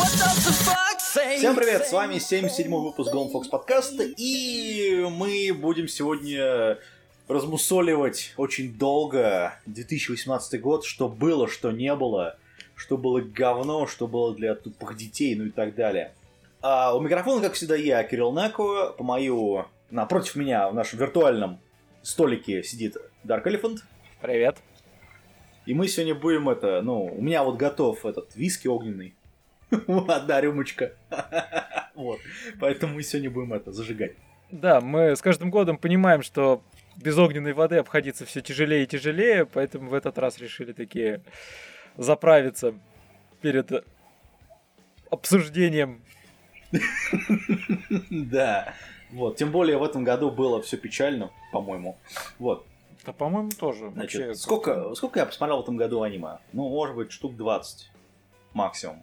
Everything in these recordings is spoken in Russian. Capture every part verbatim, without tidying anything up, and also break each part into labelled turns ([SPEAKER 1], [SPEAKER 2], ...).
[SPEAKER 1] Всем привет, с вами семьдесят седьмой выпуск Golden Fox подкаста, и мы будем сегодня размусоливать очень долго две тысячи восемнадцатый год, что было, что не было, что было говно, что было для тупых детей, ну и так далее. А у микрофона, как всегда, я, Кирилл Нако, по мою... Напротив меня в нашем виртуальном столике сидит Dark Elephant.
[SPEAKER 2] Привет.
[SPEAKER 1] И мы сегодня будем это, ну, у меня вот готов этот виски огненный. Одна рюмочка. Вот. Поэтому мы сегодня будем это зажигать.
[SPEAKER 2] Да, мы с каждым годом понимаем, что без огненной воды обходиться все тяжелее и тяжелее, поэтому в этот раз решили такие заправиться перед обсуждением.
[SPEAKER 1] Да. Вот. Тем более в этом году было все печально, по-моему. Вот.
[SPEAKER 2] Да, по-моему, тоже.
[SPEAKER 1] Значит,
[SPEAKER 2] вообще...
[SPEAKER 1] сколько, сколько я посмотрел в этом году аниме? Ну, может быть, штук двадцать максимум.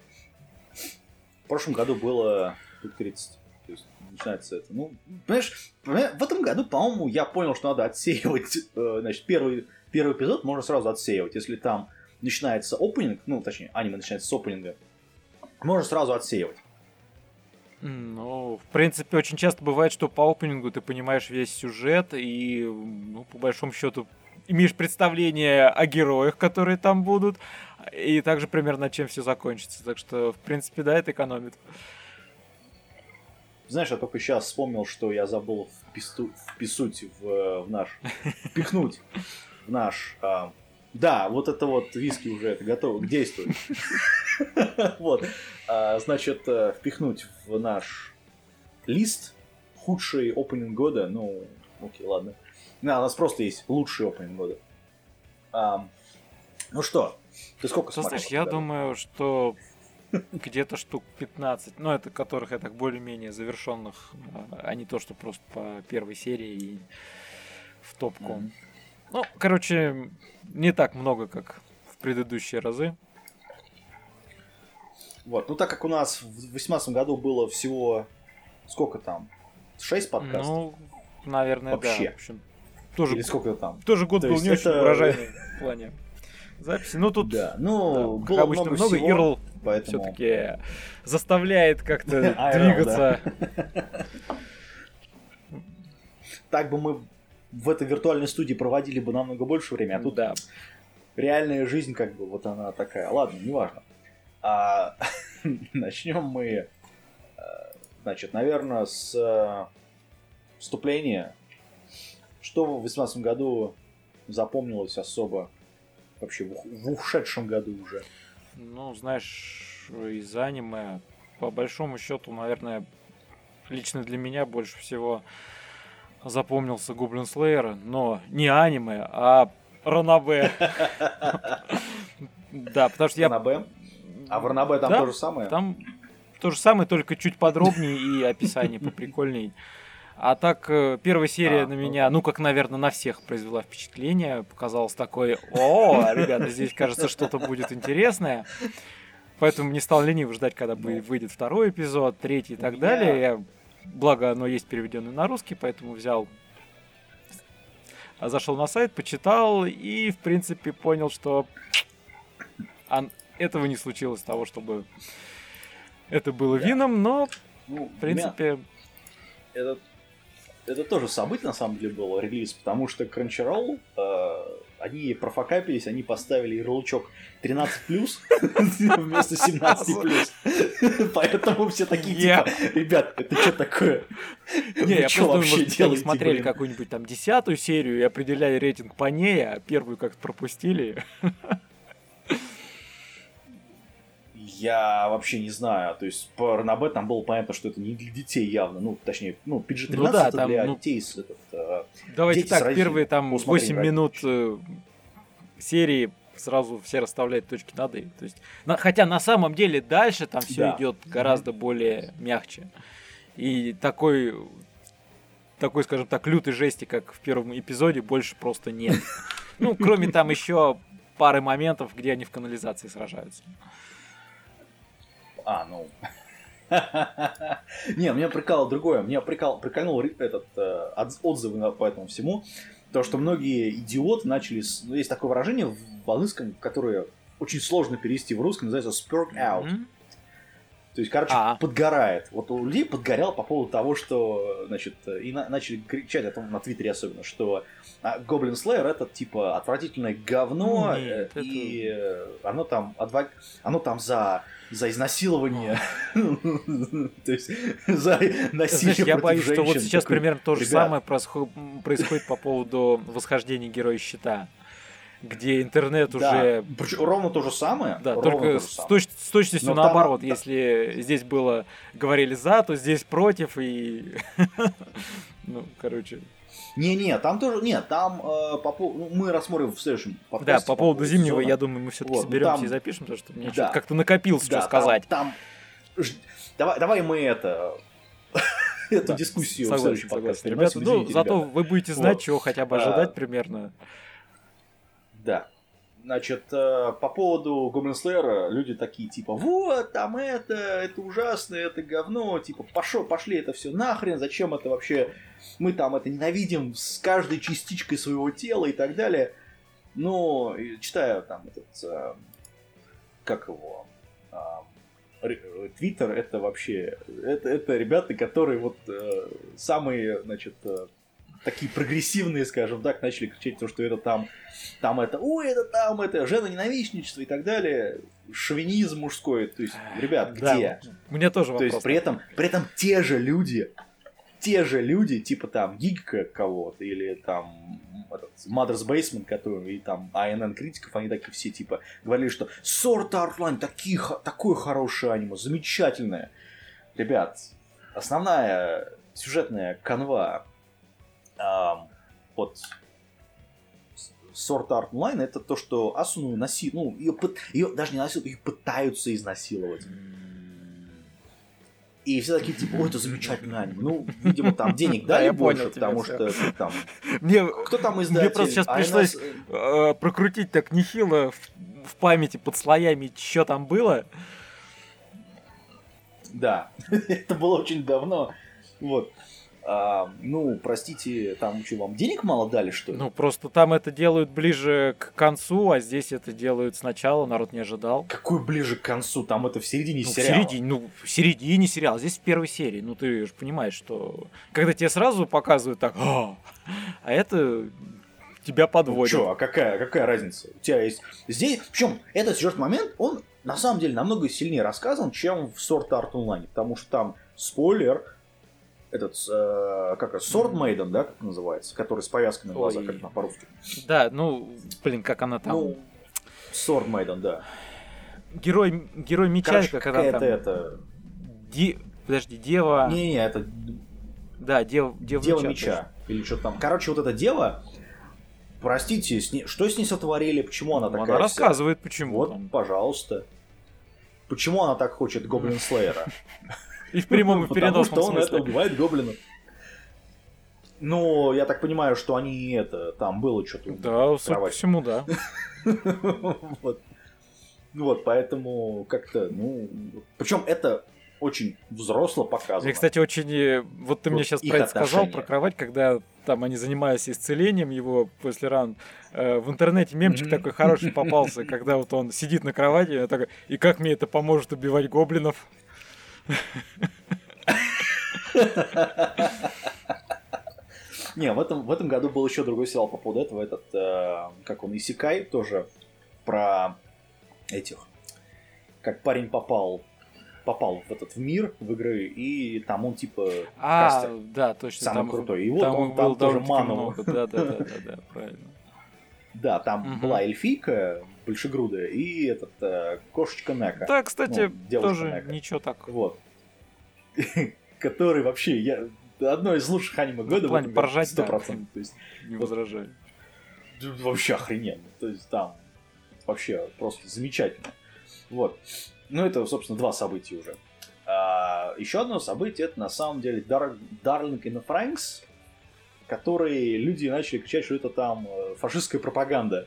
[SPEAKER 1] В прошлом году было тридцать. То есть начинается это. Ну, понимаешь, в этом году, по-моему, я понял, что надо отсеивать. Значит, первый, первый эпизод можно сразу отсеивать. Если там начинается опенинг, ну, точнее, аниме начинается с опенинга, можно сразу отсеивать.
[SPEAKER 2] Ну, в принципе, очень часто бывает, что по опенингу ты понимаешь весь сюжет и, ну, по большому счету, имеешь представление о героях, которые там будут, и также примерно чем все закончится. Так что, в принципе, да, это экономит.
[SPEAKER 1] Знаешь, я только сейчас вспомнил, что я забыл впису, вписуть в, в наш... Впихнуть в наш... А, да, вот это вот виски уже это готово к действию. Вот. Значит, впихнуть в наш лист худший опенинг года. Ну, окей, ладно. Да, у нас просто есть лучший опенинг года. А, ну что, ты сколько смотрел?
[SPEAKER 2] Знаешь, я думаю, что где-то штук пятнадцать, ну, это которых я так более-менее завершенных, а не то, что просто по первой серии и в топку. Mm-hmm. Ну, короче, не так много, как в предыдущие разы.
[SPEAKER 1] Вот, ну так как у нас в две тысячи восемнадцатом году было всего, сколько там, шесть подкастов?
[SPEAKER 2] Ну, наверное,
[SPEAKER 1] вообще.
[SPEAKER 2] Да. В общем, тоже,
[SPEAKER 1] или сколько там?
[SPEAKER 2] Тоже год
[SPEAKER 1] То
[SPEAKER 2] был не
[SPEAKER 1] это...
[SPEAKER 2] очень урожайный в плане записи. Ну, тут,
[SPEAKER 1] да, ну,
[SPEAKER 2] да,
[SPEAKER 1] было
[SPEAKER 2] обычно
[SPEAKER 1] много,
[SPEAKER 2] много,
[SPEAKER 1] всего,
[SPEAKER 2] Ирл
[SPEAKER 1] поэтому...
[SPEAKER 2] все-таки заставляет как-то двигаться.
[SPEAKER 1] Так бы мы в этой виртуальной студии проводили бы намного больше времени, а тут реальная жизнь, как бы, вот она такая. Ладно, неважно. А, начнем мы, значит, наверное, с вступления. Что в две тысячи восемнадцатом году запомнилось особо вообще в, в ушедшем году уже?
[SPEAKER 2] Ну, знаешь, из аниме, по большому счету, наверное, лично для меня больше всего запомнился Goblin Slayer, но не аниме, а Ранобэ. Да, потому что я...
[SPEAKER 1] Ранобэ? А в Ранобэ там
[SPEAKER 2] да,
[SPEAKER 1] то же самое?
[SPEAKER 2] Там то же самое, только чуть подробнее и описание поприкольней. А так, первая серия а, на меня, ну, как, наверное, на всех произвела впечатление. Показалось такое: о, ребята, здесь, кажется, что-то будет интересное. Поэтому не стал лениво ждать, когда выйдет второй эпизод, третий и так далее. Я, благо, оно есть переведенное на русский, поэтому взял... Зашел на сайт, почитал и, в принципе, понял, что этого не случилось, того, чтобы это было да. вином, но, ну, в принципе...
[SPEAKER 1] Это, это тоже событие, на самом деле, было, релиз, потому что Crunchyroll, э, они профокапились, они поставили ярлычок тринадцать плюс вместо семнадцать плюс. Поэтому все такие, типа, ребят, это что такое?
[SPEAKER 2] Не, я просто думаю, может, они смотрели какую-нибудь там десятую серию и определяли рейтинг по ней, а первую как-то пропустили.
[SPEAKER 1] Я вообще не знаю, то есть по Ранобэ там было понятно, что это не для детей явно, ну, точнее, ну, пи джи тринадцать ну, да, это там, для ну, детей. Этот, э,
[SPEAKER 2] давайте так, первые там восемь минут э, серии сразу все расставляют точки над «и». То есть, на, хотя на самом деле дальше там все да. идет гораздо mm-hmm. более мягче. И такой, такой, скажем так, лютой жести, как в первом эпизоде, больше просто нет. Ну, кроме там еще пары моментов, где они в канализации сражаются.
[SPEAKER 1] А, ну... Не, меня прикалывало другое. Меня прикол... прикольнул этот э, отзывы по этому всему. То, что многие идиоты начали... Ну, есть такое выражение в английском, которое очень сложно перевести в русском, называется spurk out. Mm-hmm. То есть, короче, А-а. подгорает. Вот у людей подгорел по поводу того, что, значит, и на- начали кричать о том, на Твиттере особенно, что Goblin Slayer это, типа, отвратительное говно, Нет, и это... оно там адвок... оно там за, за изнасилование, то есть, за насилие против женщин.
[SPEAKER 2] Я боюсь, что вот сейчас примерно то же самое происходит по поводу восхождения Героя Щита. Где интернет да, уже...
[SPEAKER 1] Причем ровно то же самое.
[SPEAKER 2] Да, только с, точ- с точностью Но наоборот. Там... Если здесь было говорили за, то здесь против и... ну, короче...
[SPEAKER 1] Не-не, там тоже... Нет, там э, по пов... ну, мы рассмотрим в следующем
[SPEAKER 2] подкасте. Да, по, по поводу зимнего, сезона. Я думаю, мы все-таки вот, соберемся там... и запишем, потому что мне да. как-то накопилось, да, что сказать.
[SPEAKER 1] Там... там... Давай, давай мы это... эту да, дискуссию согласен, в следующем подкасте.
[SPEAKER 2] Ребята, ну, извините, зато ребята. Вы будете знать, вот. Чего хотя бы ожидать а... примерно.
[SPEAKER 1] Да. Значит, по поводу Goblin Slayer люди такие, типа, вот, там это, это ужасно, это говно, типа, пошел, пошли это все нахрен, зачем это вообще, мы там это ненавидим с каждой частичкой своего тела и так далее. Но, читаю там этот, как его, Твиттер, это вообще, это, это ребята, которые вот самые, значит, такие прогрессивные, скажем так, начали кричать то, что это там, там это, ой, это там, это женоненавистничество и так далее, шовинизм мужской. То есть, ребят, где?
[SPEAKER 2] Да, у меня тоже вопрос.
[SPEAKER 1] То есть, при этом, при этом те же люди, те же люди, типа там Гигка кого-то, или там этот, Mother's Basement, который, и там эй эн эн критиков, они такие все, типа, говорили, что Sword Art Online такие, такое хорошее аниме, замечательное. Ребят, основная сюжетная канва Uh, вот Sword Art Online это то, что Асуну насилуют, ну, ее, ее даже не насилуют, ее пытаются изнасиловать. И все такие, типа, ой, это замечательное аниме. Ну, видимо, там денег дали больше, потому что там... Кто там издатель?
[SPEAKER 2] Мне просто сейчас пришлось прокрутить так нехило в памяти под слоями, что там было.
[SPEAKER 1] Да, это было очень давно. Вот. А, ну, простите, там что, вам денег мало дали, что ли?
[SPEAKER 2] Ну, просто там это делают ближе к концу, а здесь это делают сначала, народ не ожидал.
[SPEAKER 1] Какой ближе к концу? Там это в середине
[SPEAKER 2] ну,
[SPEAKER 1] сериала.
[SPEAKER 2] В середине, ну, в середине сериала, здесь в первой серии. Ну, ты же понимаешь, что... Когда тебе сразу показывают так, а это тебя подводит.
[SPEAKER 1] Ну, что, а какая, какая разница? У тебя есть... Здесь... Причем этот сюжетный момент, он на самом деле намного сильнее рассказан, чем в Sword Art Online, потому что там, спойлер... Этот, э, как это, Sword Maiden, да, как называется, который с повязкой на глазах, как по-русски.
[SPEAKER 2] Да, ну, блин, как она там... Ну,
[SPEAKER 1] Sword Maiden, да.
[SPEAKER 2] Герой, герой меча,
[SPEAKER 1] Короче,
[SPEAKER 2] как она там...
[SPEAKER 1] это...
[SPEAKER 2] Ди... Подожди, дева...
[SPEAKER 1] Не-не, это...
[SPEAKER 2] Да, дев... дева,
[SPEAKER 1] дева
[SPEAKER 2] меча.
[SPEAKER 1] меча. Или что там. Короче, вот эта дева, простите, с ней... что с ней сотворили, почему она
[SPEAKER 2] ну,
[SPEAKER 1] такая...
[SPEAKER 2] Она рассказывает, вся... почему.
[SPEAKER 1] Вот,
[SPEAKER 2] там.
[SPEAKER 1] Пожалуйста. Почему она так хочет Гоблин Слеера?
[SPEAKER 2] И в прямом и в переносном
[SPEAKER 1] смысле. Потому что он это убивает гоблинов. Ну, я так понимаю, что они это, там было что-то.
[SPEAKER 2] Да, судя по всему, да.
[SPEAKER 1] Вот. Вот, поэтому как-то, ну... Причем это очень взросло показано.
[SPEAKER 2] И, кстати, очень... Вот ты вот мне сейчас про это сказал, про кровать, когда там они занимаются исцелением его после ран. Э, в интернете мемчик mm-hmm. такой хороший попался, когда вот он сидит на кровати, такой, и как мне это поможет убивать гоблинов?
[SPEAKER 1] Не, в этом, в этом году был еще другой сериал по поводу этого, этот, э, как он, Исекай, тоже про этих, как парень попал, попал в этот в мир, в игры, и там он типа
[SPEAKER 2] а, кастер, да, точно,
[SPEAKER 1] самый
[SPEAKER 2] там,
[SPEAKER 1] крутой. И вот
[SPEAKER 2] там
[SPEAKER 1] он там тоже ману.
[SPEAKER 2] Да, да, да, да, да, правильно.
[SPEAKER 1] Да, там угу. была эльфийка большегрудая и этот э, кошечка Нека.
[SPEAKER 2] Да, кстати,
[SPEAKER 1] ну,
[SPEAKER 2] тоже
[SPEAKER 1] Нека.
[SPEAKER 2] Ничего так.
[SPEAKER 1] Вот. Который вообще, я... одно из лучших аниме года.
[SPEAKER 2] В плане поржать,
[SPEAKER 1] сто процентов.
[SPEAKER 2] Да, то есть, не возражаю.
[SPEAKER 1] Вообще охрененно. То есть там вообще просто замечательно. Вот. Ну, это, собственно, два события уже. А, еще одно событие, это на самом деле Dar- Darling in the Franxx, которые люди начали кричать, что это там фашистская пропаганда.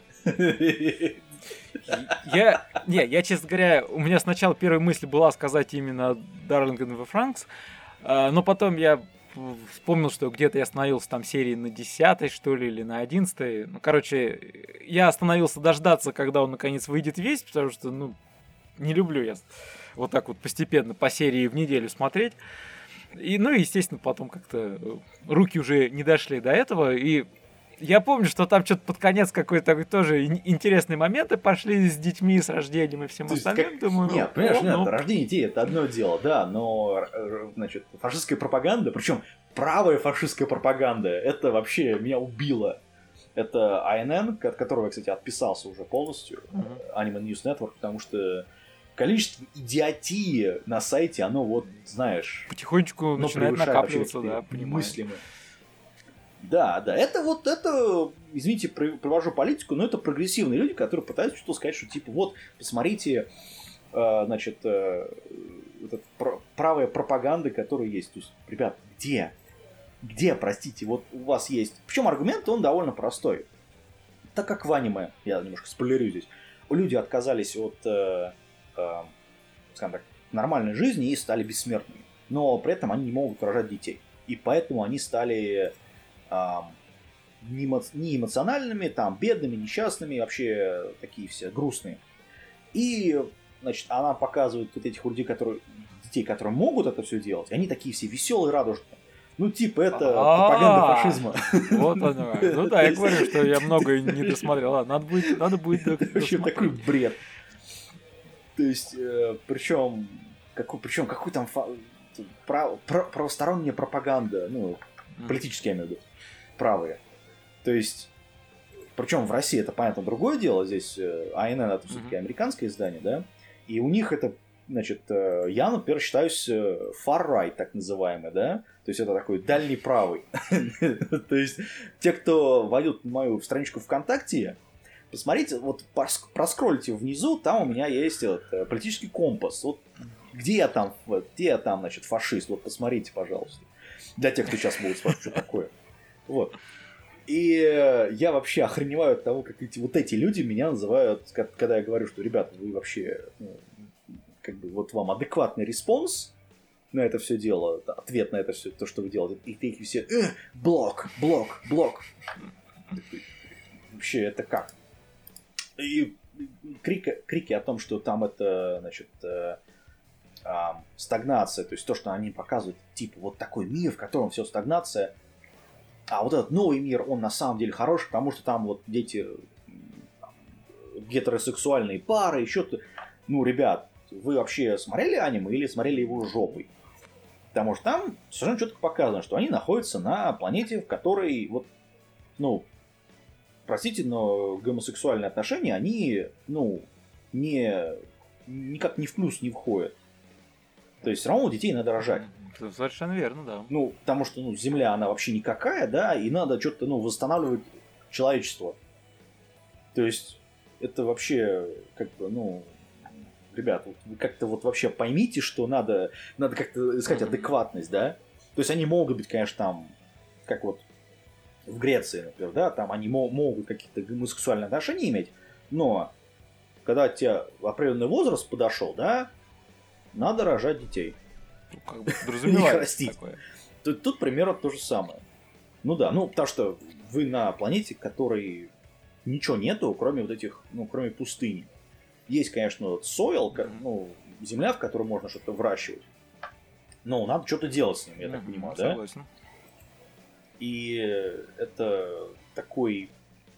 [SPEAKER 2] Я, не, я, честно говоря, у меня сначала первая мысль была сказать именно Darling in the Franxx, но потом я вспомнил, что где-то я остановился там серии на десятой, что ли, или на одиннадцатой. Ну, короче, я остановился дождаться, когда он наконец выйдет весь, потому что, ну, не люблю я вот так вот постепенно по серии в неделю смотреть. И, ну, естественно, потом как-то руки уже не дошли до этого, и я помню, что там что-то под конец какой-то тоже интересные моменты пошли с детьми, с рождением и всем остальным.
[SPEAKER 1] Как...
[SPEAKER 2] Думаю,
[SPEAKER 1] нет, понимаешь,
[SPEAKER 2] о,
[SPEAKER 1] нет,
[SPEAKER 2] ну...
[SPEAKER 1] рождение детей это одно дело, да, но, значит, фашистская пропаганда, причем правая фашистская пропаганда, это вообще меня убило. Это эй эн эн, от которого я, кстати, отписался уже полностью, uh-huh. Anime News Network, потому что количество идиотии на сайте, оно вот, знаешь...
[SPEAKER 2] Потихонечку начинает накапливаться, да, понимаю.
[SPEAKER 1] Мыслимое. Да, да, это вот, это, извините, привожу политику, но это прогрессивные люди, которые пытаются что-то сказать, что типа, вот, посмотрите, э, значит, э, этот, про, правая пропаганда, которая есть. То есть, ребят, где? Где, простите, вот у вас есть... Причем аргумент, он довольно простой. Так как в аниме, я немножко спойлерю здесь, люди отказались от, э, э, скажем так, нормальной жизни и стали бессмертными. Но при этом они не могут рожать детей. И поэтому они стали... Не, эмо... не эмоциональными, там, бедными, несчастными, вообще такие все грустные. И, значит, она показывает вот этих людей, которые, детей, которые могут это все делать, и они такие все веселые, радужные. Ну, типа, это пропаганда фашизма.
[SPEAKER 2] Вот оно. Ну да, я говорю, что я много не досмотрел. Надо будет, надо будет досмотреть.
[SPEAKER 1] Вообще такой бред. То есть, причем, какой, причем, какой там правосторонняя пропаганда, ну, политически я имею в виду. Правые. То есть, причем в России это, понятно, другое дело. Здесь эй эн эн это все-таки американское издание, да? И у них это, значит, я, например, считаюсь far-right, так называемый, да? То есть это такой дальний правый. То есть те, кто войдут в мою страничку ВКонтакте, посмотрите, вот проскроллите внизу, там у меня есть политический компас. Вот где я там, где я там, значит, фашист? Вот посмотрите, пожалуйста. Для тех, кто сейчас будет спрашивать, что такое. Вот. И я вообще охреневаю от того, как эти, вот эти люди меня называют, когда я говорю, что, ребята, вы вообще, ну, как бы, вот вам адекватный респонс на это все дело, ответ на это все, то, что вы делаете, и ты их все, э, блок, блок, блок. Вообще, это как? И крики, крики о том, что там это, значит, стагнация, то есть то, что они показывают, типа, вот такой мир, в котором все стагнация, а вот этот новый мир, он на самом деле хороший, потому что там вот дети, там, гетеросексуальные пары, еще то. Ну, ребят, вы вообще смотрели аниме или смотрели его жопой? Потому что там совершенно четко показано, что они находятся на планете, в которой, вот, ну, простите, но гомосексуальные отношения, они, ну, не, никак не в плюс не входят. То есть все равно детей надо рожать.
[SPEAKER 2] Совершенно верно, да.
[SPEAKER 1] Ну, потому что, ну, Земля, она вообще никакая, да, и надо что-то, ну, восстанавливать человечество. То есть это вообще, как бы, ну, ребят, вот вы как-то вот вообще поймите, что надо, надо как-то искать адекватность, да. То есть они могут быть, конечно, там, как вот в Греции, например, да, там они мо- могут какие-то гомосексуальные отношения иметь, но когда тебе определенный возраст подошел, да, надо рожать детей.
[SPEAKER 2] Ну, как бы подразумевается
[SPEAKER 1] растить.
[SPEAKER 2] Такое.
[SPEAKER 1] Тут, тут примерно то же самое. Ну да, ну потому что вы на планете, которой ничего нету, кроме вот этих, ну, кроме пустыни. Есть, конечно, вот soil, ну, земля, в которой можно что-то выращивать. Но надо что-то делать с ним, я так понимаю, да?
[SPEAKER 2] Согласен.
[SPEAKER 1] И это такой...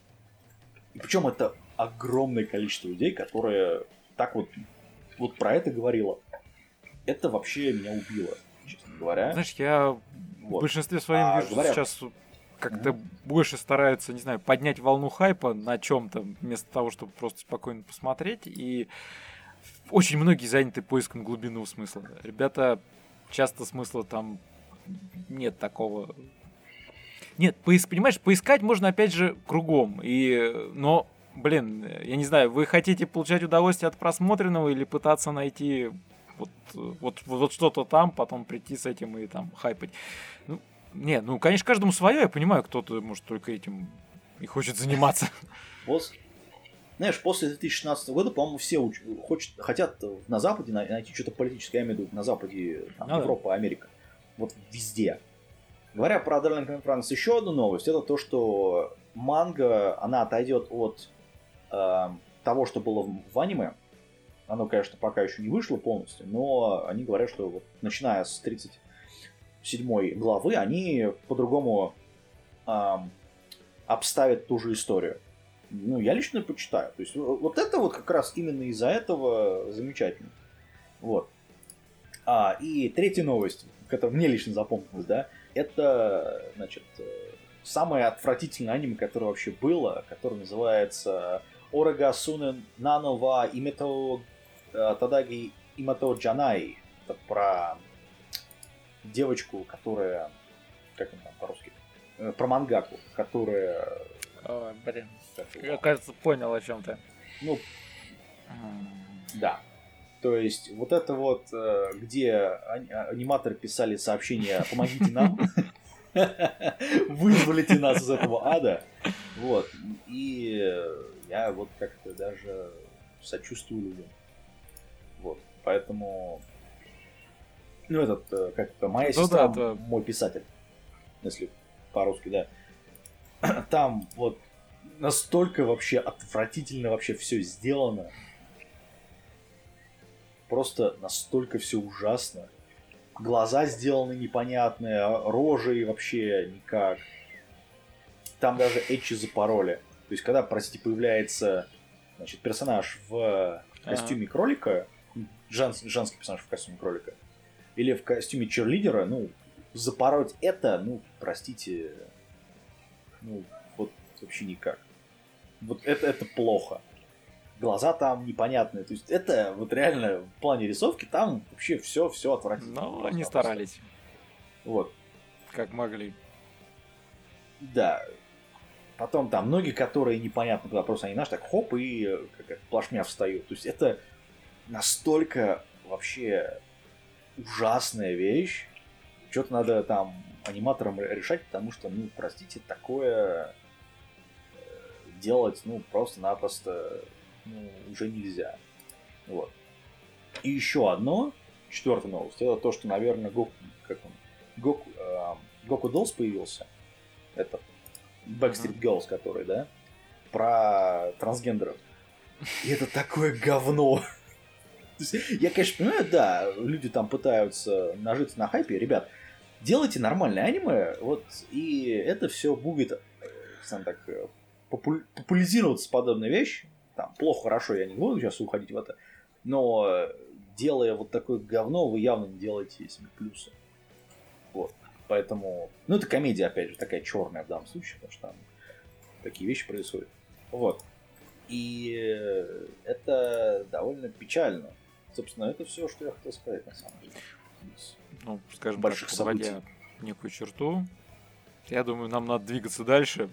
[SPEAKER 1] И причем это огромное количество людей, которые так вот, вот про это говорило. Это вообще меня убило, честно говоря.
[SPEAKER 2] Знаешь, я вот. В большинстве своем а, вижу говоря... сейчас как-то mm-hmm. больше стараются, не знаю, поднять волну хайпа на чем-то, вместо того, чтобы просто спокойно посмотреть. И очень многие заняты поиском глубинного смысла. Ребята, часто смысла там нет такого. Нет, поис... понимаешь, поискать можно опять же кругом. И... Но, блин, я не знаю, вы хотите получать удовольствие от просмотренного или пытаться найти... Вот, вот, вот что-то там, потом прийти с этим и там хайпать. Ну, не, ну, конечно, каждому свое, я понимаю, кто-то, может, только этим и хочет заниматься.
[SPEAKER 1] После, знаешь, после две тысячи шестнадцатого года, по-моему, все уч... хочет, хотят на Западе найти что-то политическое, я имею в виду на Западе, там, а, Европа, да. Америка. Вот везде. Говоря про Darling France, еще одну новость, это то, что манга, она отойдет от э, того, что было в аниме. Оно, конечно, пока еще не вышло полностью, но они говорят, что вот, начиная с тридцать седьмой главы они по-другому эм, обставят ту же историю. Ну, я лично почитаю. То есть вот это вот как раз именно из-за этого замечательно. Вот. А, и третья новость, которая мне лично запомнилась, да, это, значит, самое отвратительное аниме, которое вообще было, которое называется Орега Суне Нанова Името Тадаги Името Джанай. Это про девочку, которая... Как она там по-русски? Про мангаку, которая...
[SPEAKER 2] Ой, блин. Я, кажется, понял, о чем ты.
[SPEAKER 1] Ну, да. То есть, вот это вот, где аниматоры писали сообщения «Помогите нам», «Вызволите нас из этого ада». Вот. И я вот как-то даже сочувствую людям. Вот. Поэтому... Ну, этот, как это, моя ну, сестра, да, мой писатель. Если по-русски, да. Там вот настолько вообще отвратительно вообще все сделано. Просто настолько все ужасно. Глаза сделаны непонятные, рожи вообще никак. Там даже эчи запороли. То есть, когда, простите, появляется, значит, персонаж в костюме ага. кролика, женс, женский персонаж в костюме кролика, или в костюме черлидера, ну, запороть это, ну, простите, ну, вот вообще никак. Вот это, это плохо. Глаза там непонятные. То есть это вот реально в плане рисовки там вообще все, все отвратительно.
[SPEAKER 2] Ну, они старались.
[SPEAKER 1] Вот.
[SPEAKER 2] Как могли.
[SPEAKER 1] Да. Потом там ноги, которые непонятно куда, просто они, знаешь, так хоп, и как плашмя встают. То есть это настолько вообще ужасная вещь. Что-то надо там аниматорам решать, потому что, ну, простите, такое делать, ну, просто-напросто, ну, уже нельзя. Вот. И еще одно, четвертая новость, это то, что, наверное, Гоку, как он, Гоку, э, Гоку Dolls появился. Это Backstreet Girls, который, да, про трансгендеров. И это такое говно. Я, конечно, понимаю, да, люди там пытаются нажиться на хайпе. Ребят, делайте нормальное аниме, вот, и это все будет, скажем так, попу- популяризироваться подобная вещь. Там, плохо, хорошо, я не буду сейчас уходить в это, но делая вот такое говно, вы явно не делаете себе плюсы. Вот, поэтому, ну, это комедия, опять же, такая черная в данном случае, потому что там такие вещи происходят. Вот. И это довольно печально. Собственно, это все, что я хотел сказать, на самом деле.
[SPEAKER 2] Ну, скажем так, подводя некую черту, я думаю, нам надо двигаться дальше.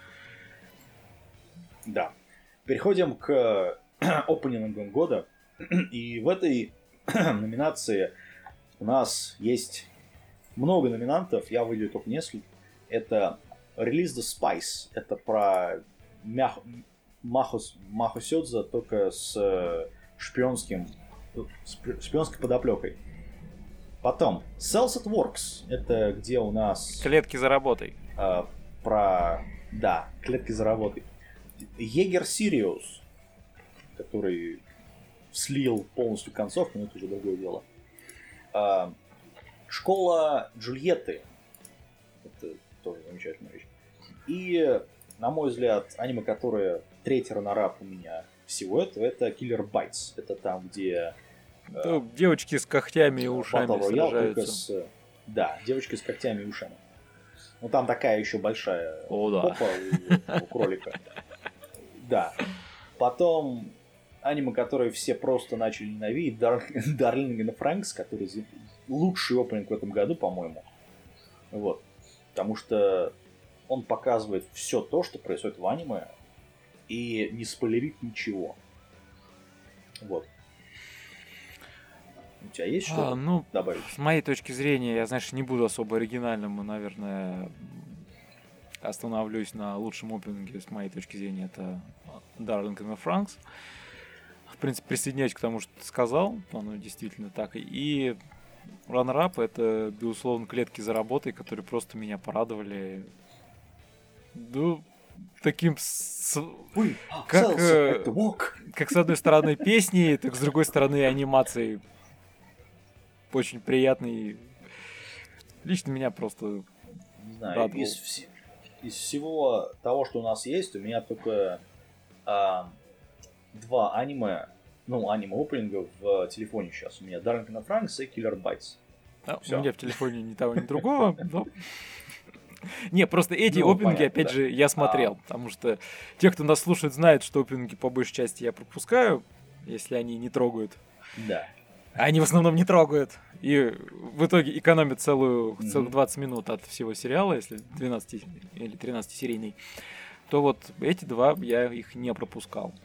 [SPEAKER 1] Да. Переходим к опенингам года. И в этой номинации у нас есть много номинантов. Я выделю только несколько. Это Release the Spice. Это про мях... Махос... Махосёдзе, только с шпионским с шпионской подоплекой. Потом Cells at Works. Это где у нас...
[SPEAKER 2] Клетки за работой.
[SPEAKER 1] Э, про... Да, клетки за работой. Егер Сириус, который слил полностью концовку, но это уже другое дело. Э, Школа Джульетты. Это тоже замечательная вещь. И, на мой взгляд, аниме, которое третий раннер-ап у меня всего этого, это Killer Bites. Это там, где...
[SPEAKER 2] Э, девочки с когтями и ушами сражаются.
[SPEAKER 1] С, да, девочки с когтями и ушами. Ну, там такая еще большая
[SPEAKER 2] О,
[SPEAKER 1] попа
[SPEAKER 2] да.
[SPEAKER 1] у, у кролика. Да. Потом аниме, которые все просто начали ненавидеть, Darling in the Franxx, который лучший опенинг в этом году, по-моему. Вот. Потому что он показывает все то, что происходит в аниме, и не спойлерит ничего. Вот. У тебя есть что-то
[SPEAKER 2] а, ну,
[SPEAKER 1] добавить?
[SPEAKER 2] С моей точки зрения, я, знаешь, не буду особо оригинальным, и, наверное, остановлюсь на лучшем опенинге, с моей точки зрения, это Darling in the Franxx. В принципе, присоединяюсь к тому, что ты сказал, оно действительно так. И раннер-ап — это, безусловно, клетки за работой, которые просто меня порадовали. Ну, таким... С...
[SPEAKER 1] We
[SPEAKER 2] как,
[SPEAKER 1] ourselves at the walk.
[SPEAKER 2] как с одной стороны песни, так с другой стороны анимацией. Очень приятный. Лично меня просто
[SPEAKER 1] Не знаю,
[SPEAKER 2] радовал.
[SPEAKER 1] из, вс- из всего того, что у нас есть, у меня только а, два аниме, ну, аниме-опенинга в телефоне сейчас. У меня Darling in the Franxx и Killer Bites.
[SPEAKER 2] А, у
[SPEAKER 1] Всё.
[SPEAKER 2] меня в телефоне ни того, ни другого, но... Не, просто эти
[SPEAKER 1] Ну,
[SPEAKER 2] опенинги,
[SPEAKER 1] понятно,
[SPEAKER 2] опять
[SPEAKER 1] да.
[SPEAKER 2] же, я смотрел, потому что те, кто нас слушает, знают, что опенинги по большей части я пропускаю, если они не трогают.
[SPEAKER 1] Да.
[SPEAKER 2] А они в основном не трогают. И в итоге экономят целую,
[SPEAKER 1] Мгм.
[SPEAKER 2] целых двадцать минут от всего сериала, если двенадцать или тринадцатисерийный. То вот эти два я их не пропускал.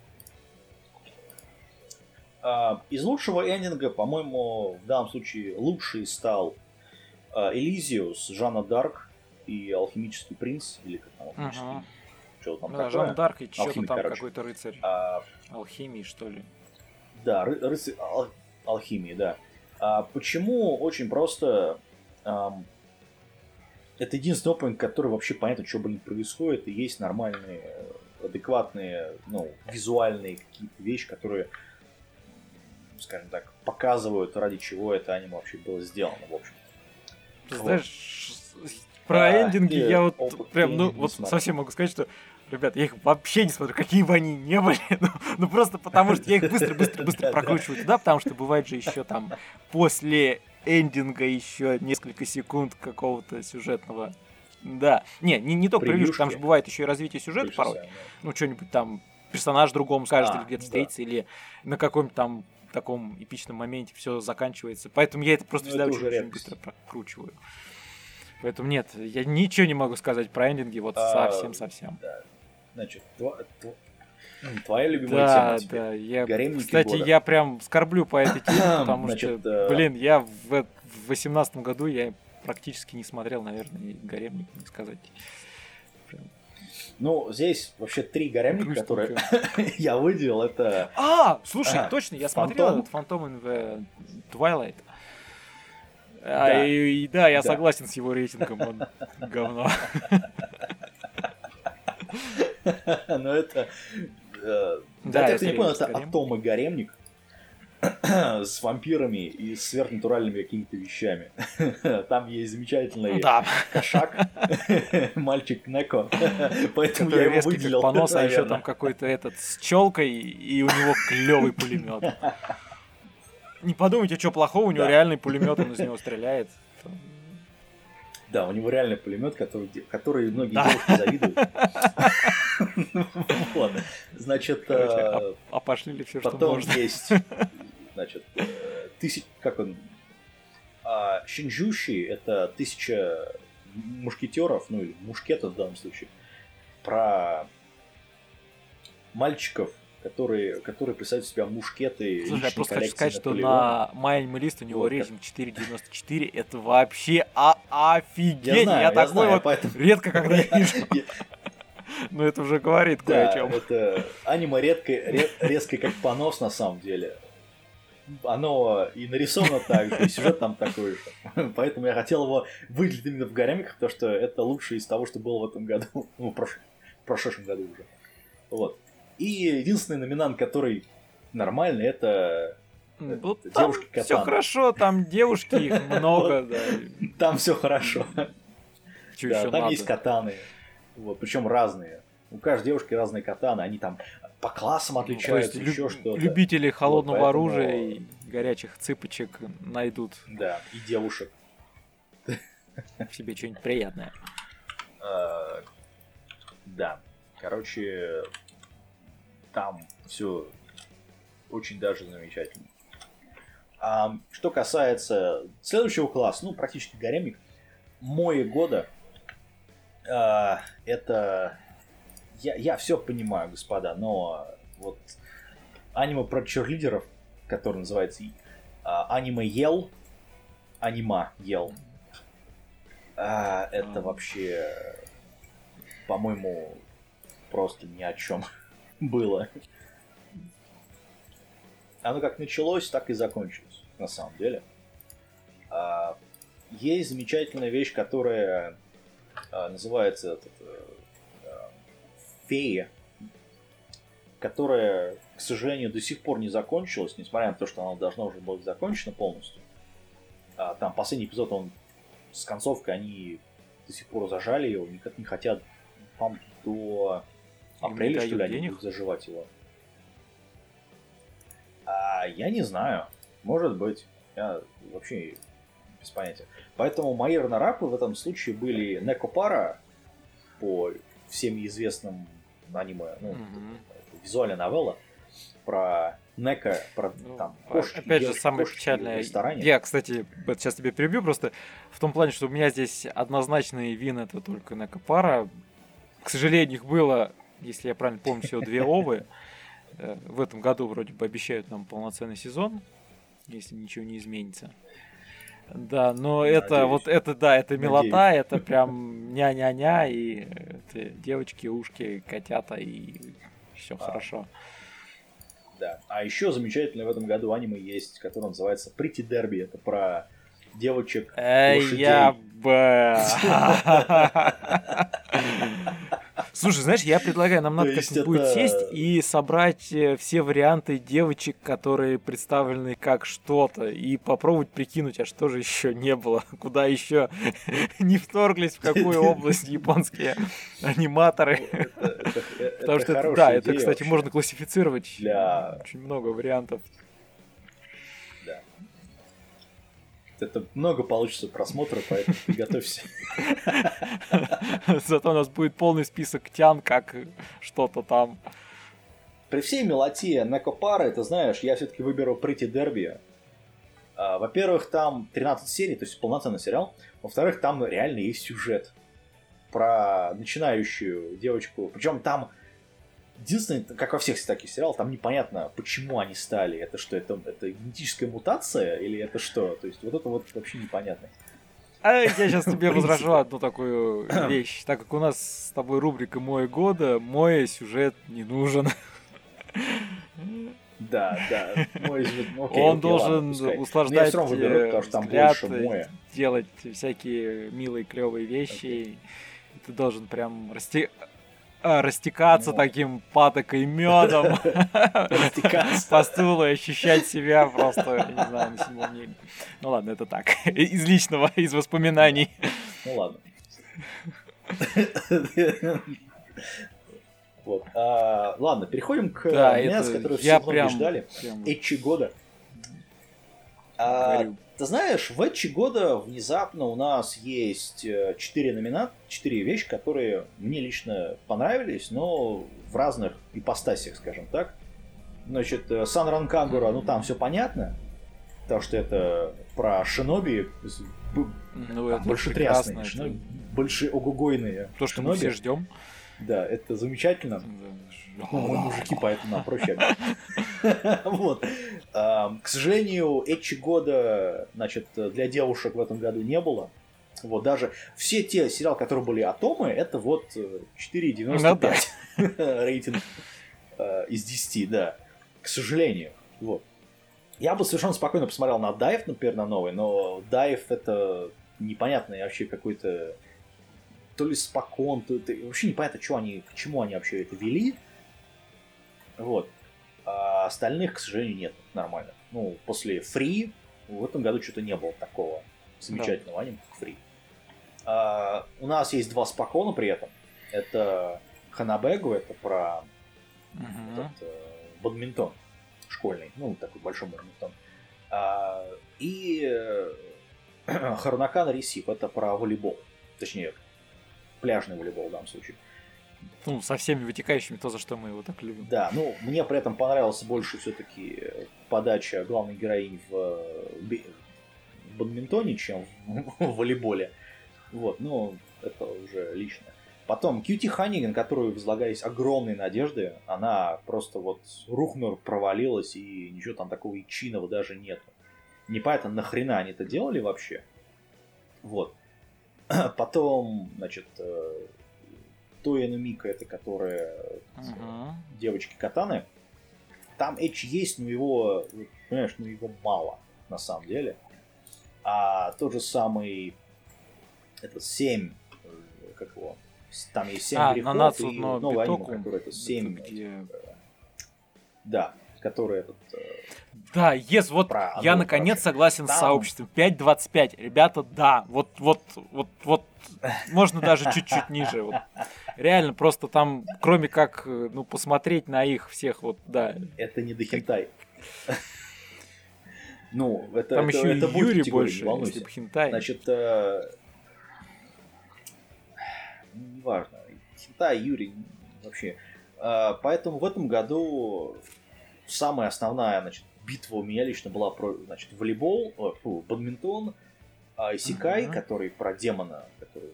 [SPEAKER 1] А, из лучшего эндинга, по-моему, в данном случае лучший стал а, Элизиус, Жанна Дарк и Алхимический принц, или как там алхимический,
[SPEAKER 2] Ага.
[SPEAKER 1] что-то там
[SPEAKER 2] Да,
[SPEAKER 1] такое.
[SPEAKER 2] Жан Дарк и что-то
[SPEAKER 1] Алхимик,
[SPEAKER 2] там
[SPEAKER 1] короче.
[SPEAKER 2] какой-то рыцарь
[SPEAKER 1] А,
[SPEAKER 2] алхимии, что ли.
[SPEAKER 1] да, ры- рыцарь ал- алхимии, да. А, почему? Очень просто. ам, это единственный опыт, который вообще понятно, что, блин, происходит, и есть нормальные, адекватные, ну, визуальные какие-то вещи, которые, скажем так, показывают, ради чего это аниме вообще было сделано, в общем.
[SPEAKER 2] Ты
[SPEAKER 1] Вот.
[SPEAKER 2] знаешь, про
[SPEAKER 1] А,
[SPEAKER 2] эндинги
[SPEAKER 1] и
[SPEAKER 2] я вот
[SPEAKER 1] опыт
[SPEAKER 2] прям, ну,
[SPEAKER 1] эндинг не
[SPEAKER 2] вот
[SPEAKER 1] смотрел.
[SPEAKER 2] совсем могу сказать, что, ребят, я их вообще не смотрю, какие бы они ни были, ну, ну просто потому что я их быстро-быстро-быстро
[SPEAKER 1] Да-да.
[SPEAKER 2] прокручиваю туда, потому что бывает же еще там после эндинга еще несколько секунд какого-то сюжетного. Да, не, не, не только превьюшки, там же
[SPEAKER 1] Превьюшки.
[SPEAKER 2] бывает еще и развитие сюжета
[SPEAKER 1] Больше
[SPEAKER 2] порой.
[SPEAKER 1] всего, да.
[SPEAKER 2] Ну, что-нибудь там персонаж другому скажет,
[SPEAKER 1] А,
[SPEAKER 2] или где-то
[SPEAKER 1] ну да.
[SPEAKER 2] встретится, или на каком-то там таком эпичном моменте все заканчивается. Поэтому я это просто
[SPEAKER 1] Ну,
[SPEAKER 2] всегда
[SPEAKER 1] это
[SPEAKER 2] очень,
[SPEAKER 1] уже
[SPEAKER 2] очень
[SPEAKER 1] редкость.
[SPEAKER 2] быстро прокручиваю. Поэтому нет, я ничего не могу сказать про эндинги, вот
[SPEAKER 1] А,
[SPEAKER 2] совсем-совсем.
[SPEAKER 1] Да. Значит, тва- тва- м, твоя любимая
[SPEAKER 2] Да,
[SPEAKER 1] тема теперь.
[SPEAKER 2] да, я,
[SPEAKER 1] Гаремники
[SPEAKER 2] кстати,
[SPEAKER 1] года.
[SPEAKER 2] я прям скорблю по этой теме, потому
[SPEAKER 1] Значит,
[SPEAKER 2] что,
[SPEAKER 1] э,
[SPEAKER 2] блин, я в восемнадцатом году я практически не смотрел, наверное, и гаремник, не сказать. Прям
[SPEAKER 1] Ну, здесь вообще три гаремника, которые я выделил. Это
[SPEAKER 2] А, слушай,
[SPEAKER 1] Ага.
[SPEAKER 2] точно, я смотрел
[SPEAKER 1] Phantom.
[SPEAKER 2] этот Phantom in the Twilight.
[SPEAKER 1] Да.
[SPEAKER 2] А, и, и да, я
[SPEAKER 1] Да.
[SPEAKER 2] согласен с его рейтингом, он говно.
[SPEAKER 1] Ну, это... э,
[SPEAKER 2] Да,
[SPEAKER 1] Я, ты не
[SPEAKER 2] это
[SPEAKER 1] понял, это
[SPEAKER 2] гарем.
[SPEAKER 1] Атом и гаремник с вампирами и сверхнатуральными какими-то вещами. Там есть замечательный
[SPEAKER 2] Да,
[SPEAKER 1] кошак, мальчик Неко, поэтому я
[SPEAKER 2] который
[SPEAKER 1] его
[SPEAKER 2] резкий
[SPEAKER 1] выделил.
[SPEAKER 2] как понос, а еще
[SPEAKER 1] наверное.
[SPEAKER 2] там какой-то этот с челкой, и у него клевый пулемет. Не подумайте, что плохого, у него
[SPEAKER 1] Да.
[SPEAKER 2] реальный пулемет, он из него стреляет.
[SPEAKER 1] Да, у него реально пулемет, который, де- который многие
[SPEAKER 2] Да.
[SPEAKER 1] девушки завидуют. Вот. Значит,
[SPEAKER 2] Короче,
[SPEAKER 1] э,
[SPEAKER 2] а, а пошли ли все, что
[SPEAKER 1] потом
[SPEAKER 2] можно.
[SPEAKER 1] есть, значит, э, тысяч, как он, а, Шинджуши, это тысяча мушкетеров, ну или мушкетов в данном случае, про мальчиков, которые, которые представляют из себя мушкеты
[SPEAKER 2] Слушай, я
[SPEAKER 1] личной
[SPEAKER 2] просто хочу
[SPEAKER 1] коллекции
[SPEAKER 2] сказать, что
[SPEAKER 1] Наполеона.
[SPEAKER 2] на My List у него
[SPEAKER 1] Вот,
[SPEAKER 2] рейтинг четыре девяносто четыре, это вообще а- офигеть!
[SPEAKER 1] Я знаю, я
[SPEAKER 2] такой
[SPEAKER 1] знаю,
[SPEAKER 2] вот
[SPEAKER 1] поэтому...
[SPEAKER 2] редко когда вижу.
[SPEAKER 1] Я-
[SPEAKER 2] Но это уже говорит кое
[SPEAKER 1] Да,
[SPEAKER 2] о чем.
[SPEAKER 1] это аниме редко, ре- резко как понос на самом деле. Оно и нарисовано так же, и сюжет там такой же. Поэтому я хотел его выделить именно в гаремиках, потому что это лучшее из того, что было в этом году. Ну, в прош- в прошедшем году уже. Вот. И единственный номинант, который нормальный, это...
[SPEAKER 2] Ну,
[SPEAKER 1] это
[SPEAKER 2] там
[SPEAKER 1] девушки
[SPEAKER 2] все
[SPEAKER 1] Катана.
[SPEAKER 2] хорошо, там девушки, их много, да.
[SPEAKER 1] Там все хорошо.
[SPEAKER 2] Чё
[SPEAKER 1] Да,
[SPEAKER 2] еще
[SPEAKER 1] там
[SPEAKER 2] надо?
[SPEAKER 1] есть катаны. Вот, причем разные. У каждой девушки разные катаны, они там по классам
[SPEAKER 2] Ну, то есть
[SPEAKER 1] отличаются,
[SPEAKER 2] лю-
[SPEAKER 1] еще что-то.
[SPEAKER 2] любители холодного
[SPEAKER 1] поэтому-
[SPEAKER 2] оружия и горячих цыпочек найдут
[SPEAKER 1] Да, и девушек.
[SPEAKER 2] в себе что-нибудь приятное.
[SPEAKER 1] Э, Да. Короче, там все очень даже замечательно. А, что касается следующего класса, ну, практически гаремник, Мои года, а, это... Я, я все понимаю, господа, но вот аниме про черлидеров, который называется а, аниме Ел, анима Ел, а, это вообще, по-моему, просто ни о чем было. Оно как началось, так и закончилось, на самом деле. А, есть замечательная вещь, которая а, называется этот, а, феи, которая, к сожалению, до сих пор не закончилась, несмотря на то, что она должна уже быть закончена полностью. А, там последний эпизод, он с концовкой, они до сих пор зажали его, никак не хотят, по-моему, до апреля, что ли, они будут заживать его. А я не знаю, может быть, я вообще без понятия. Поэтому мои раннерапы в этом случае были Некопара по всем известным аниме, ну, mm-hmm. визуальная новелла про Неко, про ну, там кошки.
[SPEAKER 2] Опять же, самое печальное. Я, кстати, сейчас тебе перебью просто в том плане, что у меня здесь однозначный вин это только Некопара. К сожалению, их было, если я правильно помню, всего две овы. В этом году вроде бы обещают нам полноценный сезон, если ничего не изменится. Да, но Надеюсь. это вот это да, это милота, Надеюсь. это прям ня-ня-ня, и это девочки, ушки, котята, и все а, хорошо.
[SPEAKER 1] Да. А еще замечательно в этом году аниме есть, которое называется Pretty Derby. Это про девочек лошадей.
[SPEAKER 2] Я бы. Слушай, знаешь, я предлагаю, нам надо как-нибудь это... будет сесть и собрать все варианты девочек, которые представлены как что-то, и попробовать прикинуть, а что же еще не было, куда еще не вторглись, в какую область японские аниматоры. Потому что это, да, это, кстати, можно классифицировать очень много вариантов.
[SPEAKER 1] Это много получится просмотра, поэтому приготовься.
[SPEAKER 2] Зато у нас будет полный список тян, как что-то там.
[SPEAKER 1] При всей милоте Некопары, ты знаешь, я все-таки выберу Pretty Derby. А, во-первых, там тринадцать серий, то есть полноценный сериал. Во-вторых, там реально есть сюжет про начинающую девочку. Причем там единственное, как во всех таких сериалах, там непонятно, почему они стали. Это что, это, это генетическая мутация или это что? То есть вот это вот вообще непонятно.
[SPEAKER 2] А я сейчас тебе возражу одну такую вещь. Так как у нас с тобой рубрика «Мой года», мой сюжет не нужен.
[SPEAKER 1] Да, да. Мой сюжет, окей,
[SPEAKER 2] Он
[SPEAKER 1] окей,
[SPEAKER 2] должен
[SPEAKER 1] ладно,
[SPEAKER 2] услаждать
[SPEAKER 1] выберу, потому что там
[SPEAKER 2] взгляд,
[SPEAKER 1] больше моя.
[SPEAKER 2] делать всякие милые, клевые вещи. Okay. Ты должен прям расти... растекаться ну. таким патокой медом по стулу и ощущать себя просто, я не знаю, на седьмом небе. Ну ладно, это так. Из личного, из воспоминаний.
[SPEAKER 1] Ну ладно. Вот. А, ладно, переходим к
[SPEAKER 2] да,
[SPEAKER 1] аниме, с которой все многие ждали. Эчи года. А, ты знаешь, в Эчи года внезапно у нас есть четыре номинации, четыре вещи, которые мне лично понравились, но в разных ипостасях, скажем так. Значит, Санран Кагура, ну там все понятно, потому что это про шиноби,
[SPEAKER 2] ну,
[SPEAKER 1] большетрясные, шиноби, это... большеогугойные.
[SPEAKER 2] То, что
[SPEAKER 1] шиноби.
[SPEAKER 2] Мы все ждем.
[SPEAKER 1] Да, это замечательно. Ну, мы мужики, поэтому нам проще. Вот. К сожалению, Эчи года, значит, для девушек в этом году не было. Вот даже все те сериалы, которые были атомы, это вот четыре девяносто пять рейтинг из десяти, да. К сожалению. Вот. Я бы совершенно спокойно посмотрел на Дайв, например, на новый, но Дайв это непонятный вообще какой-то то ли спокон, то это вообще непонятно, что они, к чему они вообще это вели. Вот. А остальных, к сожалению, нет нормально. Ну, после Free в этом году что-то не было такого замечательного да. аниме, как Free. А, у нас есть два спокона при этом. Это Ханабегу, это про uh-huh. этот, э, бадминтон школьный, ну, такой большой бадминтон. А, и э, Харунакан Ресиф, это про волейбол. Точнее, пляжный волейбол в данном случае.
[SPEAKER 2] Ну, со всеми вытекающими, то, за что мы его так любим.
[SPEAKER 1] Да, ну, мне при этом понравилась больше все-таки подача главной героини в, в бадминтоне, чем в, в волейболе. Вот, ну, это уже личное. Потом Кьюти Ханиган, которую возлагались огромные надежды, она просто вот рухнула, провалилась, и ничего там такого ичиного даже нету. Непонятно, нахрена они это делали вообще. Вот. Потом, значит, Тоя Мика, это которая uh-huh. девочки Катаны. Там эдж есть, но его, понимаешь, ну его мало на самом деле. А тот же самый этот семь, как его, Там есть семь
[SPEAKER 2] а,
[SPEAKER 1] грехов
[SPEAKER 2] Нанацу,
[SPEAKER 1] и
[SPEAKER 2] но
[SPEAKER 1] новый аниме,
[SPEAKER 2] Битоку,
[SPEAKER 1] который это семь...
[SPEAKER 2] где...
[SPEAKER 1] Да, который этот...
[SPEAKER 2] Да, yes, вот
[SPEAKER 1] про
[SPEAKER 2] я
[SPEAKER 1] Андор,
[SPEAKER 2] наконец
[SPEAKER 1] короче.
[SPEAKER 2] согласен
[SPEAKER 1] Там...
[SPEAKER 2] с сообществом. пять двадцать пять. Ребята, да, вот, вот, вот, вот, можно даже чуть-чуть ниже. Вот. Реально, просто там, кроме как, ну, посмотреть на их всех, вот, да.
[SPEAKER 1] Это не дохентай. Ну, это,
[SPEAKER 2] там
[SPEAKER 1] это,
[SPEAKER 2] еще
[SPEAKER 1] это
[SPEAKER 2] и
[SPEAKER 1] будет
[SPEAKER 2] Юрий
[SPEAKER 1] категория,
[SPEAKER 2] больше,
[SPEAKER 1] не волнуйся.
[SPEAKER 2] если бы хентай.
[SPEAKER 1] Значит, э... неважно. Хентай, Юрий, вообще. Э, поэтому в этом году самая основная, значит, битва у меня лично была про, значит, волейбол, о, фу, бадминтон, э, исекай, uh-huh. который про демона, который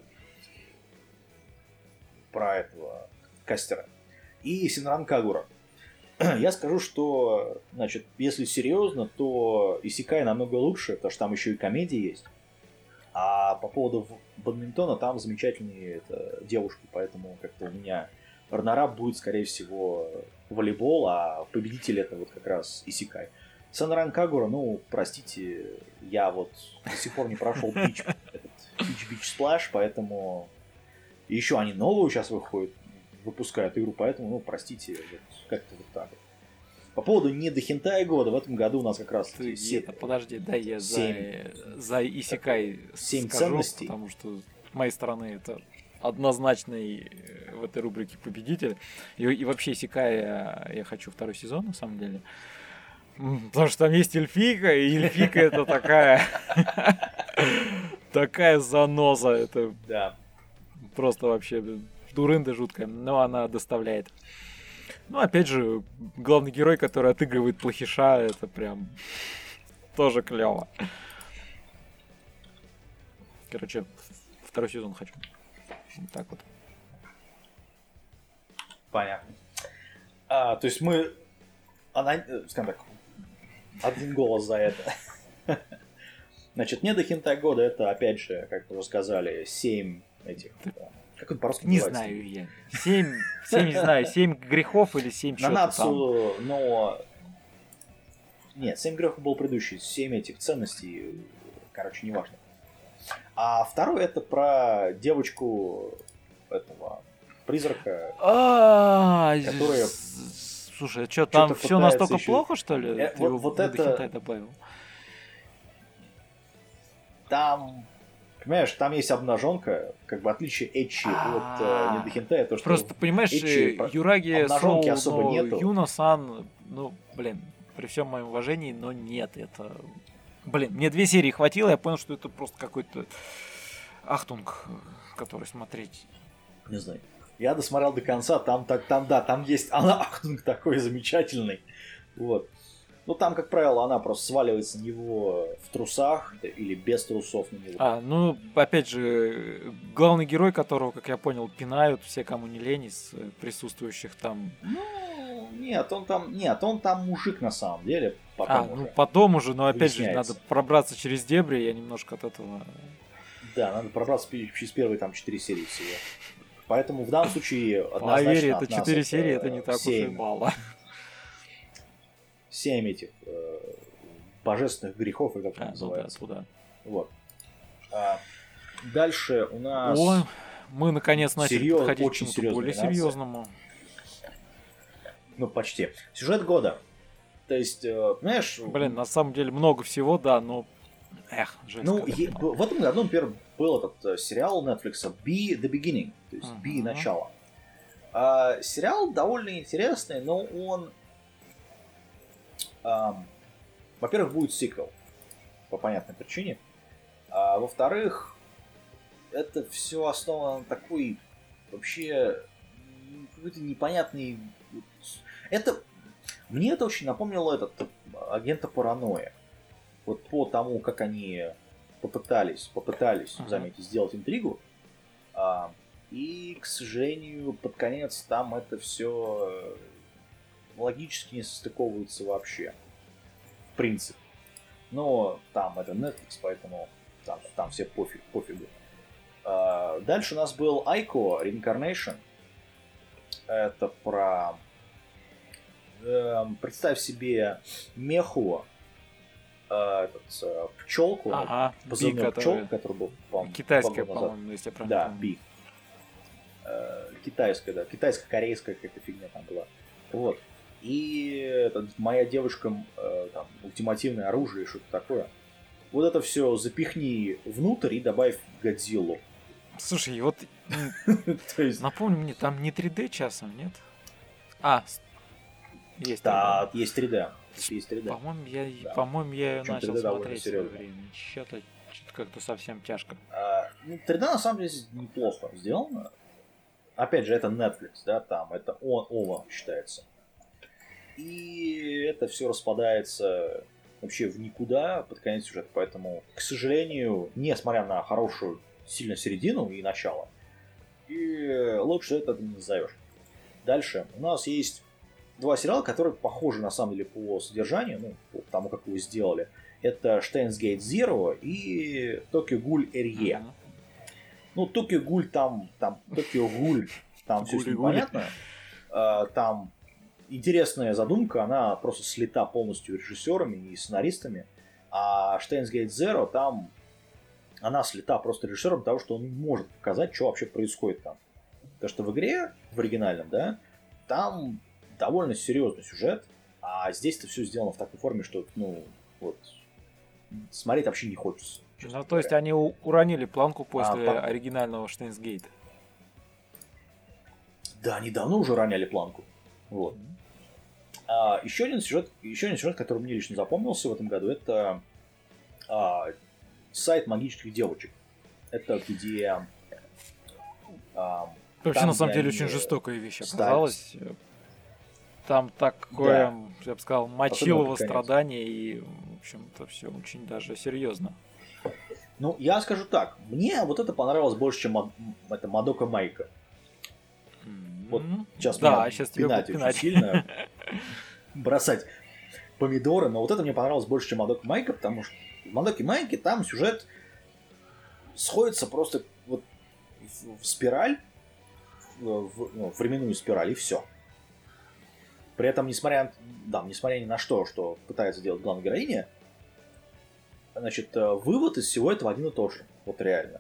[SPEAKER 1] про этого кастера, и Синран Кагура. Я скажу, что, значит, если серьезно, то исекай намного лучше, потому что там еще и комедия есть. А по поводу бадминтона там замечательные это, девушки, поэтому как-то у меня раннерап будет, скорее всего, волейбол, а победитель это вот как раз исекай. Синран Кагура, ну, простите, я вот до сих пор не прошел Peach, этот Peach Beach Splash, поэтому еще они новую сейчас выходят, выпускают игру, поэтому, ну, простите, вот, как-то вот так вот. По поводу не до хентай года, в этом году у нас как раз...
[SPEAKER 2] Ты,
[SPEAKER 1] семь,
[SPEAKER 2] это, подожди, дай я
[SPEAKER 1] семь,
[SPEAKER 2] за, за исекай
[SPEAKER 1] семь
[SPEAKER 2] скажу,
[SPEAKER 1] ценностей.
[SPEAKER 2] Потому что с моей стороны это однозначный в этой рубрике победитель. И, и вообще исекай я, я хочу второй сезон, на самом деле. Потому что там есть эльфийка, и эльфийка это такая... Такая заноза, это...
[SPEAKER 1] Да.
[SPEAKER 2] Просто вообще дурында жуткая, но она доставляет. Ну, опять же, главный герой, который отыгрывает плохиша, это прям тоже клево. Короче, второй сезон хочу. Вот так вот.
[SPEAKER 1] Понятно. А, то есть мы, она, скажем так, один голос за это. Значит, не до хентай года, это, опять же, как вы уже сказали, семь этих... Как он по-русски
[SPEAKER 2] не
[SPEAKER 1] называется?
[SPEAKER 2] знаю я. Семь, семь, не знаю, семь грехов или семь чего-то
[SPEAKER 1] Нанацу, но... Нет, семь грехов был предыдущий, семь этих ценностей, короче, неважно. А второй это про девочку этого призрака, которая...
[SPEAKER 2] Слушай, а что, там все настолько плохо, что ли?
[SPEAKER 1] Ты вот это...
[SPEAKER 2] добавил?
[SPEAKER 1] Там... Понимаешь, там есть обнаженка, как бы отличие Эчи от э, недохентая, то что
[SPEAKER 2] просто понимаешь,
[SPEAKER 1] Эчи,
[SPEAKER 2] Юраги
[SPEAKER 1] обнаженки особо
[SPEAKER 2] но
[SPEAKER 1] нету.
[SPEAKER 2] Юна-сан, ну, блин, при всем моем уважении, но нет, это, блин, мне две серии хватило, я понял, что это просто какой-то ахтунг, который смотреть.
[SPEAKER 1] Не знаю. Я досмотрел до конца, там так, там да, там есть она ахтунг такой замечательный, вот. Ну, там, как правило, она просто сваливается на него в трусах или без трусов на него.
[SPEAKER 2] А, ну, опять же, главный герой, которого, как я понял, пинают все, кому не лень, из присутствующих там.
[SPEAKER 1] Ну, нет, он там, нет, он там мужик на самом деле.
[SPEAKER 2] Потом а, уже ну, потом уже, но опять же, надо пробраться через дебри, я немножко от этого...
[SPEAKER 1] Да, надо пробраться через первые там четыре серии всего. Поэтому в данном случае однозначно
[SPEAKER 2] поверь, это четыре серии, это не так
[SPEAKER 1] семь.
[SPEAKER 2] уж и мало.
[SPEAKER 1] Семь этих э, божественных грехов, или как
[SPEAKER 2] а,
[SPEAKER 1] это называется.
[SPEAKER 2] Ну да, туда.
[SPEAKER 1] Вот. А, дальше у нас...
[SPEAKER 2] Ой, мы наконец начали
[SPEAKER 1] серьез...
[SPEAKER 2] подходить
[SPEAKER 1] очень
[SPEAKER 2] к чему-то более
[SPEAKER 1] номинация.
[SPEAKER 2] серьезному.
[SPEAKER 1] Ну, почти. Сюжет года. То есть, э, знаешь...
[SPEAKER 2] Блин, на самом деле много всего, да, но... Эх, жаль.
[SPEAKER 1] Ну, е- в этом году, например, был этот э, сериал Netflix Be the Beginning, то есть uh-huh. Be начало. А, сериал довольно интересный, но он... Um, во-первых, будет сиквел, по понятной причине. А во-вторых, это все основано на такой вообще какой-то непонятный... Это... Мне это очень напомнило этот агента Паранойя. Вот по тому, как они попытались, попытались, uh-huh. заметьте, сделать интригу. А, и, к сожалению, под конец там это все... логически не состыковываются вообще. В принципе. Но там это Netflix, поэтому там, там все пофиг, пофигу. А, дальше у нас был Айко Reincarnation. Это про... Э, представь себе меху, э, этот, э, пчелку,
[SPEAKER 2] ага,
[SPEAKER 1] позывной
[SPEAKER 2] Би,
[SPEAKER 1] пчелку, который был, по-моему,
[SPEAKER 2] китайская, по-моему, если я правильно
[SPEAKER 1] да,
[SPEAKER 2] помню.
[SPEAKER 1] Би. Э, китайская, да. Китайско-корейская какая-то фигня там была. Вот. И это, моя девушка, э, там, ультимативное оружие и что-то такое. Вот это все запихни внутрь и добавь Годзиллу.
[SPEAKER 2] Слушай, вот напомни мне, там не три дэ часом, нет? А, есть
[SPEAKER 1] да, есть три дэ. Есть три дэ.
[SPEAKER 2] По-моему, я, да. по-моему, я начал три дэ смотреть в свое время. Что-то, что-то как-то совсем тяжко.
[SPEAKER 1] А, ну, три дэ на самом деле неплохо сделано. Опять же, это Netflix, да, там, это он, ОВА считается. И это все распадается вообще в никуда под конец сюжета. Поэтому, к сожалению, несмотря на хорошую сильно середину и начало, и лучше это не назовешь. Дальше у нас есть два сериала, которые похожи на самом деле по содержанию, ну, по тому, как его сделали. Это Steins Gate Zero и Tokyo Ghoul Эрье. Mm-hmm. Ну, Tokyo Ghoul там, там Tokyo Ghoul, там все понятно. Там интересная задумка, она просто слита полностью режиссерами и сценаристами. А Steins Gate Zero, там она слита просто режиссером того, что он может показать, что вообще происходит там. Потому что в игре, в оригинальном, да, там довольно серьезный сюжет, а здесь-то все сделано в такой форме, что, ну, вот, смотреть вообще не хочется.
[SPEAKER 2] Ну, то говоря. Есть они уронили планку после а, оригинального Steins Gate.
[SPEAKER 1] Да, они давно уже роняли планку. Вот. А, еще один сюжет, еще один сюжет, который мне лично запомнился в этом году, это а, сайт магических девочек. Это где... А,
[SPEAKER 2] вообще, там, на самом деле, очень жестокая вещь оказалась. Там такое, да. Я бы сказал, мочилово страдание, и, в общем-то, все очень даже серьезно.
[SPEAKER 1] Ну, я скажу так, мне вот это понравилось больше, чем это Мадока Майка. Mm-hmm. Вот сейчас
[SPEAKER 2] да,
[SPEAKER 1] меня
[SPEAKER 2] сейчас
[SPEAKER 1] пинать очень сильно, бросать помидоры, но вот это мне понравилось больше, чем Мадока Майка, потому что в Мадоке Майке там сюжет сходится просто вот в, в спираль, в, ну, в временную спираль, и все. При этом, несмотря, да, несмотря ни на что, что пытается делать главная героиня, значит, вывод из всего этого один и тот же. Вот реально.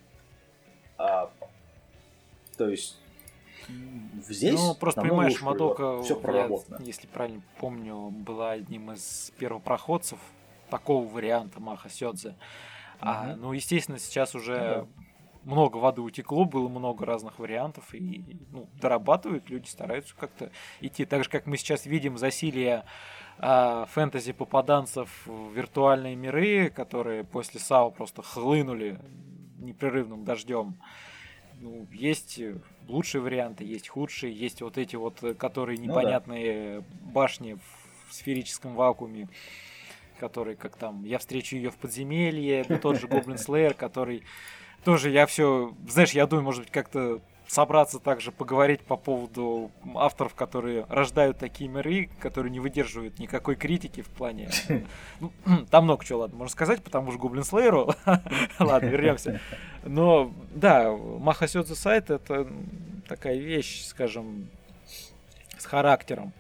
[SPEAKER 1] А, то есть, здесь...
[SPEAKER 2] Ну, просто понимаешь, Мадока,
[SPEAKER 1] все проработано.
[SPEAKER 2] Я, если правильно помню, была одним из первопроходцев такого варианта Маха Сёдзе. Mm-hmm. А, ну, естественно, сейчас уже... Mm-hmm. Много воды утекло, было много разных вариантов, и ну, дорабатывают, люди стараются как-то идти. Так же, как мы сейчас видим засилие э, фэнтези-попаданцев в виртуальные миры, которые после САО просто хлынули непрерывным дождем. Ну, есть лучшие варианты, есть худшие, есть вот эти вот, которые непонятные ну, да. башни в сферическом вакууме, которые, как там, я встречу ее в подземелье, тот же Гоблин Слэйер, который... Тоже я все, знаешь, я думаю, может быть, как-то собраться также поговорить по поводу авторов, которые рождают такие миры, которые не выдерживают никакой критики в плане... Ну, там много чего, ладно, можно сказать, потому что Гоблин Слэйеру... Ладно, вернемся. Но, да, Маха Сёдзе сайт — это такая вещь, скажем, с характером.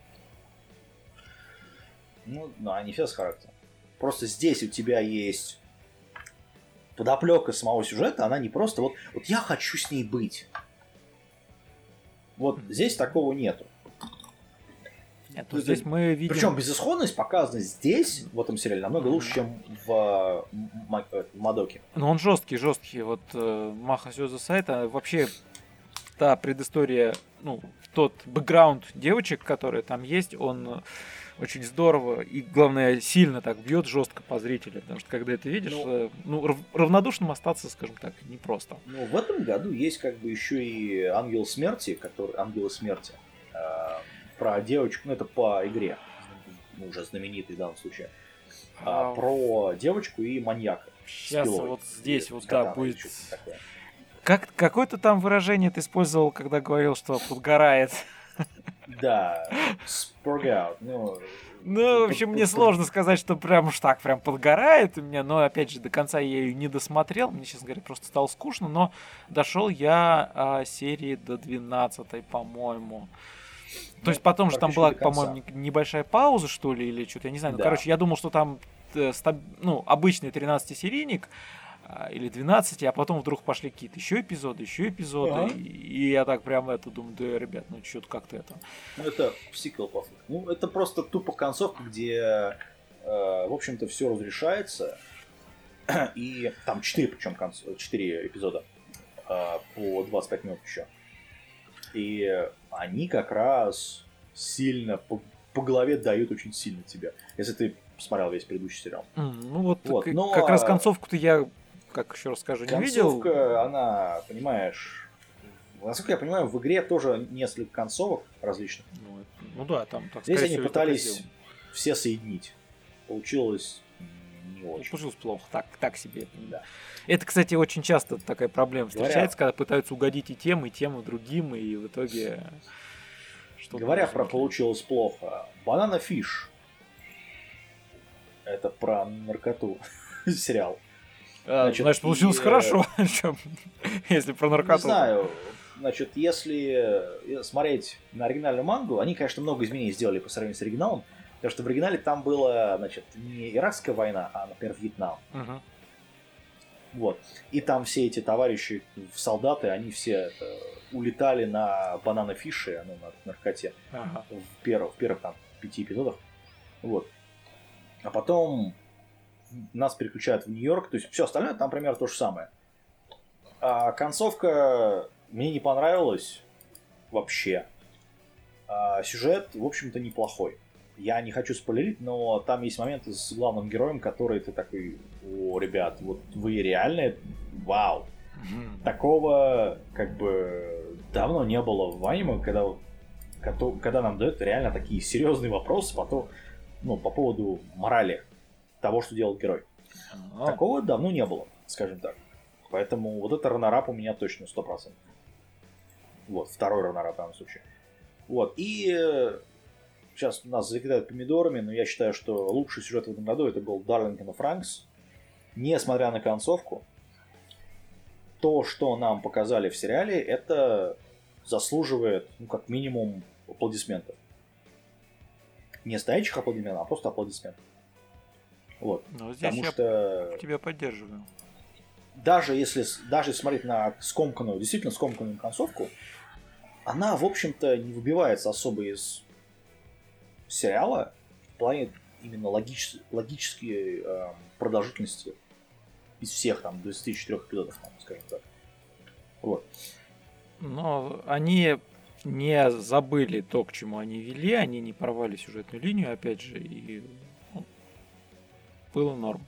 [SPEAKER 1] Ну, да, они все с характером. Просто здесь у тебя есть... подоплека самого сюжета, она не просто вот, вот я хочу с ней быть. Вот здесь такого нету.
[SPEAKER 2] Нет, ну, здесь мы видим...
[SPEAKER 1] Причем безысходность показана здесь, в этом сериале, намного лучше, чем в Мадоке.
[SPEAKER 2] Ну он жесткий, жесткий. Вот э, Маха Сёдзе сайта, вообще та предыстория, ну, тот бэкграунд девочек, которые там есть, он... очень здорово и, главное, сильно так бьет жестко по зрителю, потому что когда это видишь, ну, ну равнодушным остаться, скажем так, непросто.
[SPEAKER 1] Ну, в этом году есть как бы еще и Ангел Смерти, который Ангелы Смерти, э, про девочку, ну это по игре, ну, уже знаменитый в данном случае, а, про девочку и маньяка.
[SPEAKER 2] Сейчас вот здесь вот да будет. Как какое-то там выражение ты использовал, когда говорил, что подгорает.
[SPEAKER 1] Да, споргаут. Ну,
[SPEAKER 2] ну, в общем, мне сложно сказать, что прям уж так прям подгорает у меня, но, опять же, до конца я ее не досмотрел, мне, честно говоря, просто стало скучно, но дошел я а, серии до двенадцатой, по-моему. То ну, есть потом же там была, по-моему, небольшая пауза, что ли, или что-то, я не знаю. Да. Ну, короче, я думал, что там, ну, обычный тринадцатисерийник, или двенадцати, а потом вдруг пошли какие-то еще эпизоды, еще эпизоды, ага. и, и я так прям это думаю, да, ребят, ну что-то как-то это...
[SPEAKER 1] Ну это сиквел, по сути. Ну это просто тупо концовка, где, э, в общем-то, все разрешается, и там четыре, причем четыре эпизода э, по двадцать пять минут еще. И они как раз сильно по, по голове дают очень сильно тебе, если ты посмотрел весь предыдущий сериал.
[SPEAKER 2] Mm, ну вот, вот. К- но... как раз концовку-то я, как еще раз скажу, не видел.
[SPEAKER 1] Концовка, она, понимаешь, насколько я понимаю, в игре тоже несколько концовок различных.
[SPEAKER 2] Ну, это, ну да, там так.
[SPEAKER 1] Здесь они пытались все соединить. Получилось не очень.
[SPEAKER 2] Получилось плохо, так, так себе. Да. Это, кстати, очень часто такая проблема встречается, Говоря... когда пытаются угодить и тем, и тем, и другим, и в итоге...
[SPEAKER 1] Говоря про получилось плохо, Banana Fish. Это про наркоту сериал.
[SPEAKER 2] А, значит, значит, получилось и... хорошо, если про наркоту.
[SPEAKER 1] Не знаю. Значит, если смотреть на оригинальную мангу, они, конечно, много изменений сделали по сравнению с оригиналом, потому что в оригинале там была, значит, не Иракская война, а, например, Вьетнам. Uh-huh. Вот. И там все эти товарищи, солдаты, они все это, улетали на Банана Фише, ну, на наркоте, uh-huh. в, первых, в первых там пяти эпизодах. Вот. А потом нас переключают в Нью-Йорк, то есть все остальное там примерно то же самое. А концовка мне не понравилась вообще. А сюжет, в общем-то, неплохой. Я не хочу спойлерить, но там есть моменты с главным героем, который ты такой: о, ребят, вот вы реально, вау. Mm-hmm. Такого как бы давно не было в аниме, когда, когда нам дают реально такие серьезные вопросы по, то, ну, по поводу морали того, что делает герой. Oh. Такого давно не было, скажем так. Поэтому вот это раннерап у меня точно сто процентов. Вот, второй раннерап в данном случае. Вот, и сейчас нас закидают помидорами, но я считаю, что лучший сюжет в этом году это был Darling in the Franxx. Несмотря на концовку, то, что нам показали в сериале, это заслуживает, ну, как минимум, аплодисментов. Не стоячих аплодисментов, а просто аплодисментов. Вот.
[SPEAKER 2] Но здесь Потому
[SPEAKER 1] я
[SPEAKER 2] что... тебя поддерживаю.
[SPEAKER 1] Даже если, даже если смотреть на скомканную, действительно скомканную концовку, она, в общем-то, не выбивается особо из сериала в плане именно логич... логической э, продолжительности из всех там двадцати четырёх эпизодов, там, скажем так. Вот.
[SPEAKER 2] Но они не забыли то, к чему они вели, они не порвали сюжетную линию, опять же, и ну, было норм.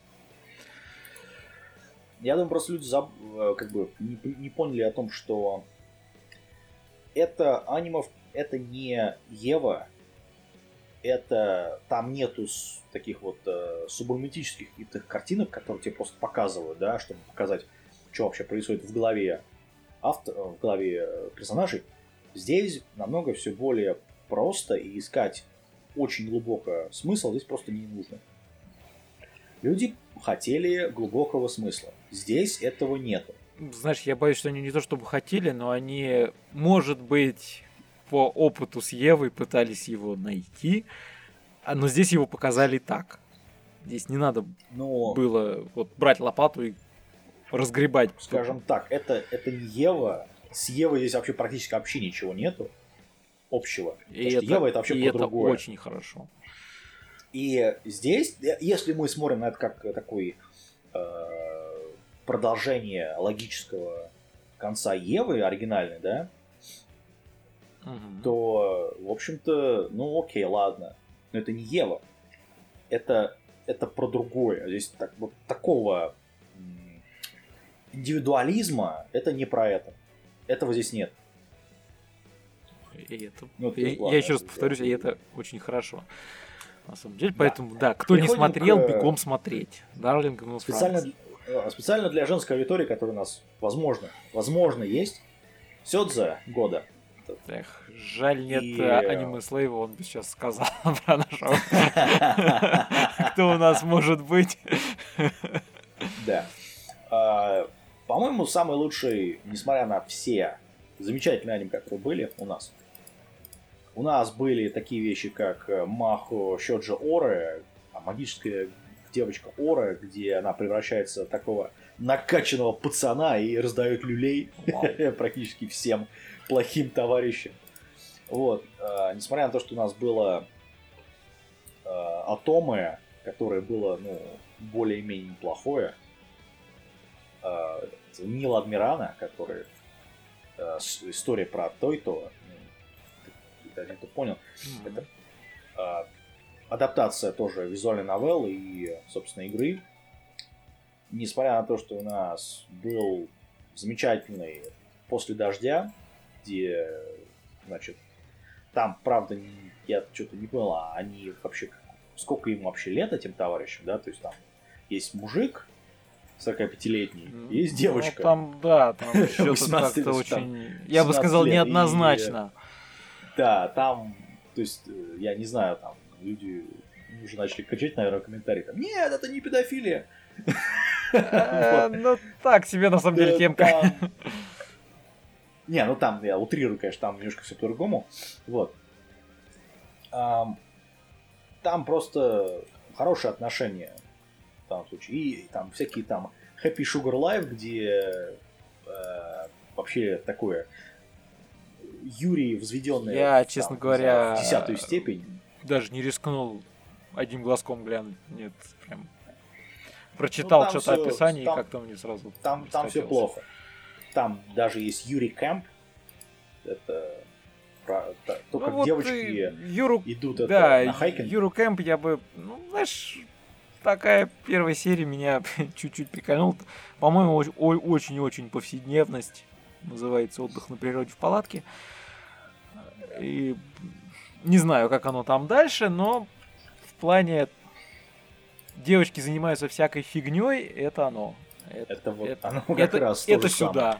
[SPEAKER 1] Я думаю, просто люди заб... как бы не, не поняли о том, что это аниме, это не Ева, это там нету таких вот э, сублиматических каких-то картинок, которые тебе просто показывают, да, чтобы показать, что вообще происходит в голове автор, в голове персонажей. Здесь намного все более просто, и искать очень глубокий смысл здесь просто не нужно. Люди хотели глубокого смысла. Здесь этого нету.
[SPEAKER 2] Знаешь, я боюсь, что они не то чтобы хотели, но они, может быть, по опыту с Евой пытались его найти, но здесь его показали так. Здесь не надо но... было вот брать лопату и разгребать.
[SPEAKER 1] Скажем так, это, это не Ева. С Евой здесь вообще практически вообще ничего нету общего.
[SPEAKER 2] И это, Ева это вообще и про другое. Это очень хорошо.
[SPEAKER 1] И здесь, если мы смотрим на это как такое э, продолжение логического конца Евы, оригинальной, да, угу. то, в общем-то, ну окей, ладно. Но это не Ева. Это, это про другое. Здесь так, вот такого индивидуализма, это не про это. Этого здесь нет.
[SPEAKER 2] И это, ну, я, я еще раз повторюсь, и это очень хорошо. На самом деле, да. Поэтому, да, кто Переходим не смотрел, к... бегом смотреть. Дарлинг in the Franxx.
[SPEAKER 1] Специально, специально для женской аудитории, которая у нас, возможно, возможно, есть. Сёдзе года.
[SPEAKER 2] Эх, жаль, нет и... аниме Слейва, он бы сейчас сказал про нашего. Кто у нас может быть?
[SPEAKER 1] Да. По-моему, самый лучший, несмотря на все замечательные аниме, которые были у нас. У нас были такие вещи, как Махо Шоджо Оре, магическая девочка Оре, где она превращается в такого накачанного пацана и раздает люлей
[SPEAKER 2] Wow.
[SPEAKER 1] практически всем плохим товарищам. Вот. А, несмотря на то, что у нас было а, Атомы, которое было, ну, более-менее неплохое, а, Нил Адмирана, который а, с, история про Тойто, ну, ты, ты понял, mm-hmm. это а, адаптация тоже визуальной новеллы и, собственно, игры. Несмотря на то, что у нас был замечательный «После дождя», где, значит, там, правда, я что-то не понял, а они вообще, сколько им вообще лет этим товарищам, да, то есть там есть мужик сорокапятилетний, есть девочка.
[SPEAKER 2] Ну, там, да, там что-то как-то очень, я бы сказал, неоднозначно.
[SPEAKER 1] И, да, там, то есть, я не знаю, там, люди уже начали кричать, наверное, в комментариях, там, нет, это не педофилия.
[SPEAKER 2] Ну, так себе, на самом деле, темка.
[SPEAKER 1] Не, ну там, я утрирую, конечно, там немножко все по-другому. Вот. Там просто хорошие отношения в данном случае. И там всякие там Happy Sugar Life, где вообще такое Юрий возведенный
[SPEAKER 2] я, честно говоря,
[SPEAKER 1] в десятую степень.
[SPEAKER 2] Даже не рискнул одним глазком глянуть. Нет, прям прочитал ну, что-то всё, описание там, и как-то мне сразу
[SPEAKER 1] там, там все плохо. Там даже есть Юрий Кэмп. Это про, та, то, ну, как вот девочки
[SPEAKER 2] Юру,
[SPEAKER 1] идут это,
[SPEAKER 2] да,
[SPEAKER 1] на хайкинг.
[SPEAKER 2] Юру Кэмп я бы, ну, знаешь, такая первая серия меня чуть-чуть прикольнула. По-моему, очень-очень повседневность. Называется «Отдых на природе в палатке». И не знаю, как оно там дальше, но в плане девочки занимаются всякой фигней, это оно.
[SPEAKER 1] Это, это вот
[SPEAKER 2] это,
[SPEAKER 1] оно как
[SPEAKER 2] это,
[SPEAKER 1] раз
[SPEAKER 2] это сюда.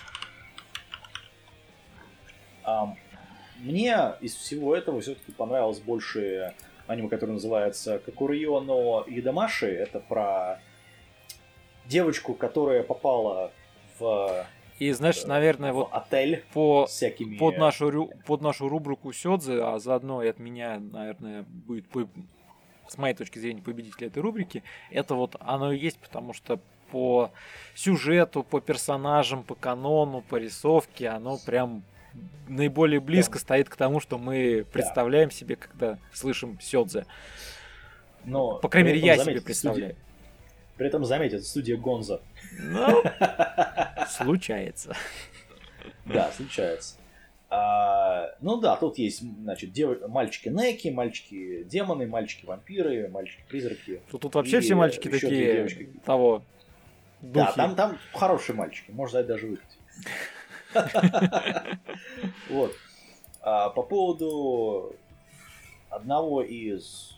[SPEAKER 1] Um, мне из всего этого все-таки понравилось больше аниме, которое называется Какурьё но Идамаши. Это про девочку, которая попала в
[SPEAKER 2] И знаешь, наверное, вот
[SPEAKER 1] отель
[SPEAKER 2] по,
[SPEAKER 1] всякими...
[SPEAKER 2] под, нашу, под нашу рубрику Сёдзе, а заодно и от меня, наверное, будет, с моей точки зрения, победитель этой рубрики, это вот оно и есть, потому что по сюжету, по персонажам, по канону, по рисовке, оно прям наиболее близко да. стоит к тому, что мы представляем да. себе, когда слышим Сёдзе. Но по крайней мере, я себе представляю.
[SPEAKER 1] Студия... При этом, заметь, это студия Гонзо.
[SPEAKER 2] Ну, случается.
[SPEAKER 1] Да, случается. А, ну да, тут есть, значит, дев... мальчики Неки, мальчики демоны, мальчики вампиры, мальчики призраки.
[SPEAKER 2] Тут, тут вообще все мальчики такие того.
[SPEAKER 1] Духи. Да, там, там хорошие мальчики, можно даже выпить. Вот. А по поводу одного из...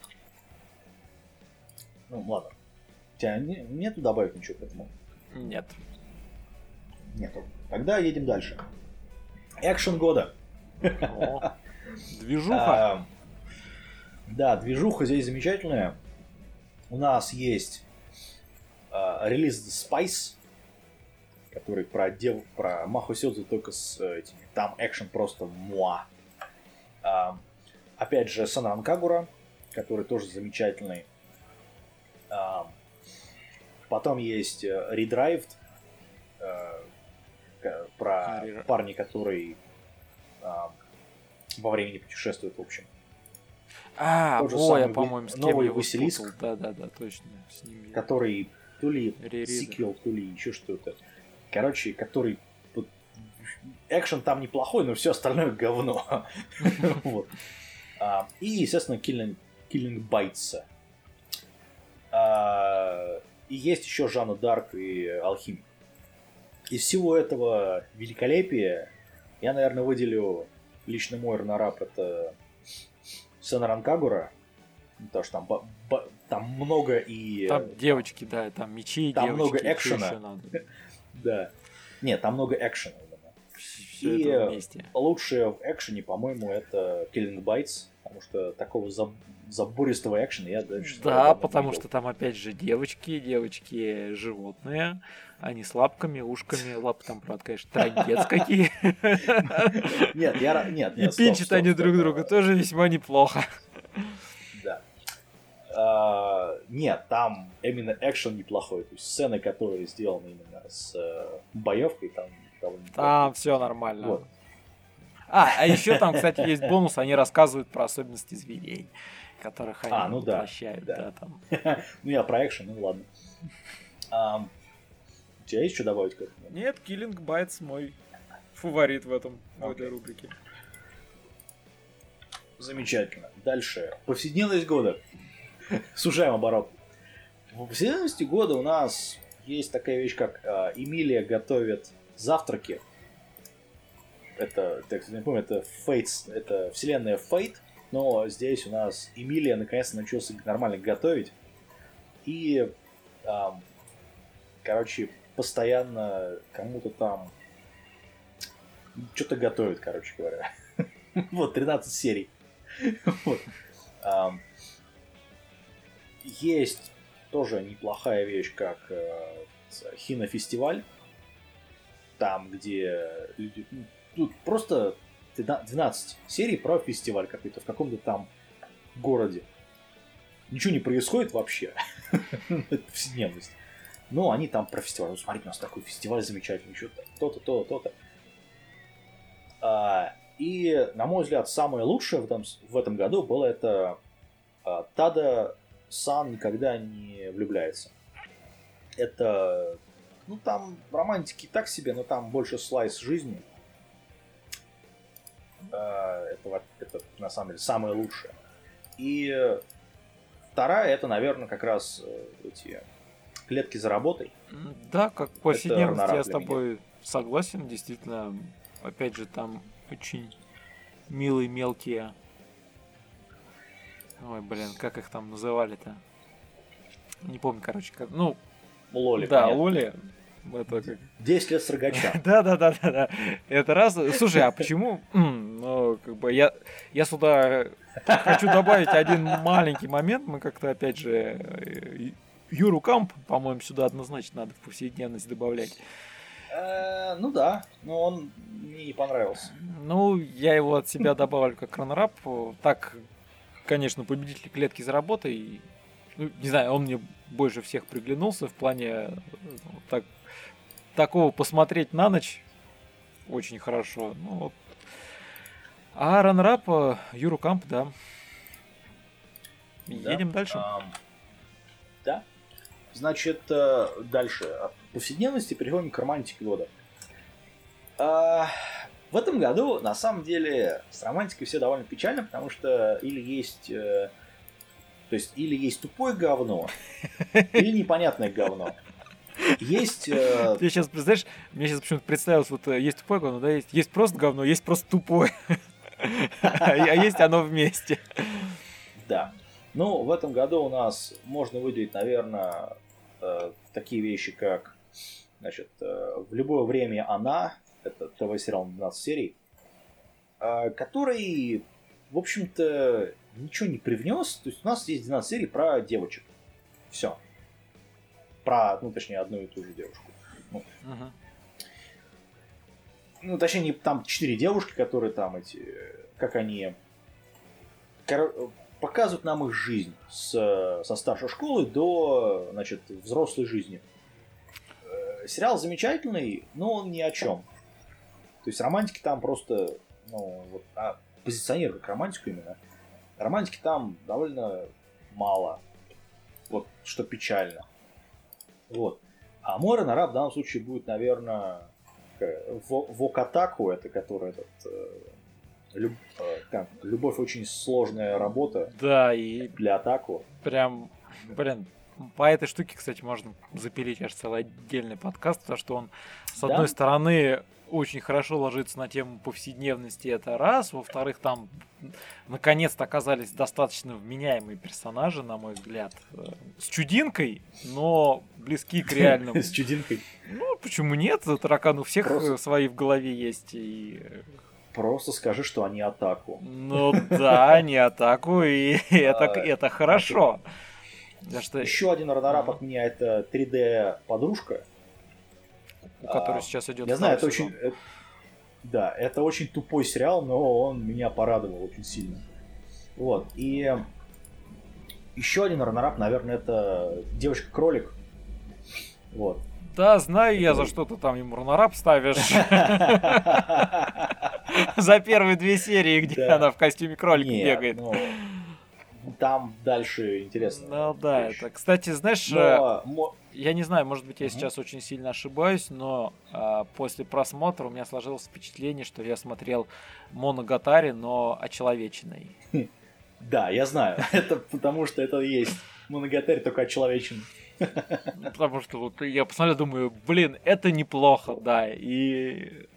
[SPEAKER 1] Ну, ладно. У тебя не, нету добавить ничего к этому?
[SPEAKER 2] Нет.
[SPEAKER 1] Нету. Тогда едем дальше. Экшен года.
[SPEAKER 2] О, движуха.
[SPEAKER 1] А, да, движуха здесь замечательная. У нас есть а, релиз The Spice, который про дев, про Махо Сёдзе только с этими. Там экшен просто муа. А, опять же, Санран Кагура, который тоже замечательный. А, потом есть Redrived, а, про а, парня, который а, во времени путешествует, в общем.
[SPEAKER 2] А, о, я, по-моему, с кем
[SPEAKER 1] новый
[SPEAKER 2] я
[SPEAKER 1] Василиск.
[SPEAKER 2] Да, да, да, точно. С ним
[SPEAKER 1] который то ли
[SPEAKER 2] Ри-ри,
[SPEAKER 1] сиквел, то ли еще что-то. Короче, который... Экшен там неплохой, но все остальное говно. Вот. А, и, естественно, Killing, Killing Bites. А, и есть еще Жанна Дарк и Алхимик. Из всего этого великолепия я, наверное, выделю лично мой раннерап — это Санран Кагура. Потому что там, б- б- там много и...
[SPEAKER 2] Там девочки, да, там мечи,
[SPEAKER 1] там
[SPEAKER 2] девочки.
[SPEAKER 1] много экшена. Да. Нет, там много экшена.
[SPEAKER 2] Все это вместе.
[SPEAKER 1] Лучшее в экшене, по-моему, это Killing Bites, потому что такого заб... забористого экшена я дальше...
[SPEAKER 2] Да, потому что там опять же девочки, девочки животные, они с лапками, ушками, лапы там, правда, конечно, трындец какие.
[SPEAKER 1] Нет, я... Нет,
[SPEAKER 2] И пинчат они друг друга тоже весьма неплохо.
[SPEAKER 1] Да. А, нет, там именно экшен неплохой. То есть сцены, которые сделаны именно с э, боевкой, там довольно
[SPEAKER 2] Там все нормально. Вот. А, а еще там, кстати, есть бонус, они рассказывают про особенности зверей, которых они
[SPEAKER 1] а, ну
[SPEAKER 2] воплощают.
[SPEAKER 1] Да, да.
[SPEAKER 2] Да, там.
[SPEAKER 1] Ну я про экшен, ну ладно. А, у тебя есть что добавить к этому?
[SPEAKER 2] Нет, Killing Bites мой фаворит в этом, в okay. этой рубрике.
[SPEAKER 1] Замечательно. Дальше. Повседневность года. Сужаем оборот. В повседневности года у нас есть такая вещь, как э, Эмилия готовит завтраки. Это, так не помню, это Fates, это вселенная Fate, но здесь у нас Эмилия наконец-то научился нормально готовить. И, э, короче, постоянно кому-то там что-то готовит, короче говоря. Вот, тринадцать серий. Вот. Um, есть тоже неплохая вещь, как uh, Хинофестиваль. Там, где люди... Ну, тут просто двенадцать серий про фестиваль какой-то в каком-то там городе. Ничего не происходит вообще. Это повседневность. Но они там про фестиваль. Ну, смотрите, у нас такой фестиваль замечательный. Еще то-то, то-то, то-то. Uh, И, на мой взгляд, самое лучшее в этом, в этом году было это э, Тада-сан никогда не влюбляется. Это, ну, там романтики так себе, но там больше слайс жизни. Э, это, это, на самом деле, самое лучшее. И вторая, это, наверное, как раз эти клетки за работой.
[SPEAKER 2] Да, как повседневность, я с тобой меня. согласен, действительно. Опять же, там очень милые мелкие. Ой, блин, как их там называли-то? Не помню, короче, как. Ну,
[SPEAKER 1] Лоли.
[SPEAKER 2] Да, понятно. Лоли. Это как...
[SPEAKER 1] десять лет строгача.
[SPEAKER 2] Да, да, да, да, да. Это раз. Слушай, а почему? Ну, как бы я, я сюда хочу добавить один маленький момент. Мы как-то опять же Юру Камп, по-моему, сюда однозначно надо в повседневность добавлять.
[SPEAKER 1] Э, ну да, но он мне не понравился.
[SPEAKER 2] Ну, я его от себя добавлю как ранрап. Так, конечно, победитель клетки за работой. Ну, не знаю, он мне больше всех приглянулся в плане так, такого посмотреть на ночь очень хорошо. Ну, вот. А ранрап Юру Камп, да.
[SPEAKER 1] да.
[SPEAKER 2] Едем дальше.
[SPEAKER 1] А, да. Значит, дальше. От повседневности переходим к романтике года. А, в этом году, на самом деле, с романтикой все довольно печально, потому что или есть... То есть, или есть тупое говно, или непонятное говно. Есть... Э...
[SPEAKER 2] Ты сейчас, знаешь, мне сейчас почему-то представилось, вот есть тупое говно, да, есть, есть просто говно, есть просто тупое. А есть оно вместе.
[SPEAKER 1] Да. Ну, в этом году у нас можно выделить, наверное, такие вещи, как, значит, в любое время она, это ТВ-сериал на двенадцать серий, который, в общем-то, ничего не привнес. То есть у нас есть двенадцать серий про девочек. Все. Про, ну, точнее, одну и ту же девушку. Ну, uh-huh. ну точнее, там четыре девушки, которые там эти, как они кор- показывают нам их жизнь с, со старшей школы до, значит, взрослой жизни. Сериал замечательный, но он ни о чем. То есть романтики там просто, ну, вот, а, позиционируют как романтику именно. Романтики там довольно мало. Вот, что печально. Вот. А мой ранрап в данном случае будет, наверное, Вокатаку, это который этот... Люб, как, любовь очень сложная работа.
[SPEAKER 2] Да, и...
[SPEAKER 1] Для атаку.
[SPEAKER 2] Прям, блин, по этой штуке, кстати, можно запилить аж целый отдельный подкаст, потому что он, с одной да? стороны, очень хорошо ложится на тему повседневности, это раз. Во-вторых, там наконец-то оказались достаточно вменяемые персонажи, на мой взгляд. С чудинкой, но близки к реальному.
[SPEAKER 1] С чудинкой?
[SPEAKER 2] Ну, почему нет? Таракан у всех свои в голове есть. И...
[SPEAKER 1] Просто скажи, что они атаку.
[SPEAKER 2] Ну да, они атаку, и это хорошо.
[SPEAKER 1] Еще один ранрап от меня, это три дэ-подружка.
[SPEAKER 2] Который а, сейчас идет.
[SPEAKER 1] Я знаю, это очень, это, да, это очень тупой сериал, но он меня порадовал очень сильно. Вот и еще один раннерап, наверное, это Девочка-кролик. Вот.
[SPEAKER 2] Да, знаю я, за что ты там ему раннерап ставишь. За первые две серии, где она в костюме кролика бегает.
[SPEAKER 1] Там дальше интересно.
[SPEAKER 2] Ну да, это, кстати, знаешь, я не знаю, может быть, я сейчас очень сильно ошибаюсь, но после просмотра у меня сложилось впечатление, что я смотрел Моногатари, но очеловеченный.
[SPEAKER 1] Да, я знаю. Это потому что это и есть Моногатари, только очеловеченный.
[SPEAKER 2] Потому что вот я посмотрел, думаю, блин, это неплохо, да, и...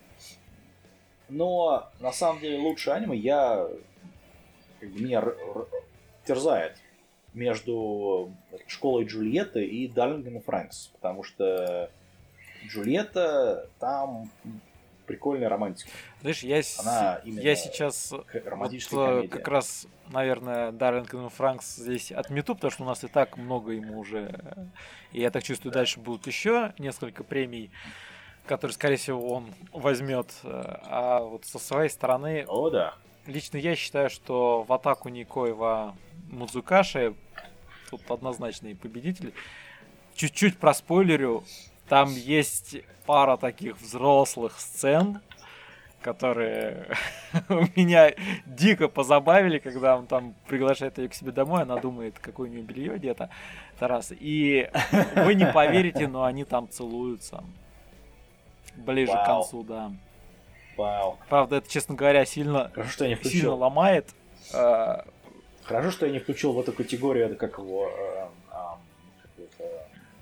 [SPEAKER 1] Но на самом деле лучшее аниме я... Как бы, меня р- р- терзает между Школой Джульетты и Darling in the Franxx, потому что Джульетта там прикольная романтика.
[SPEAKER 2] Знаешь, я, с... я сейчас вот, как раз, наверное, Darling in the Franxx здесь отмету, потому что у нас и так много ему уже, и я так чувствую, дальше будут еще несколько премий, которые, скорее всего, он возьмет. А вот со своей стороны,
[SPEAKER 1] О, да.
[SPEAKER 2] лично я считаю, что в атаку Никоева Мудзукаши тут однозначный победитель. Чуть-чуть проспойлерю, там есть пара таких взрослых сцен, которые меня дико позабавили, когда он там приглашает ее к себе домой, она думает, какое у нее белье одето, Тарас. И вы не поверите, но они там целуются. Ближе Вау. К концу, да.
[SPEAKER 1] Вау.
[SPEAKER 2] Правда, это, честно говоря, сильно,
[SPEAKER 1] Хорошо, что я не включил.
[SPEAKER 2] сильно ломает.
[SPEAKER 1] Хорошо, что я не включил в эту категорию, это как его... Э, э, э,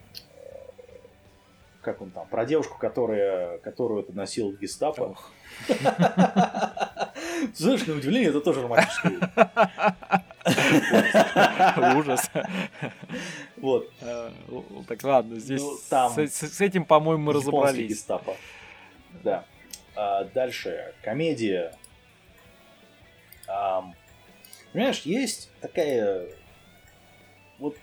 [SPEAKER 1] как он там? Про девушку, которая, которую это носил в гестапо. Знаешь, на удивление, это тоже романтический.
[SPEAKER 2] Ужас.
[SPEAKER 1] Вот.
[SPEAKER 2] Так ладно, здесь с этим, по-моему, мы разобрались.
[SPEAKER 1] Гестапо. Да. Дальше. Комедия. Понимаешь, есть такая... Вот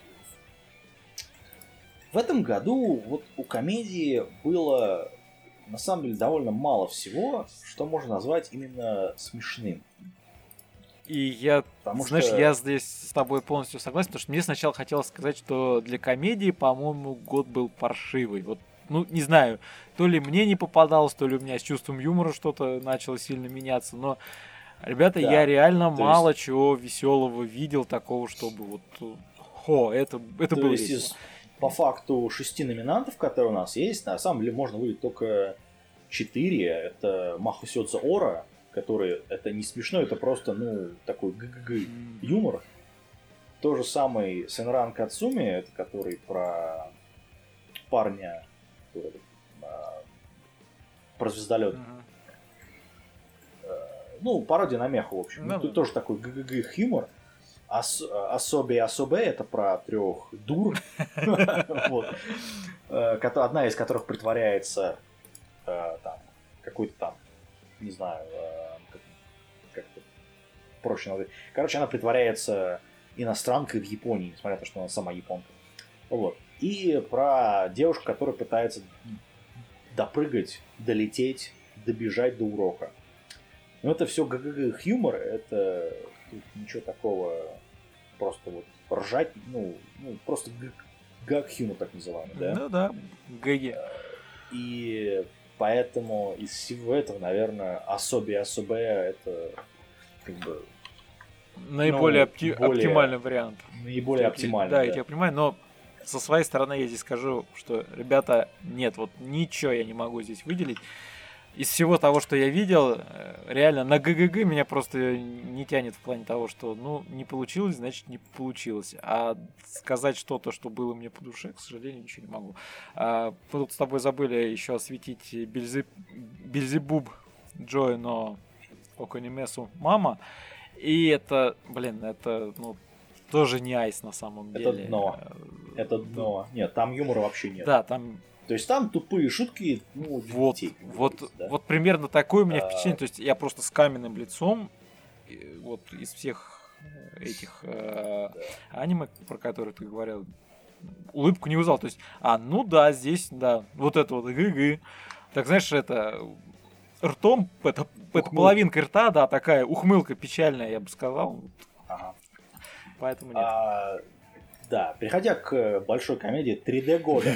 [SPEAKER 1] в этом году вот у комедии было на самом деле довольно мало всего, что можно назвать именно смешным.
[SPEAKER 2] И я, потому знаешь, что... я здесь с тобой полностью согласен, потому что мне сначала хотелось сказать, что для комедии, по-моему, год был паршивый. Вот, ну, не знаю, то ли мне не попадалось, то ли у меня с чувством юмора что-то начало сильно меняться, но, ребята, да, я реально мало есть... чего веселого видел такого, чтобы вот, хо, это, это было
[SPEAKER 1] весело. Из... По факту шести номинантов, которые у нас есть, на самом деле можно выделить только четыре. Это Махусёдзе Ора, который это не смешно, это просто, ну, такой г-г-г юмор. То же самое Сенран Кацуми, это который про парня, который, а, про звездолет. Mm-hmm. А, ну, пародия на меху, в общем. Mm-hmm. Тут тоже такой г-г-г юмор. Ос- особе особе это про трех дур, одна из которых притворяется какой-то там, не знаю, как-то проще назвать. Короче, она притворяется иностранкой в Японии, несмотря на то, что она сама японка. Вот. И про девушку, которая пытается допрыгать, долететь, добежать до урока. Но это все г-г-г юмор, это тут ничего такого, просто вот ржать, ну, ну просто гаг-юмор так называемый, да?
[SPEAKER 2] Ну да, гэги.
[SPEAKER 1] И поэтому из всего этого, наверное, особе особе это как бы
[SPEAKER 2] наиболее ну, опти- более, оптимальный вариант.
[SPEAKER 1] Наиболее оптимальный.
[SPEAKER 2] Да, да, я тебя понимаю, но со своей стороны я здесь скажу, что, ребята, нет, вот ничего я не могу здесь выделить. Из всего того, что я видел, реально на ГГГ меня просто не тянет в плане того, что, ну, не получилось, значит, не получилось. А сказать что-то, что было мне по душе, к сожалению, ничего не могу. А, мы тут с тобой забыли еще осветить Бельзеб... Бельзебуб Джой, но Оконимесу Мама. И это, блин, это, ну, тоже не айс на самом деле.
[SPEAKER 1] Это дно. Это дно. Нет, там юмора вообще нет.
[SPEAKER 2] Да, там...
[SPEAKER 1] То есть там тупые шутки, ну,
[SPEAKER 2] вот, детей, вот, есть, да? Вот примерно такое у меня а... впечатление. То есть я просто с каменным лицом, вот из всех этих э, да. аниме, про которые ты говорил, улыбку не вызвал. То есть, а, ну да, здесь, да, вот это вот г-г. Так знаешь, это ртом, это, это половинка рта, да, такая ухмылка печальная, я бы сказал.
[SPEAKER 1] Ага.
[SPEAKER 2] Поэтому нет.
[SPEAKER 1] А, Да, переходя к большой комедии три дэ года.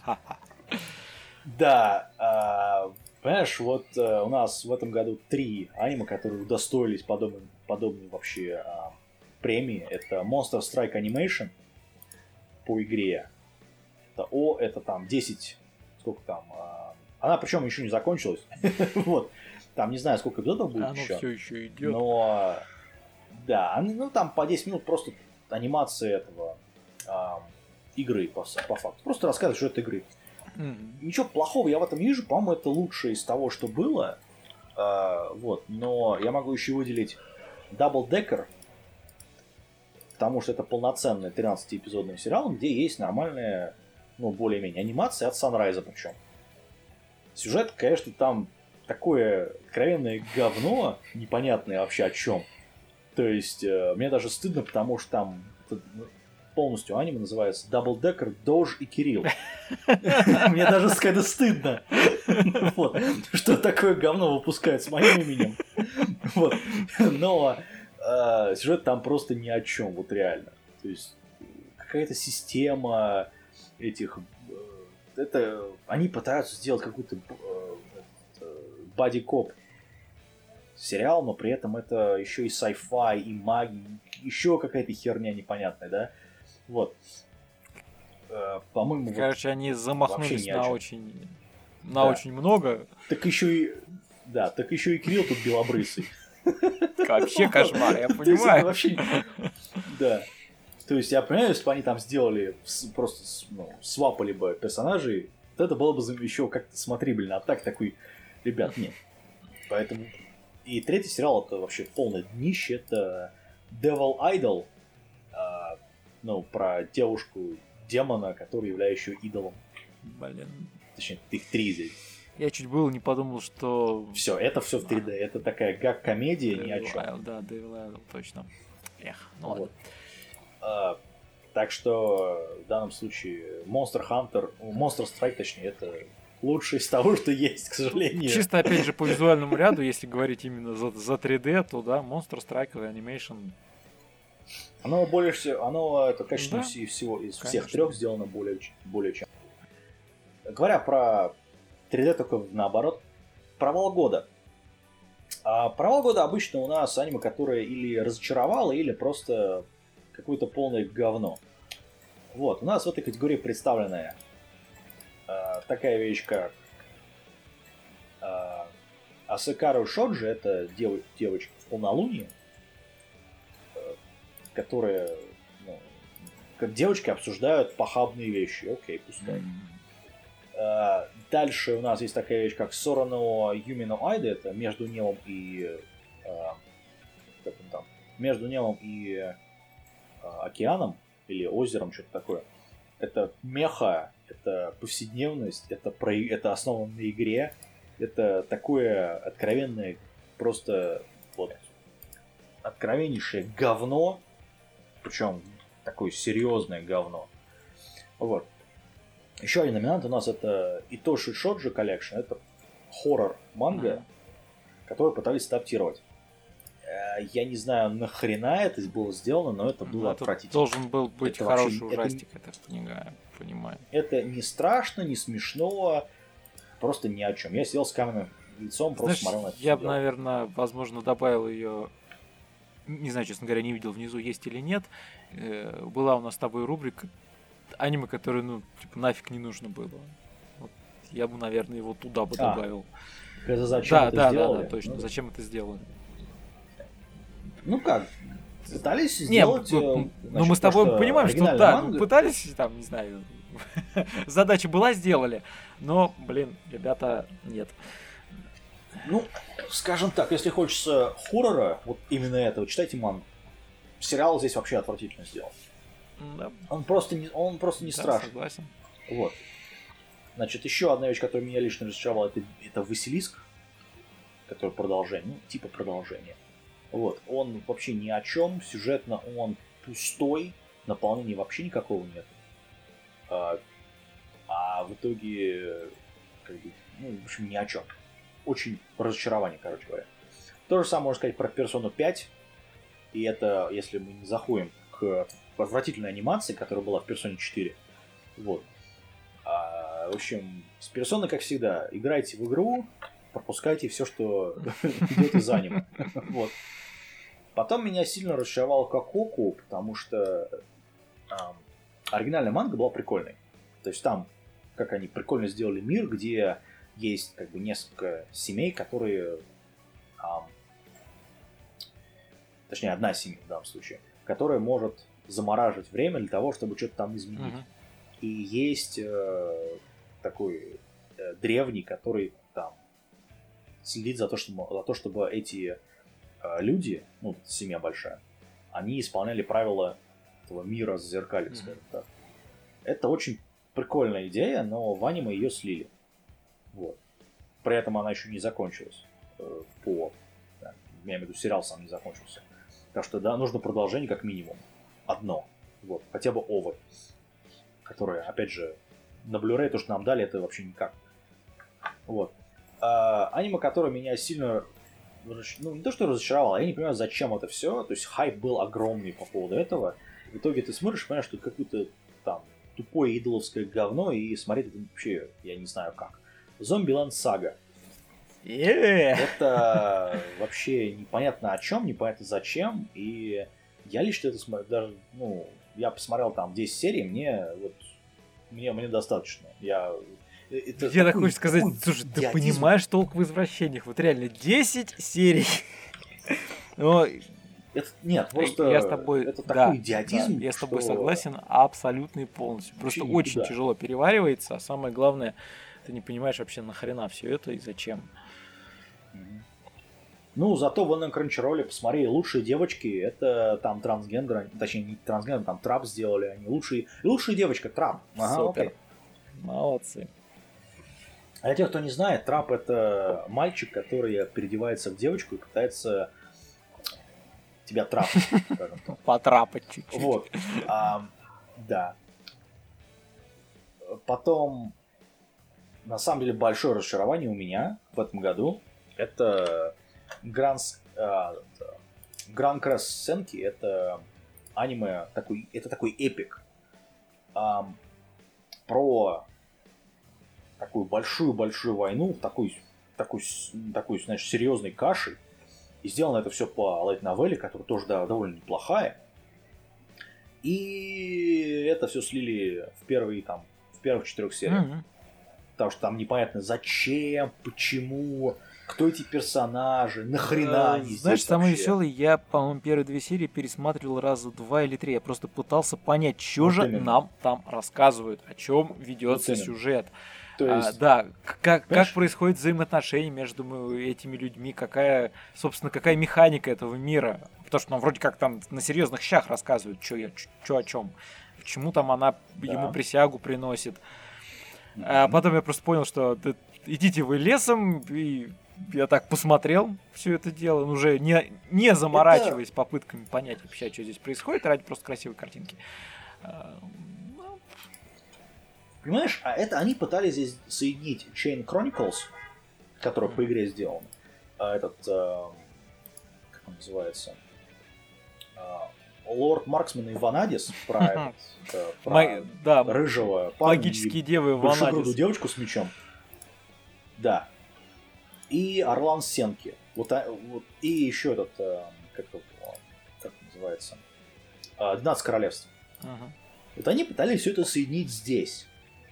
[SPEAKER 1] Да, понимаешь, вот у нас в этом году три аниме, которые удостоились подобной, подобной вообще премии. Это Monster Strike Animation по игре. Это О, это там десять, сколько там. Она причем еще не закончилась. Вот. Там не знаю, сколько эпизодов будет
[SPEAKER 2] Оно
[SPEAKER 1] еще.
[SPEAKER 2] все еще идет.
[SPEAKER 1] Но да, ну там по десять минут просто анимация этого э, игры по, по факту. Просто рассказывать, что это игры. Mm-hmm. Ничего плохого я в этом не вижу. По-моему, это лучшее из того, что было. Э, вот. Но я могу еще выделить Double Decker, потому что это полноценный тринадцатиэпизодный сериал, где есть нормальная, ну, более-менее анимация от Sunrise причем. Сюжет, конечно, там такое откровенное говно, непонятное вообще о чем. То есть, э, мне даже стыдно, потому что там это, полностью аниме называется Double Decker, Дож и Кирилл. Мне даже сказать стыдно, что такое говно выпускают с моим именем. Но сюжет там просто ни о чем, вот реально. То есть, какая-то система этих... Это они пытаются сделать какую-то боди-коп сериал, но при этом это еще и sci-fi, и магия, еще какая-то херня непонятная, да? Вот. Э, по-моему,
[SPEAKER 2] короче,
[SPEAKER 1] вот
[SPEAKER 2] они замахнулись на очень, на да. очень много.
[SPEAKER 1] Так еще и, да, так еще и Кирилл тут белобрысый.
[SPEAKER 2] Вообще кошмар, я понимаю.
[SPEAKER 1] Вообще, да. То есть я понимаю, если бы они там сделали просто ну, свапали бы персонажей, то это было бы еще как-то смотрибельно. А так такой, ребят, нет. Поэтому и третий сериал это вообще полное днище. Это Devil Idol, э, ну, про девушку-демона, которая является идолом.
[SPEAKER 2] Блин.
[SPEAKER 1] Точнее, их три здесь.
[SPEAKER 2] Я чуть было не подумал, что...
[SPEAKER 1] Все, это все в три дэ. Это такая гаг-комедия, ни о чем.
[SPEAKER 2] Idol, да, Devil Idol, точно. Эх, ну
[SPEAKER 1] вот.
[SPEAKER 2] ладно.
[SPEAKER 1] А, так что в данном случае Monster Hunter, Monster Strike, точнее, это лучшее из того, что есть, к сожалению.
[SPEAKER 2] Чисто, опять же, по визуальному ряду, если говорить именно за, за три дэ, то да, Monster Strike Animation.
[SPEAKER 1] Оно более всего, оно это качественно да? всего из
[SPEAKER 2] Конечно.
[SPEAKER 1] всех трех сделано более, более чем. Говоря про три дэ, только наоборот, провал года. А провал года обычно у нас аниме, которое или разочаровало, или просто какое-то полное говно. Вот, у нас в этой категории представленная э, такая вещь, как э, Асекару Шоджи, это дев, девочка в полнолунии, э, которая, ну, как девочки обсуждают похабные вещи. Окей, пускай. Mm-hmm. Э, дальше у нас есть такая вещь, как Сорано Юмино Айда, это между небом и э, как он там, между небом и океаном или озером, что-то такое. Это меха, это повседневность, это, про... это основано на игре, это такое откровенное, просто вот откровеннейшее говно, причем такое серьезное говно. Вот. Еще один номинант у нас это Итоши Шоджи Collection, это хоррор манга, mm-hmm. который пытались адаптировать. Я не знаю, нахрена это было сделано, но это было
[SPEAKER 2] ну,
[SPEAKER 1] отвратительно.
[SPEAKER 2] Должен был быть это хороший вообще, ужастик, это, я так понимаю, понимаю.
[SPEAKER 1] Это не страшно, не смешно, просто ни о чем. Я сидел с каменным лицом, просто
[SPEAKER 2] знаешь,
[SPEAKER 1] смотрел на это.
[SPEAKER 2] Я бы, наверное, возможно, добавил ее. Не знаю, честно говоря, не видел внизу, есть или нет. Была у нас с тобой рубрика аниме, которое, ну, типа, нафиг не нужно было. Вот, я бы, наверное, его туда бы а, добавил.
[SPEAKER 1] Это зачем
[SPEAKER 2] да,
[SPEAKER 1] это
[SPEAKER 2] да,
[SPEAKER 1] сделали?
[SPEAKER 2] Да, да, точно.
[SPEAKER 1] Ну,
[SPEAKER 2] зачем это сделали?
[SPEAKER 1] Ну как, пытались сделать...
[SPEAKER 2] Не, значит, ну мы с тобой понимаем, что да, манга. Пытались, там, не знаю, задача была, сделали, но, блин, ребята, нет.
[SPEAKER 1] Ну, скажем так, если хочется хоррора, вот именно этого, читайте мангу. Сериал здесь вообще отвратительно сделан.
[SPEAKER 2] Да.
[SPEAKER 1] Он просто не, он просто не
[SPEAKER 2] да,
[SPEAKER 1] страшен.
[SPEAKER 2] Согласен.
[SPEAKER 1] Вот. Значит, еще одна вещь, которая меня лично разочаровала, это, это Василиск, который продолжение, ну, типа продолжение. Вот, он вообще ни о чем, сюжетно он пустой, наполнения вообще никакого нет. А, а в итоге, как бы, ну, в общем, ни о чем. Очень разочарование, короче говоря. То же самое можно сказать про Персону пять. И это, если мы не заходим к отвратительной анимации, которая была в Persona четыре. Вот. А, в общем, с Persona, как всегда, играйте в игру, пропускайте все, что идет из аниме. Вот. Потом меня сильно разочаровал Кококу, потому что а, оригинальная манга была прикольной. То есть там, как они прикольно сделали мир, где есть как бы несколько семей, которые... А, точнее, одна семья в данном случае, которая может замораживать время для того, чтобы что-то там изменить. Uh-huh. И есть э, такой э, древний, который там следит за то, чтобы, за то, чтобы эти э, люди, ну, семья большая, они исполняли правила этого мира зазеркалья, скажем uh-huh. так. Это очень прикольная идея, но в аниме ее слили. Вот. При этом она еще не закончилась. Э, по... Да, я имею в виду, сериал сам не закончился. Так что, да, нужно продолжение как минимум. Одно. Вот. Хотя бы овы. Которые, опять же, на Blu-ray то, что нам дали, это вообще никак. Вот. А, аниме, которое меня сильно... Ну, не то, что разочаровало, я не понимаю, зачем это все. То есть хайп был огромный по поводу этого. В итоге ты смотришь, понимаешь, что это какое-то там тупое идоловское говно, и смотреть это вообще, я не знаю как. Зомбиланд Сага. Yeah. Это вообще непонятно о чем, непонятно зачем, и я лично это смотрю, даже, ну, я посмотрел там десять серий, мне вот, мне, мне достаточно. Я,
[SPEAKER 2] это я так хочу сказать, слушай, ты идиотизм. Понимаешь толк в извращениях, вот реально десять серий. Но...
[SPEAKER 1] Это, нет, просто
[SPEAKER 2] я с тобой,
[SPEAKER 1] это
[SPEAKER 2] да,
[SPEAKER 1] такой идиотизм,
[SPEAKER 2] да, я с тобой
[SPEAKER 1] что...
[SPEAKER 2] согласен абсолютно и полностью. Просто
[SPEAKER 1] вообще
[SPEAKER 2] очень
[SPEAKER 1] никуда.
[SPEAKER 2] тяжело переваривается, а самое главное, ты не понимаешь вообще нахрена все это и зачем.
[SPEAKER 1] Ну, зато вон на Crunchyroll, посмотри, лучшие девочки, это там трансгендер, точнее не трансгендер, там трап сделали, они лучшие, лучшая девочка, трап.
[SPEAKER 2] Ага, супер. Окей. Молодцы.
[SPEAKER 1] А для тех, кто не знает, трап это мальчик, который переодевается в девочку и пытается тебя трапать, скажем так.
[SPEAKER 2] Потрапать чуть-чуть.
[SPEAKER 1] Вот, а, да. Потом, на самом деле, большое разочарование у меня в этом году. Это Гран Кресс Сенки. Это аниме, такой, это такой эпик а, про такую большую-большую войну, такой, такой, такой, знаешь, серьезной кашей. И сделано это все по лайт-новелле, которая тоже, да, довольно неплохая. И это все слили в первые, там, в первых четырех сериях. Mm-hmm. Потому что там непонятно зачем, почему, кто эти персонажи, нахрена они здесь.
[SPEAKER 2] Знаешь, самое веселое, я, по-моему, первые две серии пересматривал раза два или три. Я просто пытался понять, что вот же именно. Нам там рассказывают, о чем ведется вот сюжет. То есть, а, да, как, как происходит взаимоотношения между этими людьми, какая, собственно, какая механика этого мира. Потому что нам вроде как там на серьезных щах рассказывают, что я, что о чем. Почему там она да. ему присягу приносит. Mm-hmm. А потом я просто понял, что да, идите вы лесом, и я так посмотрел все это дело, уже не, не заморачиваясь это... попытками понять вообще, что здесь происходит, ради просто красивой картинки.
[SPEAKER 1] Понимаешь, а это они пытались здесь соединить Chain Chronicles, который mm-hmm. по игре сделан, а этот, э, как он называется, э, Лорд Марксман и Ванадис, про, этот, э, про Май, да, рыжего парня,
[SPEAKER 2] магические девы
[SPEAKER 1] большегрудую девочку с мечом. Да. И Орлан Сенки. Вот, вот, и еще этот, э, как, как он называется, э, двенадцать королевств. Uh-huh. Вот они пытались все это соединить здесь.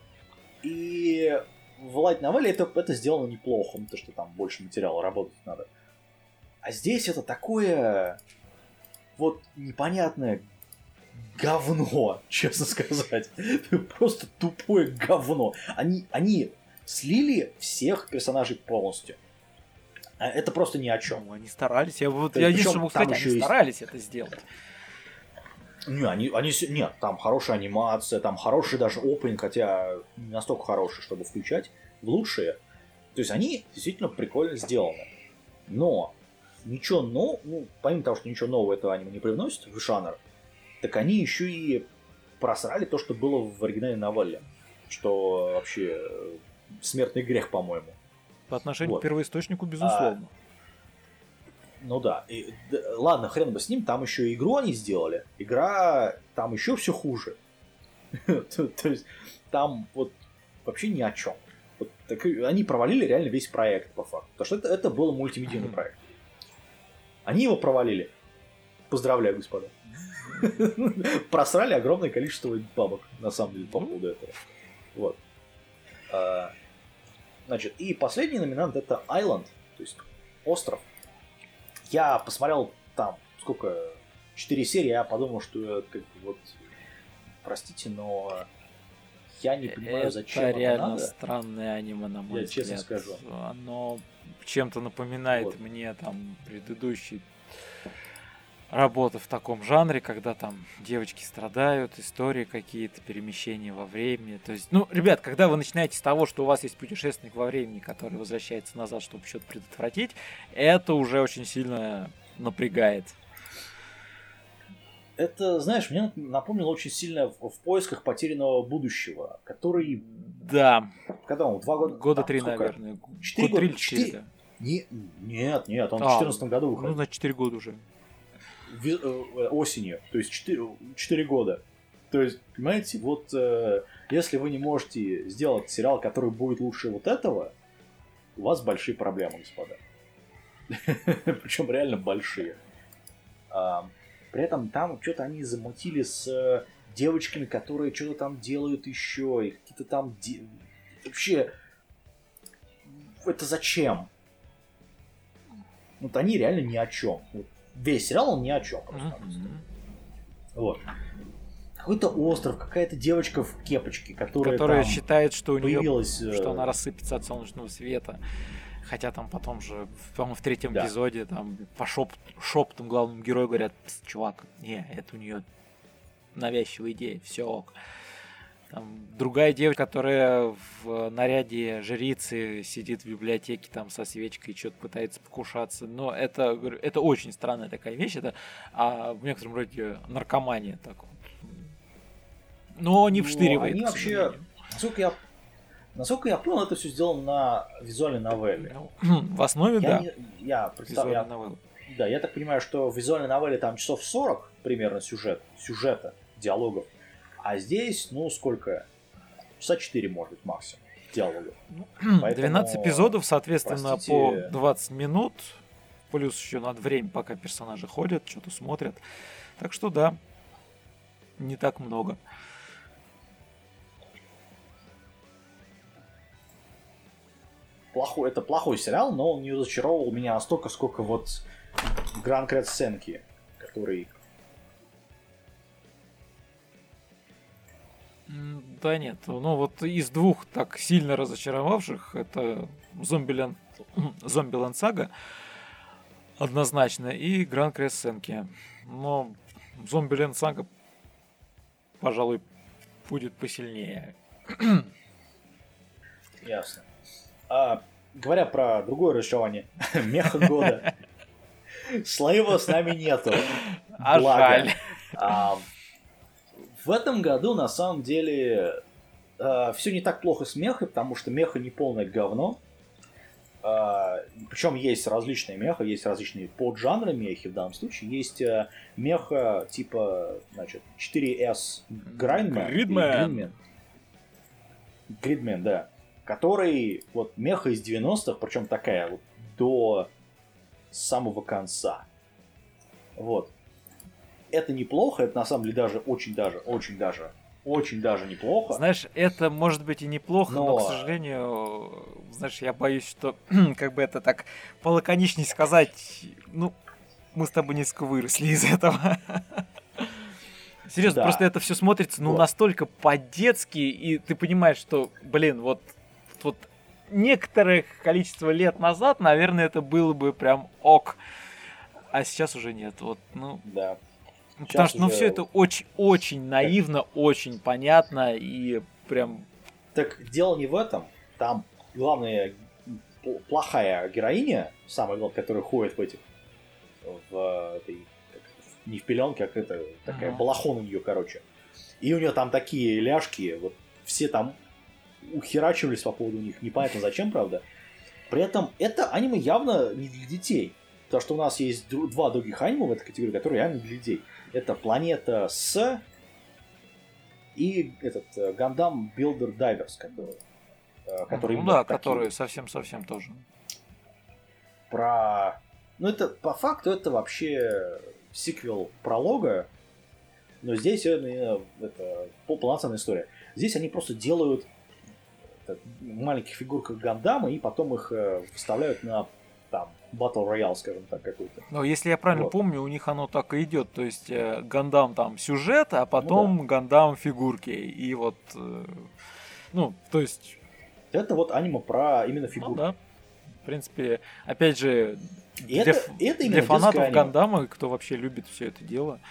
[SPEAKER 1] И в лайт-новелле это, это сделано неплохо, потому что там больше материала, работать надо. А здесь это такое вот непонятное говно, честно сказать. Просто тупое говно. Они, они слили всех персонажей полностью. Это просто ни о чем.
[SPEAKER 2] Ну, они старались. Я, вот, я единственное могу сказать, они старались есть... это сделать.
[SPEAKER 1] Не, они, они, нет, там хорошая анимация, там хороший даже опенинг, хотя не настолько хороший, чтобы включать в лучшие. То есть они действительно прикольно сделаны. Но ничего нового, ну, помимо того, что ничего нового этого аниме не привносит в жанр, так они еще и просрали то, что было в оригинальной новелле. Что вообще смертный грех, по-моему.
[SPEAKER 2] По отношению вот. к первоисточнику, безусловно.
[SPEAKER 1] Ну да. И, да. Ладно, хрен бы с ним, там еще игру они сделали. Игра, там еще все хуже. То есть, там вот вообще ни о чем. Вот, так, они провалили реально весь проект, по факту. Потому что это, это был мультимедийный mm-hmm. проект. Они его провалили. Поздравляю, господа. Просрали огромное количество бабок, на самом деле, по поводу этого. Вот. А, значит, и последний номинант это Island, то есть остров. Я посмотрел там, сколько, четыре серии, я подумал, что как вот, простите, но я не понимаю,
[SPEAKER 2] это
[SPEAKER 1] зачем это
[SPEAKER 2] реально
[SPEAKER 1] надо.
[SPEAKER 2] Странное аниме, на мой
[SPEAKER 1] я
[SPEAKER 2] взгляд.
[SPEAKER 1] честно скажу.
[SPEAKER 2] Оно чем-то напоминает вот. мне там предыдущий работы в таком жанре, когда там девочки страдают, истории какие-то, перемещения во времени. То есть, ну, ребят, когда вы начинаете с того, что у вас есть путешественник во времени, который возвращается назад, чтобы что-то предотвратить, это уже очень сильно напрягает.
[SPEAKER 1] Это, знаешь, мне напомнило очень сильно в, в поисках потерянного будущего, который...
[SPEAKER 2] Да.
[SPEAKER 1] Когда он? Два года?
[SPEAKER 2] Года три, наверное.
[SPEAKER 1] Четыре года? Три, четыре. Да. Не, нет, нет, он а, в четырнадцатом году выходит.
[SPEAKER 2] Ну, значит, четыре года уже.
[SPEAKER 1] Осенью, то есть четыре года. То есть, понимаете, вот э, если вы не можете сделать сериал, который будет лучше вот этого, у вас большие проблемы, господа. Причем реально большие. А, при этом там что-то они замутили с девочками, которые что-то там делают еще, и какие-то там... Де... Вообще, это зачем? Вот они реально ни о чем. Весь сериал, он ни о чем. Mm-hmm. Вот. Какой-то остров, какая-то девочка в кепочке, которая,
[SPEAKER 2] которая считает, что у
[SPEAKER 1] появилась...
[SPEAKER 2] нее, что она рассыпется от солнечного света. Хотя там потом же, по-моему, в третьем да. эпизоде там по шеп- шепотом главному герою говорят: чувак, не, это у нее навязчивая идея, все ок. Там другая девочка, которая в наряде жрицы сидит в библиотеке там со свечкой и что-то пытается покушаться. Но это, это очень странная такая вещь. Это а в некотором роде наркомания. Так вот. Но не вштыривает.
[SPEAKER 1] Они вообще, насколько я, насколько я понял, это все сделано на визуальной новелле.
[SPEAKER 2] В основе,
[SPEAKER 1] я
[SPEAKER 2] да.
[SPEAKER 1] Не, я представляю. Да, я так понимаю, что в визуальной новелле там часов сорок примерно сюжет, сюжета, диалогов. А здесь, ну, сколько? Часа четыре, может быть, максимум диалогов.
[SPEAKER 2] Поэтому, двенадцать эпизодов, соответственно, простите... по двадцать минут. Плюс еще надо время, пока персонажи ходят, что-то смотрят. Так что, да, не так много.
[SPEAKER 1] Плохой, это плохой сериал, но он не разочаровывал меня настолько, сколько вот Гран Кресценки, который...
[SPEAKER 2] Да нет, ну вот из двух так сильно разочаровавших, это Зомбиленд, Зомбиленд Сага однозначно и Гран Кресценки. Но Зомбиленд Сага, пожалуй, будет посильнее.
[SPEAKER 1] Ясно. А, говоря про другое разочарование, Меха года. Слоева с нами нету.
[SPEAKER 2] А жаль.
[SPEAKER 1] А, в этом году, на самом деле, э, все не так плохо с мехой, потому что меха не полное говно. Э, причем есть различные меха, есть различные поджанры мехи в данном случае. Есть э, меха типа, значит, четыре эс Grindman.
[SPEAKER 2] Gridman.
[SPEAKER 1] Gridman, да. Который, вот, меха из девяностых, причем такая вот до самого конца. Вот. Это неплохо, это на самом деле даже очень даже, очень даже, очень даже неплохо.
[SPEAKER 2] Знаешь, это может быть и неплохо, но, но к сожалению, знаешь, я боюсь, что как бы это так полаконичней сказать, ну, мы с тобой несколько выросли из этого. Серьезно, да. Просто это все смотрится, ну, вот. Настолько по-детски, и ты понимаешь, что, блин, вот, вот некоторое количество лет назад, наверное, это было бы прям ок, а сейчас уже нет, вот, ну...
[SPEAKER 1] Да.
[SPEAKER 2] Потому что, ну, уже... все это очень-очень наивно, очень понятно и прям...
[SPEAKER 1] Так дело не в этом. Там главная плохая героиня, самая главная, которая ходит в этих... В этой... Не в пеленке, а это такая uh-huh. балахон у нее, короче. И у нее там такие ляжки, вот все там ухерачивались по поводу них. Непонятно зачем, правда. При этом это аниме явно не для детей. Потому что у нас есть два других аниме в этой категории, которые реально для детей. Это «Планета С» и этот Gundam Builder Divers, который... который
[SPEAKER 2] ну да, который совсем-совсем тоже.
[SPEAKER 1] Про... Ну, это по факту это вообще сиквел пролога, но здесь это, это полноценная история. Здесь они просто делают маленьких фигурках Гандама и потом их вставляют на там Battle Royale, скажем так, какой-то.
[SPEAKER 2] Но если я правильно вот. помню, у них оно так и идет. То есть Гандам там сюжет, а потом ну, да. Гандам фигурки. И вот, ну, то есть...
[SPEAKER 1] Это вот аниме про именно фигурки.
[SPEAKER 2] Ну, да. В принципе, опять же, для, это, это для фанатов Гандама, кто вообще любит все это дело.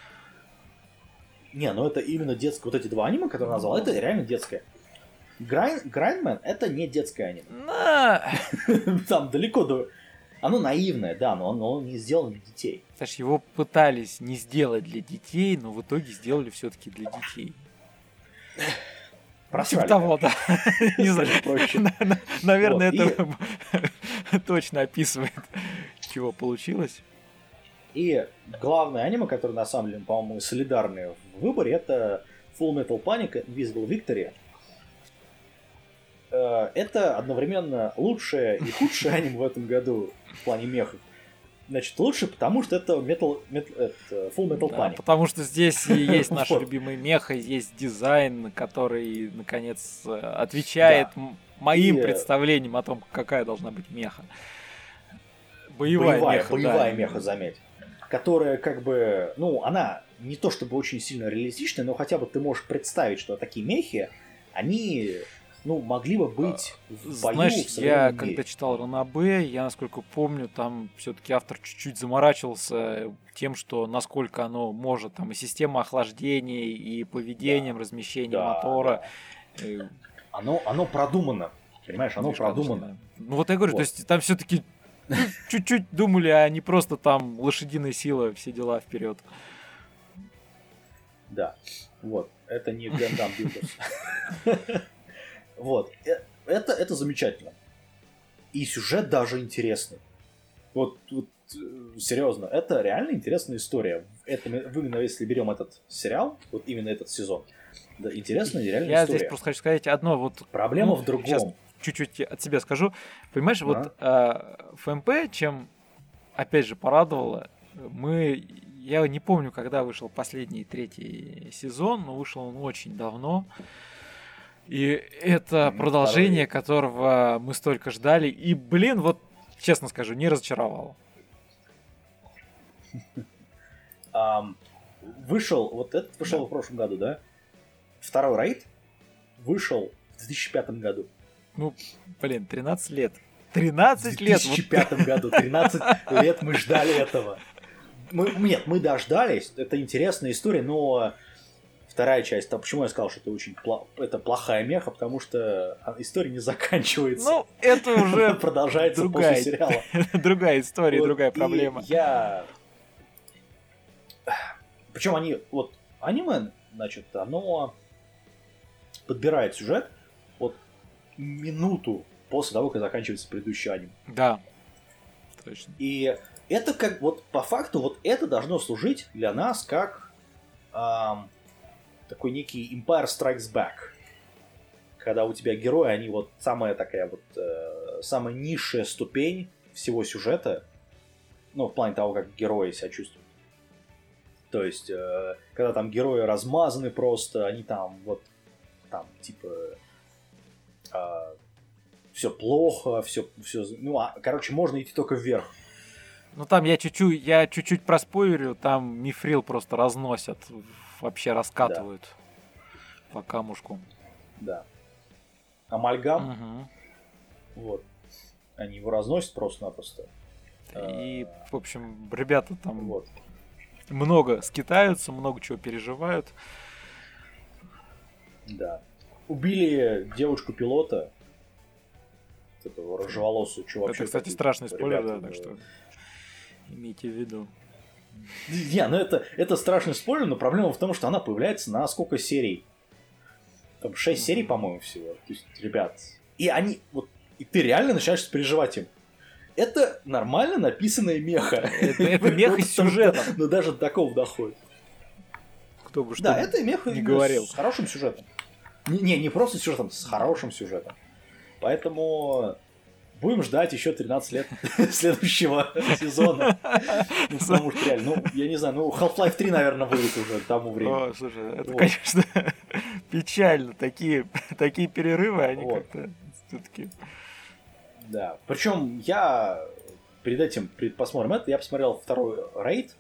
[SPEAKER 1] Не, ну это именно детское. Вот эти два аниме, которые я назвал, это реально детское. Грайндмен это не детское аниме.
[SPEAKER 2] На...
[SPEAKER 1] Там далеко до... Оно наивное, да, но оно не сделано для детей.
[SPEAKER 2] Саш, его пытались не сделать для детей, но в итоге сделали все-таки для детей.
[SPEAKER 1] Просрали.
[SPEAKER 2] Типа того, да. Не знаю. Наверное, это точно описывает, чего получилось.
[SPEAKER 1] И главное аниме, которое на самом деле, по-моему, солидарное в выборе, это Full Metal Panic Invisible Victory. Это одновременно лучшее и худшее аниме в этом году в плане мехов. Значит, лучше, потому что это, metal, metal, это Full Metal
[SPEAKER 2] да,
[SPEAKER 1] Panic.
[SPEAKER 2] Потому что здесь есть наш любимый мех, и есть дизайн, который, наконец, отвечает да. моим и... представлениям о том, какая должна быть меха. Боевая, боевая меха,
[SPEAKER 1] боевая
[SPEAKER 2] да.
[SPEAKER 1] меха, заметь. Которая, как бы, ну, она не то чтобы очень сильно реалистичная, но хотя бы ты можешь представить, что такие мехи, они... Ну, могли бы быть в бою.
[SPEAKER 2] Знаешь,
[SPEAKER 1] в
[SPEAKER 2] я
[SPEAKER 1] мире.
[SPEAKER 2] когда читал Ранобэ, я, насколько помню, там все-таки автор чуть-чуть заморачивался тем, что насколько оно может, там и система охлаждения, и поведением, да. размещением да, мотора.
[SPEAKER 1] Да. Оно, оно продумано. Понимаешь, оно Конечно, продумано. Да.
[SPEAKER 2] Ну вот я говорю, вот. То есть там все-таки чуть-чуть думали, а не просто там лошадиная сила, все дела вперед.
[SPEAKER 1] Да, вот. Это не Gundam Builders. Вот, это, это замечательно. И сюжет даже интересный. Вот, вот серьезно, это реально интересная история. Это, именно если берем этот сериал, вот именно этот сезон, да, интересная реальная
[SPEAKER 2] Я
[SPEAKER 1] история.
[SPEAKER 2] здесь просто хочу сказать одно. Вот,
[SPEAKER 1] Проблема
[SPEAKER 2] ну,
[SPEAKER 1] в другом.
[SPEAKER 2] Сейчас чуть-чуть от себя скажу. Понимаешь, а? вот э, эф эм пэ, чем, опять же, порадовало, мы... Я не помню, когда вышел последний третий сезон, но вышел он очень давно. И это mm-hmm. продолжение, Второй. которого мы столько ждали. И, блин, вот, честно скажу, не разочаровало.
[SPEAKER 1] Um, вышел, вот этот вышел да. в прошлом году, да? Второй рейд вышел в две тысячи пятом году.
[SPEAKER 2] Ну, блин, тринадцать лет. тринадцать лет!
[SPEAKER 1] В две тысячи пятом вот. году, тринадцать лет мы ждали этого. Мы, нет, мы дождались, это интересная история, но... Вторая часть, то почему я сказал, что это очень пло- это плохая меха, потому что история не заканчивается.
[SPEAKER 2] Ну, это уже
[SPEAKER 1] продолжается
[SPEAKER 2] другая,
[SPEAKER 1] после сериала.
[SPEAKER 2] Другая история, вот, другая проблема.
[SPEAKER 1] Я... Причем они, вот, аниме, значит, оно подбирает сюжет вот минуту после того, как заканчивается предыдущий аниме.
[SPEAKER 2] Да, точно.
[SPEAKER 1] И это как, вот, по факту, вот это должно служить для нас как... Эм, такой некий Empire Strikes Back. Когда у тебя герои, они вот самая такая вот, э, самая низшая ступень всего сюжета, ну, в плане того, как герои себя чувствуют. То есть, э, когда там герои размазаны просто, они там вот, там, типа, э, все плохо, все, все, ну, а, короче, можно идти только вверх.
[SPEAKER 2] Ну, там я чуть-чуть, я чуть-чуть проспойлерю, там мифрил просто разносят, вообще раскатывают да. по камушку.
[SPEAKER 1] Да. Амальгам.
[SPEAKER 2] Угу.
[SPEAKER 1] Вот. Они его разносят просто-напросто.
[SPEAKER 2] И, в общем, ребята там
[SPEAKER 1] вот.
[SPEAKER 2] много скитаются, много чего переживают.
[SPEAKER 1] Да. Убили девушку-пилота. Этого рыжеволосую чувака.
[SPEAKER 2] Это, кстати, страшный спойлер, да, так что имейте в виду.
[SPEAKER 1] Не, ну это, это страшный спойлер, но проблема в том, что она появляется на сколько серий? Там шесть mm-hmm. серий, по-моему, всего. То есть, ребят. И они, вот, и ты реально начинаешь переживать им. это нормально написанная меха.
[SPEAKER 2] Это, это меха с сюжетом.
[SPEAKER 1] Но даже до такого доходит.
[SPEAKER 2] Кто бы что
[SPEAKER 1] да, это меха
[SPEAKER 2] не говорил.
[SPEAKER 1] С хорошим сюжетом. Не, не, не просто с сюжетом, с хорошим сюжетом. Поэтому будем ждать еще тринадцать лет следующего сезона. Ну, потому что реально, ну, я не знаю, ну, Half-Life три, наверное, выйдет уже к тому времени.
[SPEAKER 2] О, слушай, это, вот. Конечно, печально. Такие, такие перерывы, они вот. Как-то все-таки...
[SPEAKER 1] Да. Причем я перед этим, перед посмотрим это, я посмотрел второй рейд.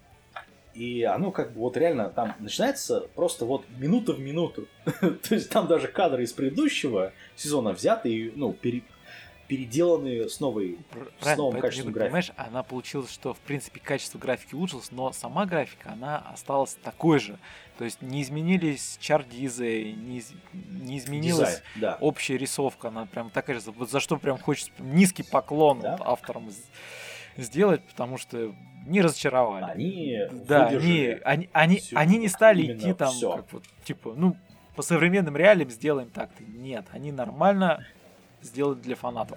[SPEAKER 1] И оно как бы вот реально там начинается просто вот минута в минуту. То есть там даже кадры из предыдущего сезона взяты и, ну, пере, переделаны с, новой, с новым качеством графики.
[SPEAKER 2] Понимаешь, она получилась, что в принципе качество графики улучшилось, но сама графика, она осталась такой же. То есть не изменились чардизы, не, из, не изменилась Дизайн, да. общая рисовка. Она прям такая же, вот за что прям хочется низкий поклон да? авторам сделать, потому что не разочаровали.
[SPEAKER 1] Они
[SPEAKER 2] да, они, они, они, они не стали идти там, как вот, типа, ну, по современным реалиям сделаем так-то. Нет, они нормально сделали для фанатов.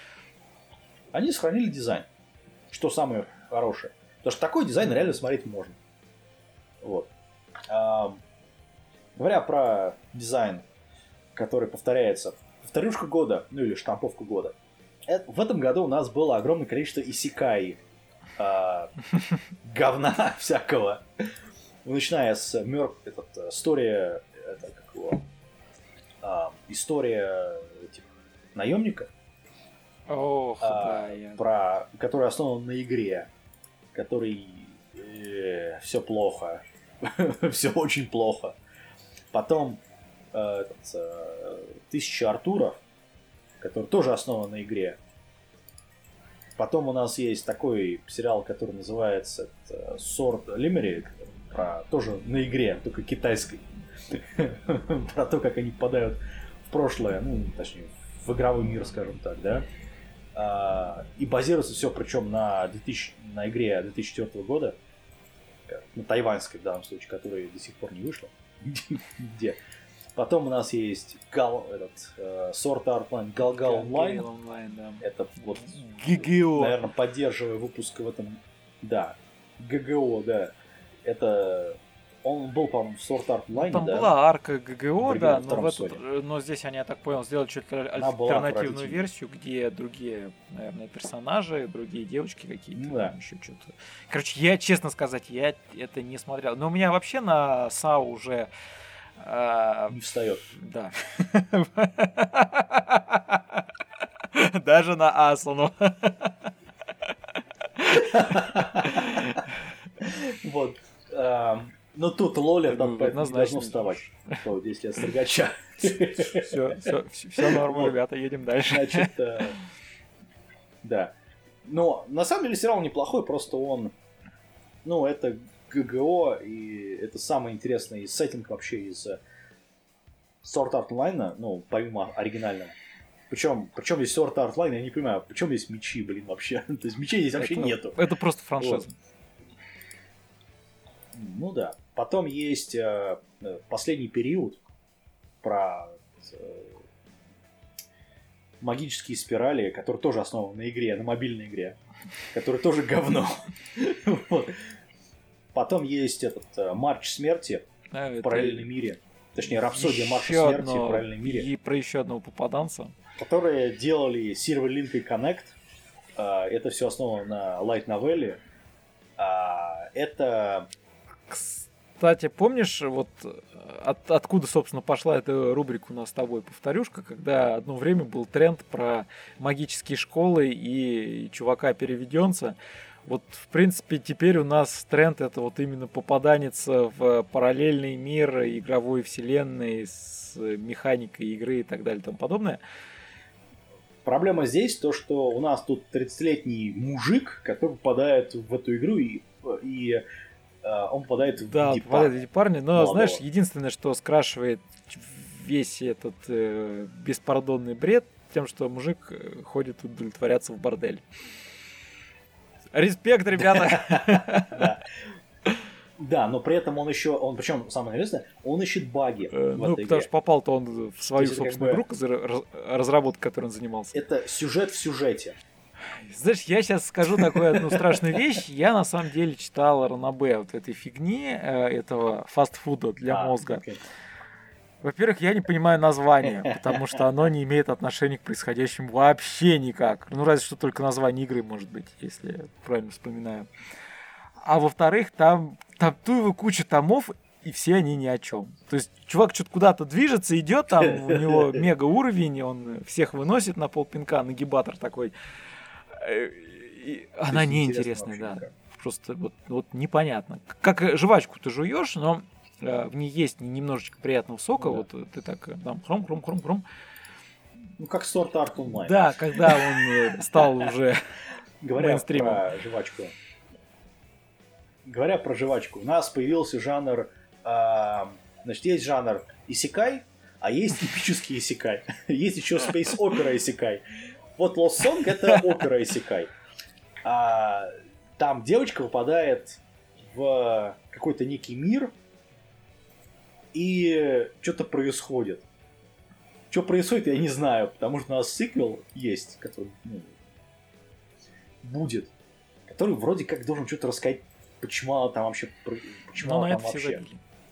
[SPEAKER 1] Они сохранили дизайн, что самое хорошее. Потому что такой дизайн реально смотреть можно. Вот. А, говоря про дизайн, который повторяется, повторюшка года, ну или штамповка года. В этом году у нас было огромное количество исекай. А, говна всякого. Начиная с мёртв... Этот, история... Это, как его, а, история этих наемников.
[SPEAKER 2] Ох,
[SPEAKER 1] а,
[SPEAKER 2] да, я...
[SPEAKER 1] про, которая основана на игре. Который... Э, все плохо. Все очень плохо. Потом э, этот, э, Тысяча Артуров, который тоже основан на игре. Потом у нас есть такой сериал, который называется Sword Limerick, про тоже на игре, только китайской. Про то, как они попадают в прошлое, ну, точнее, в игровой мир, скажем так, да. А, и базируется все, причем на, две тысячи, на игре две тысячи четвёртого года, на тайваньской в данном случае, которая до сих пор не вышла. Где? Потом у нас есть Гал, этот, uh, Sword Art Online, Gal-Gal Online.
[SPEAKER 2] Online да.
[SPEAKER 1] Это вот,
[SPEAKER 2] ГГО.
[SPEAKER 1] Наверное, поддерживая выпуск в этом... Да, ГГО, да. Это... Он был, по-моему, в Sword Art Online,
[SPEAKER 2] там
[SPEAKER 1] да?
[SPEAKER 2] Там была арка ГГО, да, но, в этот, но здесь они, я так понял, сделали чуть-то альтернативную версию, где другие, наверное, персонажи, другие девочки какие-то,
[SPEAKER 1] да.
[SPEAKER 2] еще что-то. Короче, я, честно сказать, я это не смотрел. Но у меня вообще на САУ уже...
[SPEAKER 1] Не встает.
[SPEAKER 2] Да. Даже на Асуну.
[SPEAKER 1] Вот. Но тут Лоля там не должно вставать. десять лет строгача.
[SPEAKER 2] Все нормально, ребята, едем дальше.
[SPEAKER 1] Значит, да. Но на самом деле сериал неплохой, просто он... Ну, это... ГГО, и это самый интересный сеттинг вообще из Sword Art Online, ну, помимо оригинального. Причем, причем здесь Sword Art Online, я не понимаю, причем здесь мечи, блин, вообще. То есть мечей здесь вообще
[SPEAKER 2] это,
[SPEAKER 1] нету.
[SPEAKER 2] Это просто франшиза. Вот.
[SPEAKER 1] Ну да. Потом есть э, последний период про э, магические спирали, которые тоже основаны на игре, на мобильной игре, которые тоже говно. Потом есть этот э, Марч Смерти
[SPEAKER 2] а,
[SPEAKER 1] в параллельном мире. Точнее, Рапсодия Марша Смерти одно... в параллельном мире.
[SPEAKER 2] И про еще одного попаданца.
[SPEAKER 1] Которые делали Silverlink и Connect. Э, это все основано на Light Novel. Э, это...
[SPEAKER 2] Кстати, помнишь, вот от, откуда, собственно, пошла эта рубрика у нас с тобой, повторюшка, когда одно время был тренд про магические школы и чувака-переведенца. Вот, в принципе, теперь у нас тренд это вот именно попаданец в параллельный мир игровой вселенной с механикой игры и так далее и тому подобное.
[SPEAKER 1] Проблема здесь то, что у нас тут тридцатилетний мужик, который попадает в эту игру и, и э, он попадает в
[SPEAKER 2] да,
[SPEAKER 1] виде
[SPEAKER 2] попадает в виде парня. Но,
[SPEAKER 1] молодого.
[SPEAKER 2] Знаешь, единственное, что скрашивает весь этот э, беспардонный бред, тем, что мужик ходит удовлетворяться в бордель. Респект, ребята!
[SPEAKER 1] Да, но при этом он еще, он причем самое интересное, он ищет баги в этой игре.
[SPEAKER 2] Ну, потому что попал-то он в свою собственную игру, разработку, которой он занимался.
[SPEAKER 1] Это сюжет в сюжете.
[SPEAKER 2] Знаешь, я сейчас скажу такую одну страшную вещь. Я на самом деле читал ранобэ вот этой фигни, э, этого фастфуда для а, мозга. Okay. Во-первых, я не понимаю название, потому что оно не имеет отношения к происходящему вообще никак. Ну, разве что только название игры, может быть, если я правильно вспоминаю. А во-вторых, там, там туева куча томов, и все они ни о чем. То есть чувак что-то куда-то движется, идет, там у него мега уровень, он всех выносит на полпинка, нагибатор такой. И она неинтересная, да. Никак. Просто вот, вот непонятно. Как жвачку ты жуешь, но э, в ней есть немножечко приятного сока. Ну, да. Вот ты так там хром-хром-хром-хром.
[SPEAKER 1] Ну, как Sword Art Online.
[SPEAKER 2] Да, когда он стал уже мейнстримом.
[SPEAKER 1] Говоря про жвачку. Говоря про жвачку, у нас появился жанр... Э, значит, есть жанр исекай, а есть эпический исекай. Есть еще Space Opera исекай. Вот Lost Song — это опера исекай. А, там девочка попадает в какой-то некий мир, и что-то происходит. Что происходит, я не знаю, потому что у нас сиквел есть, который ну, будет, который вроде как должен что-то рассказать, почему она там вообще... Почему
[SPEAKER 2] Но
[SPEAKER 1] она
[SPEAKER 2] там вообще...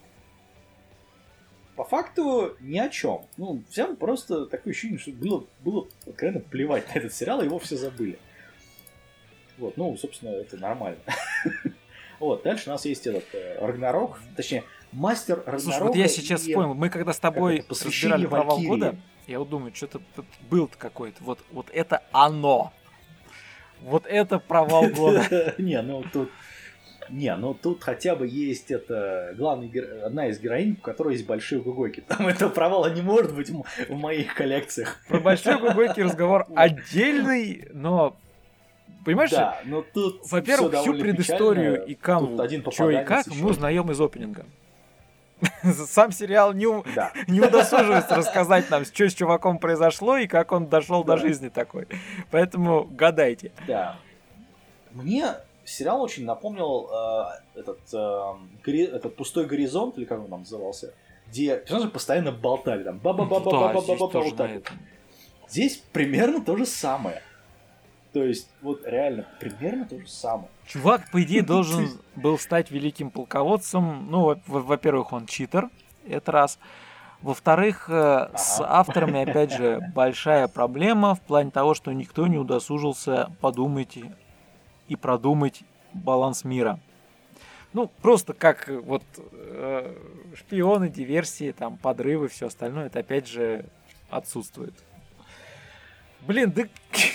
[SPEAKER 1] По факту ни о чем. Ну, всем просто такое ощущение, что было, было откровенно плевать на этот сериал, его все забыли. Вот, ну, собственно, это нормально. Вот, дальше у нас есть этот Рагнарок, точнее, мастер Рагнарока.
[SPEAKER 2] Слушай, вот я сейчас вспомнил, мы когда с тобой разбирали провал года, я вот думаю, что-то был какой-то, вот, вот это оно. Вот это провал года.
[SPEAKER 1] Не, ну тут... Не, ну тут хотя бы есть это главный геро... одна из героинь, у которой есть большие гугойки. Там этого провала не может быть в моих коллекциях.
[SPEAKER 2] Про большие гугойки разговор отдельный, но понимаешь,
[SPEAKER 1] да, но тут
[SPEAKER 2] во-первых, всю предысторию и канву, что и как, мы узнаем из опенинга. Сам сериал не, у... да. не удосуживается рассказать нам, что с чуваком произошло и как он дошел да. до жизни такой. Поэтому гадайте.
[SPEAKER 1] Да. Мне сериал очень напомнил э, этот, э, гори... этот пустой горизонт, или как он там назывался, где персонажи постоянно болтали. Там ба-ба-ба-ба-ба-ба-ба-ба вот так вот. Здесь примерно то же самое. То есть, вот реально, примерно то же самое.
[SPEAKER 2] Чувак, по идее, должен был стать великим полководцем. Ну, во-первых, он читер, это раз. Во-вторых, ага. с авторами, опять же, большая проблема в плане того, что никто не удосужился подумать и продумать баланс мира. Ну, просто как вот э, шпионы, диверсии, там, подрывы, все остальное, это опять же отсутствует. Блин, да...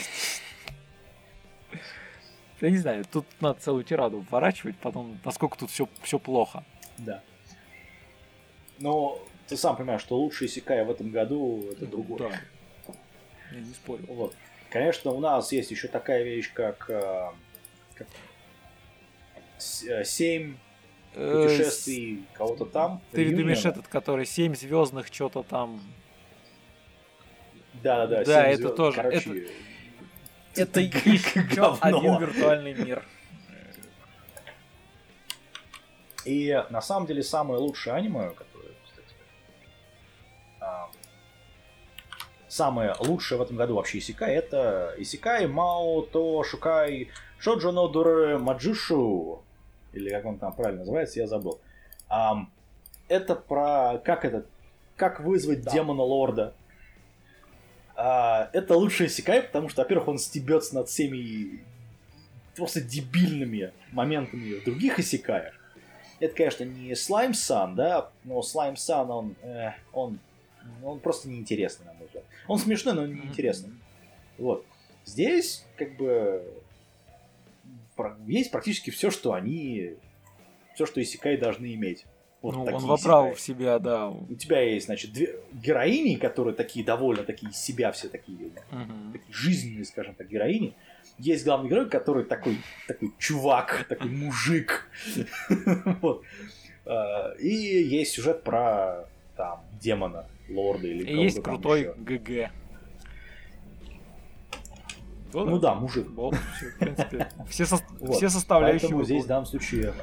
[SPEAKER 2] Я не знаю, тут надо целую тираду вворачивать, потом, насколько тут все, все плохо.
[SPEAKER 1] Да. Но ты сам понимаешь, что лучший исекай в этом году это другой.
[SPEAKER 2] Да. Я не спорю.
[SPEAKER 1] Вот. Конечно, у нас есть еще такая вещь, как, как семь путешествий кого-то там.
[SPEAKER 2] Ты думаешь, этот, который семь звездных что-то там.
[SPEAKER 1] Да, да, да.
[SPEAKER 2] Да, это звезд... тоже. Короче, это... Это еще один виртуальный мир.
[SPEAKER 1] И на самом деле самое лучшее аниме, которое, кстати, а, самое лучшее в этом году вообще исекай, это исекай Мао То Шукай Шоджо но Дуре Маджишу, или как он там правильно называется, я забыл. А, это про как это, как вызвать да. демона лорда. А, это лучший исекай, потому что, во-первых, он стебется над всеми просто дебильными моментами в других исекаях. Это, конечно, не Slime Sun, да, но Slime Sun, он, э, он, он просто неинтересный, на мой взгляд. Он смешной, но неинтересный. Mm-hmm. Вот. Здесь, как бы, есть практически все, что они, все, что исекай должны иметь. Вот
[SPEAKER 2] ну, он вобрал в себя, да.
[SPEAKER 1] У тебя есть, значит, две героини, которые такие довольно такие из себя все такие, uh-huh. такие жизненные, скажем так, героини. Есть главный герой, который такой, такой чувак, такой мужик. Вот. И есть сюжет про там демона, лорда или кого-то.
[SPEAKER 2] И есть крутой ГГ.
[SPEAKER 1] Ну да, мужик.
[SPEAKER 2] Все составляющие.
[SPEAKER 1] Поэтому здесь в данном случае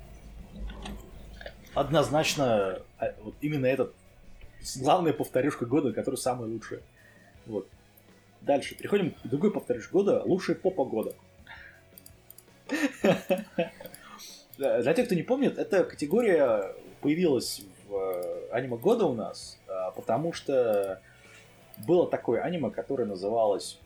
[SPEAKER 1] однозначно вот именно этот главная повторюшка года, которая самая лучшая. Вот. дальше. Переходим к другой, повторюсь, года. Лучшая попа года. Для тех, кто не помнит, эта категория появилась в аниме года у нас, потому что было такое аниме, которое называлось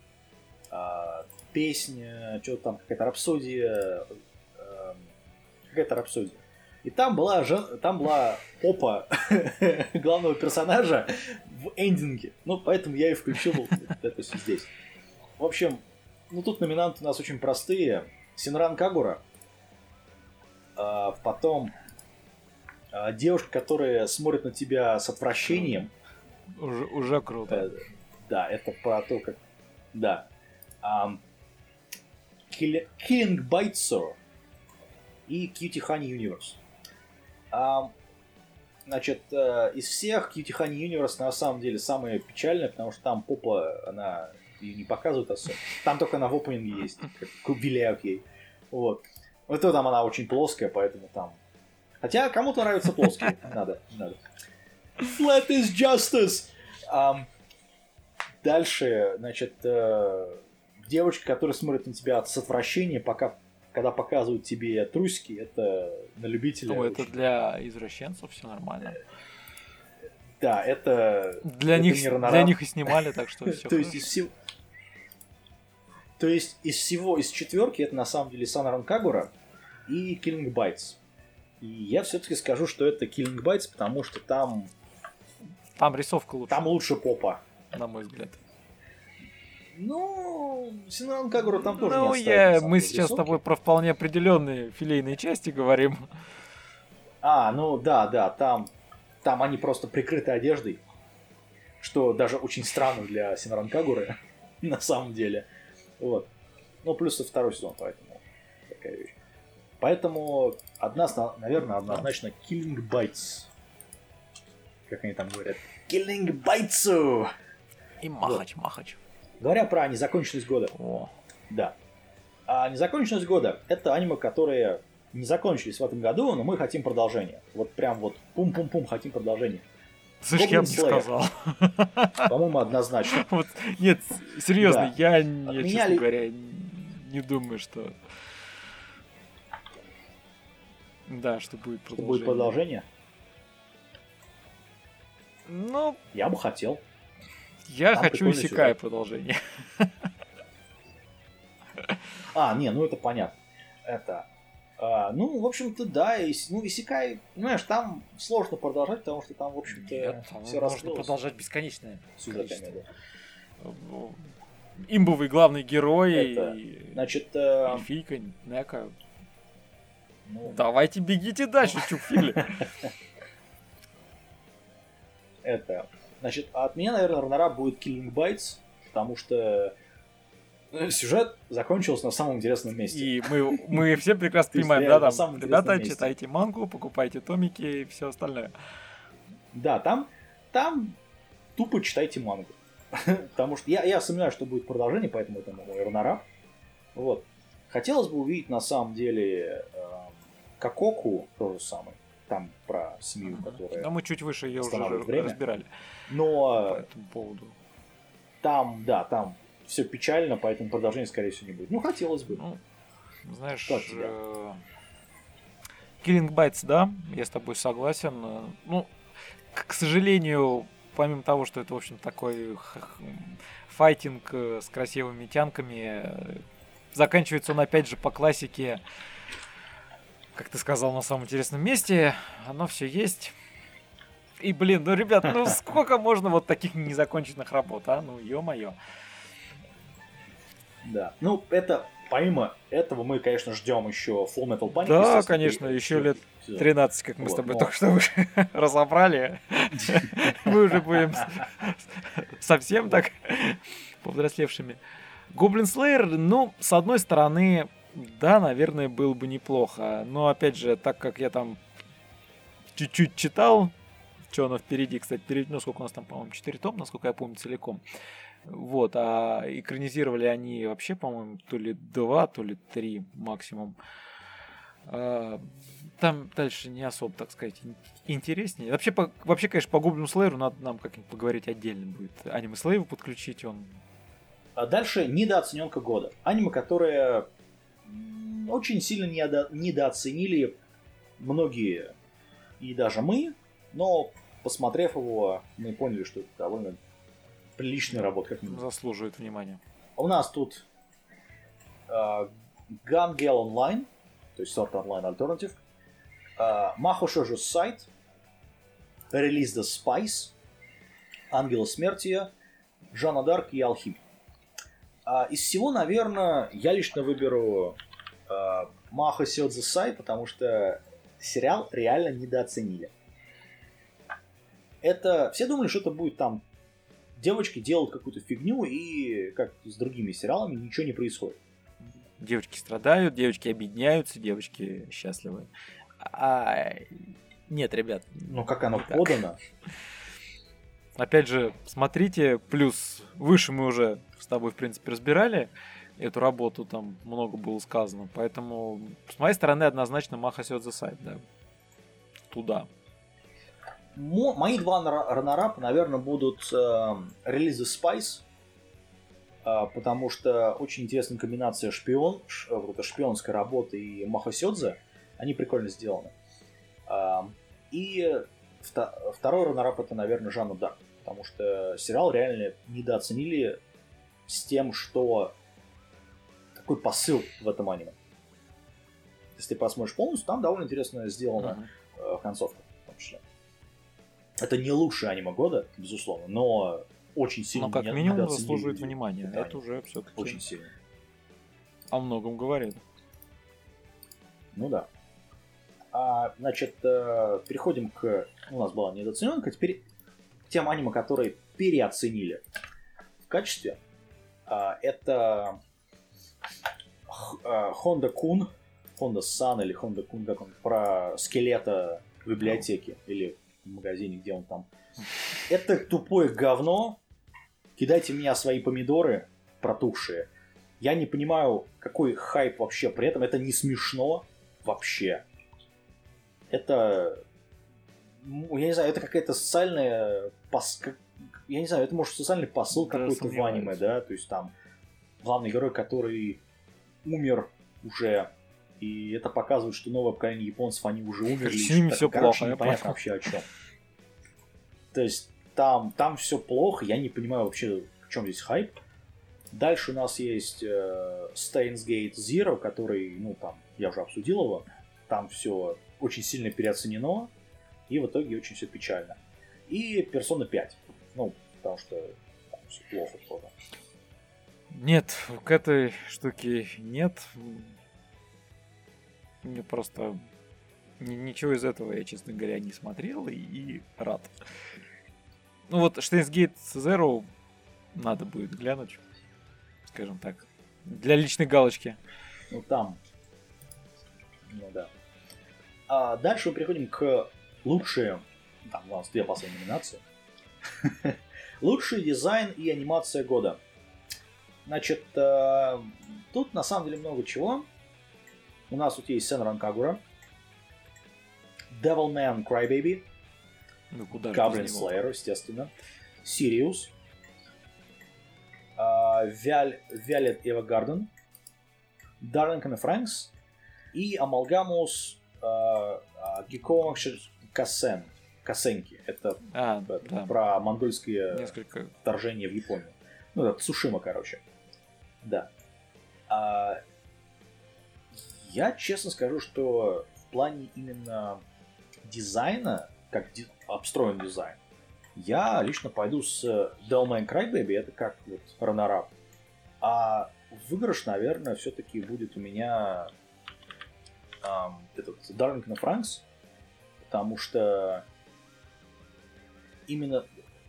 [SPEAKER 1] «Песня», что-то там, какая-то рапсодия, какая-то рапсодия. И там была, там была попа главного персонажа в эндинге. Ну, поэтому я и включил это все здесь. В общем, ну тут номинанты у нас очень простые. Синран Кагура. А, потом а, девушка, которая смотрит на тебя с отвращением.
[SPEAKER 2] Уже, уже круто.
[SPEAKER 1] Э, да, это про то, как... Да. А, Killing Baitso и Cutie Honey Universe. А, значит, э, из всех Cutie Honey Universe на самом деле самая печальная, потому что там попа, она ее не показывает особо. Там только она в опенинге есть, как виляют ей. Вот. Вот там она очень плоская, поэтому там... Хотя кому-то нравятся плоские. Надо, надо. Flat is justice! Um, дальше, значит, э, девочка, которая смотрит на тебя с отвращением, пока, когда показывают тебе трусики, это на любителя.
[SPEAKER 2] Ну, это для извращенцев все нормально.
[SPEAKER 1] Да, это...
[SPEAKER 2] Для,
[SPEAKER 1] это
[SPEAKER 2] них, для них и снимали, так что все.
[SPEAKER 1] То есть из всего... То есть из всего, из четверки, это на самом деле Синран Кагура и Killing Bites. И я все-таки скажу, что это Killing Bites, потому что там...
[SPEAKER 2] Там рисовка лучше.
[SPEAKER 1] Там лучше попа.
[SPEAKER 2] На мой взгляд.
[SPEAKER 1] Ну, Синран Кагура там тоже
[SPEAKER 2] ну,
[SPEAKER 1] не
[SPEAKER 2] я...
[SPEAKER 1] оставит.
[SPEAKER 2] Мы сейчас рисовки. С тобой про вполне определенные филейные части говорим.
[SPEAKER 1] А, ну да, да, там, там они просто прикрыты одеждой, что даже очень странно для Синран Кагуры, на самом деле. Вот. Ну, плюс это второй сезон, поэтому такая вещь. Поэтому одна, наверное, однозначно Killing Bites. Как они там говорят. Killing Bites!
[SPEAKER 2] И махач, вот. махач.
[SPEAKER 1] Говоря про незаконченность года.
[SPEAKER 2] О.
[SPEAKER 1] Да. А незаконченность года — это аниме, которые не закончились в этом году, но мы хотим продолжения. Вот прям вот пум-пум-пум, хотим продолжения.
[SPEAKER 2] Слушай, я бы не сказал.
[SPEAKER 1] По-моему, однозначно.
[SPEAKER 2] Вот, нет, серьезно,
[SPEAKER 1] да.
[SPEAKER 2] я, я Отменяли... честно говоря, не думаю, что... Да, что будет продолжение. Что
[SPEAKER 1] будет продолжение?
[SPEAKER 2] Ну...
[SPEAKER 1] Я бы хотел.
[SPEAKER 2] Я Там хочу Исекай продолжение.
[SPEAKER 1] А, не, ну это понятно. Это... А, ну, в общем-то, да, и, ну, Исекай, понимаешь, там сложно продолжать, потому что там, в общем-то,
[SPEAKER 2] Нет, там все можно продолжать бесконечное
[SPEAKER 1] сюжетами, да.
[SPEAKER 2] Имбовый главный герой
[SPEAKER 1] это,
[SPEAKER 2] и...
[SPEAKER 1] Значит, э...
[SPEAKER 2] эльфийка, Нека.
[SPEAKER 1] Ну...
[SPEAKER 2] Давайте бегите дальше, чукфили.
[SPEAKER 1] Это, значит, от меня, наверное, раннерап будет Killing Bites, потому что сюжет закончился на самом интересном месте.
[SPEAKER 2] И мы, мы все прекрасно понимаем, да, там, ребята, читайте мангу, покупайте томики и все остальное.
[SPEAKER 1] Да, там, там тупо читайте мангу. Потому что я, я сомневаюсь, что будет продолжение, поэтому это мой раннерап. Вот. Хотелось бы увидеть, на самом деле, э, Кококу, то же самое. Там про семью, uh-huh. которая...
[SPEAKER 2] Но мы чуть выше ее уже время. разбирали.
[SPEAKER 1] Но...
[SPEAKER 2] По этому поводу.
[SPEAKER 1] Там, да, там... Все печально, поэтому продолжения, скорее всего, не будет. Ну, хотелось бы.
[SPEAKER 2] Ну, знаешь, э... Killing Bites, да, я с тобой согласен. Ну, к, к сожалению, помимо того, что это, в общем, такой файтинг с красивыми тянками, заканчивается он, опять же, по классике, как ты сказал, на самом интересном месте. Оно все есть. И, блин, ну, ребят, ну сколько можно вот таких незаконченных работ, а? Ну, ё-моё.
[SPEAKER 1] Да. Ну, это, помимо этого, мы, конечно, ждем еще Full Metal Panic.
[SPEAKER 2] Да, конечно, еще лет тринадцать, как мы вот, с тобой но... только что уже разобрали. Мы уже будем совсем так повзрослевшими. Goblin Slayer, ну, с одной стороны, да, наверное, было бы неплохо. Но, опять же, так как я там чуть-чуть читал, что оно впереди, кстати, впереди, ну, сколько у нас там, по-моему, четыре тома, насколько я помню, целиком. Вот, а экранизировали они вообще, по-моему, то ли два, то ли три максимум. А, там дальше не особо, так сказать, интереснее. Вообще, по, вообще конечно, по Goblin Slayer надо нам как-нибудь поговорить отдельно будет. Аниме Слейву подключить, он
[SPEAKER 1] А дальше недооцененка года. Аниме, которое очень сильно недо... недооценили многие, и даже мы, но посмотрев его, мы поняли, что это довольно приличная работа. Как минимум.
[SPEAKER 2] Заслуживает внимания.
[SPEAKER 1] У нас тут uh, Gun Gale Online, то есть Sword Online Alternative, uh, Mahou Shoujo Site, Release the Spice, Ангелы Смерти, Жанна Дарк и Алхимия. Uh, из всего, наверное, я лично выберу uh, Mahou Shoujo Site, потому что сериал реально недооценили. Это... Все думали, что это будет там девочки делают какую-то фигню, и как с другими сериалами ничего не происходит.
[SPEAKER 2] Девочки страдают, девочки объединяются, девочки счастливы. А нет, ребят.
[SPEAKER 1] Ну как оно подано?
[SPEAKER 2] Опять же, смотрите, плюс выше мы уже с тобой, в принципе, разбирали эту работу, там много было сказано. Поэтому, с моей стороны, однозначно Mahou Shoujo Site, да. Туда.
[SPEAKER 1] Мо- мои два раннерапа, наверное, будут э, Release the Spice, э, потому что очень интересная комбинация шпион, ш, э, шпионской работы и Mahou Shoujo. Они прикольно сделаны. Э, и вто- второй раннерап это, наверное, Жанна Дарк, потому что сериал реально недооценили с тем, что какой посыл в этом аниме. Если ты посмотришь полностью, там довольно интересно сделана uh-huh. э, концовка, в том числе. Это не лучшее аниме года, безусловно, но очень сильно...
[SPEAKER 2] Но как не, минимум заслуживает внимания. Да, это уже все-таки...
[SPEAKER 1] Очень сильно.
[SPEAKER 2] О многом говорит.
[SPEAKER 1] Ну да. А, значит, э, переходим к... У нас была недооцененка, теперь к тем аниме, которые переоценили в качестве. А, это Honda Kun, Honda San или Honda Kun, как он, про скелета в библиотеке или в магазине, где он там. Это тупое говно. Кидайте в меня свои помидоры протухшие. Я не понимаю, какой хайп вообще при этом. Это не смешно вообще. Это... Я не знаю, это какая-то социальная... Пос... Я не знаю, это может социальный посыл да, какой-то в аниме, да? То есть там главный герой, который умер уже... И это показывает, что новое поколение японцев, они уже умерли.
[SPEAKER 2] С ними все плохо.
[SPEAKER 1] Непонятно вообще о чем. То есть там, там все плохо, я не понимаю вообще, в чем здесь хайп. Дальше у нас есть э, Steins Gate Zero, который, ну там, я уже обсудил его. Там все очень сильно переоценено. И в итоге очень все печально. И Persona пять. Ну, потому что там все плохо тоже.
[SPEAKER 2] Нет, к этой штуке нет. Мне просто ничего из этого я, честно говоря, не смотрел и, и рад. Ну вот Steins Gate Zero надо будет глянуть, скажем так, для личной галочки.
[SPEAKER 1] Ну там, ну да. А дальше мы переходим к лучшим, там у нас две последние номинации. Лучший дизайн и анимация года. Значит, тут на самом деле много чего. У нас тут есть Сенран Кагура, Devilman Crybaby,
[SPEAKER 2] ну,
[SPEAKER 1] Goblin Slayer, естественно, Sirius, Violet Evergarden, Darling in the Franxx и Amalgamos Gikko Kasen. Касенки. Это,
[SPEAKER 2] а,
[SPEAKER 1] это
[SPEAKER 2] да.
[SPEAKER 1] про монгольское
[SPEAKER 2] Несколько...
[SPEAKER 1] вторжение в Японию. Ну, это Цушима, короче. Да. А, я честно скажу, что в плане именно дизайна, как ди- обстроен дизайн, я лично пойду с Devilman Crybaby, это как вот раннерап. А выигрыш, наверное, все-таки будет у меня эм, этот Darling in the Franxx, потому что именно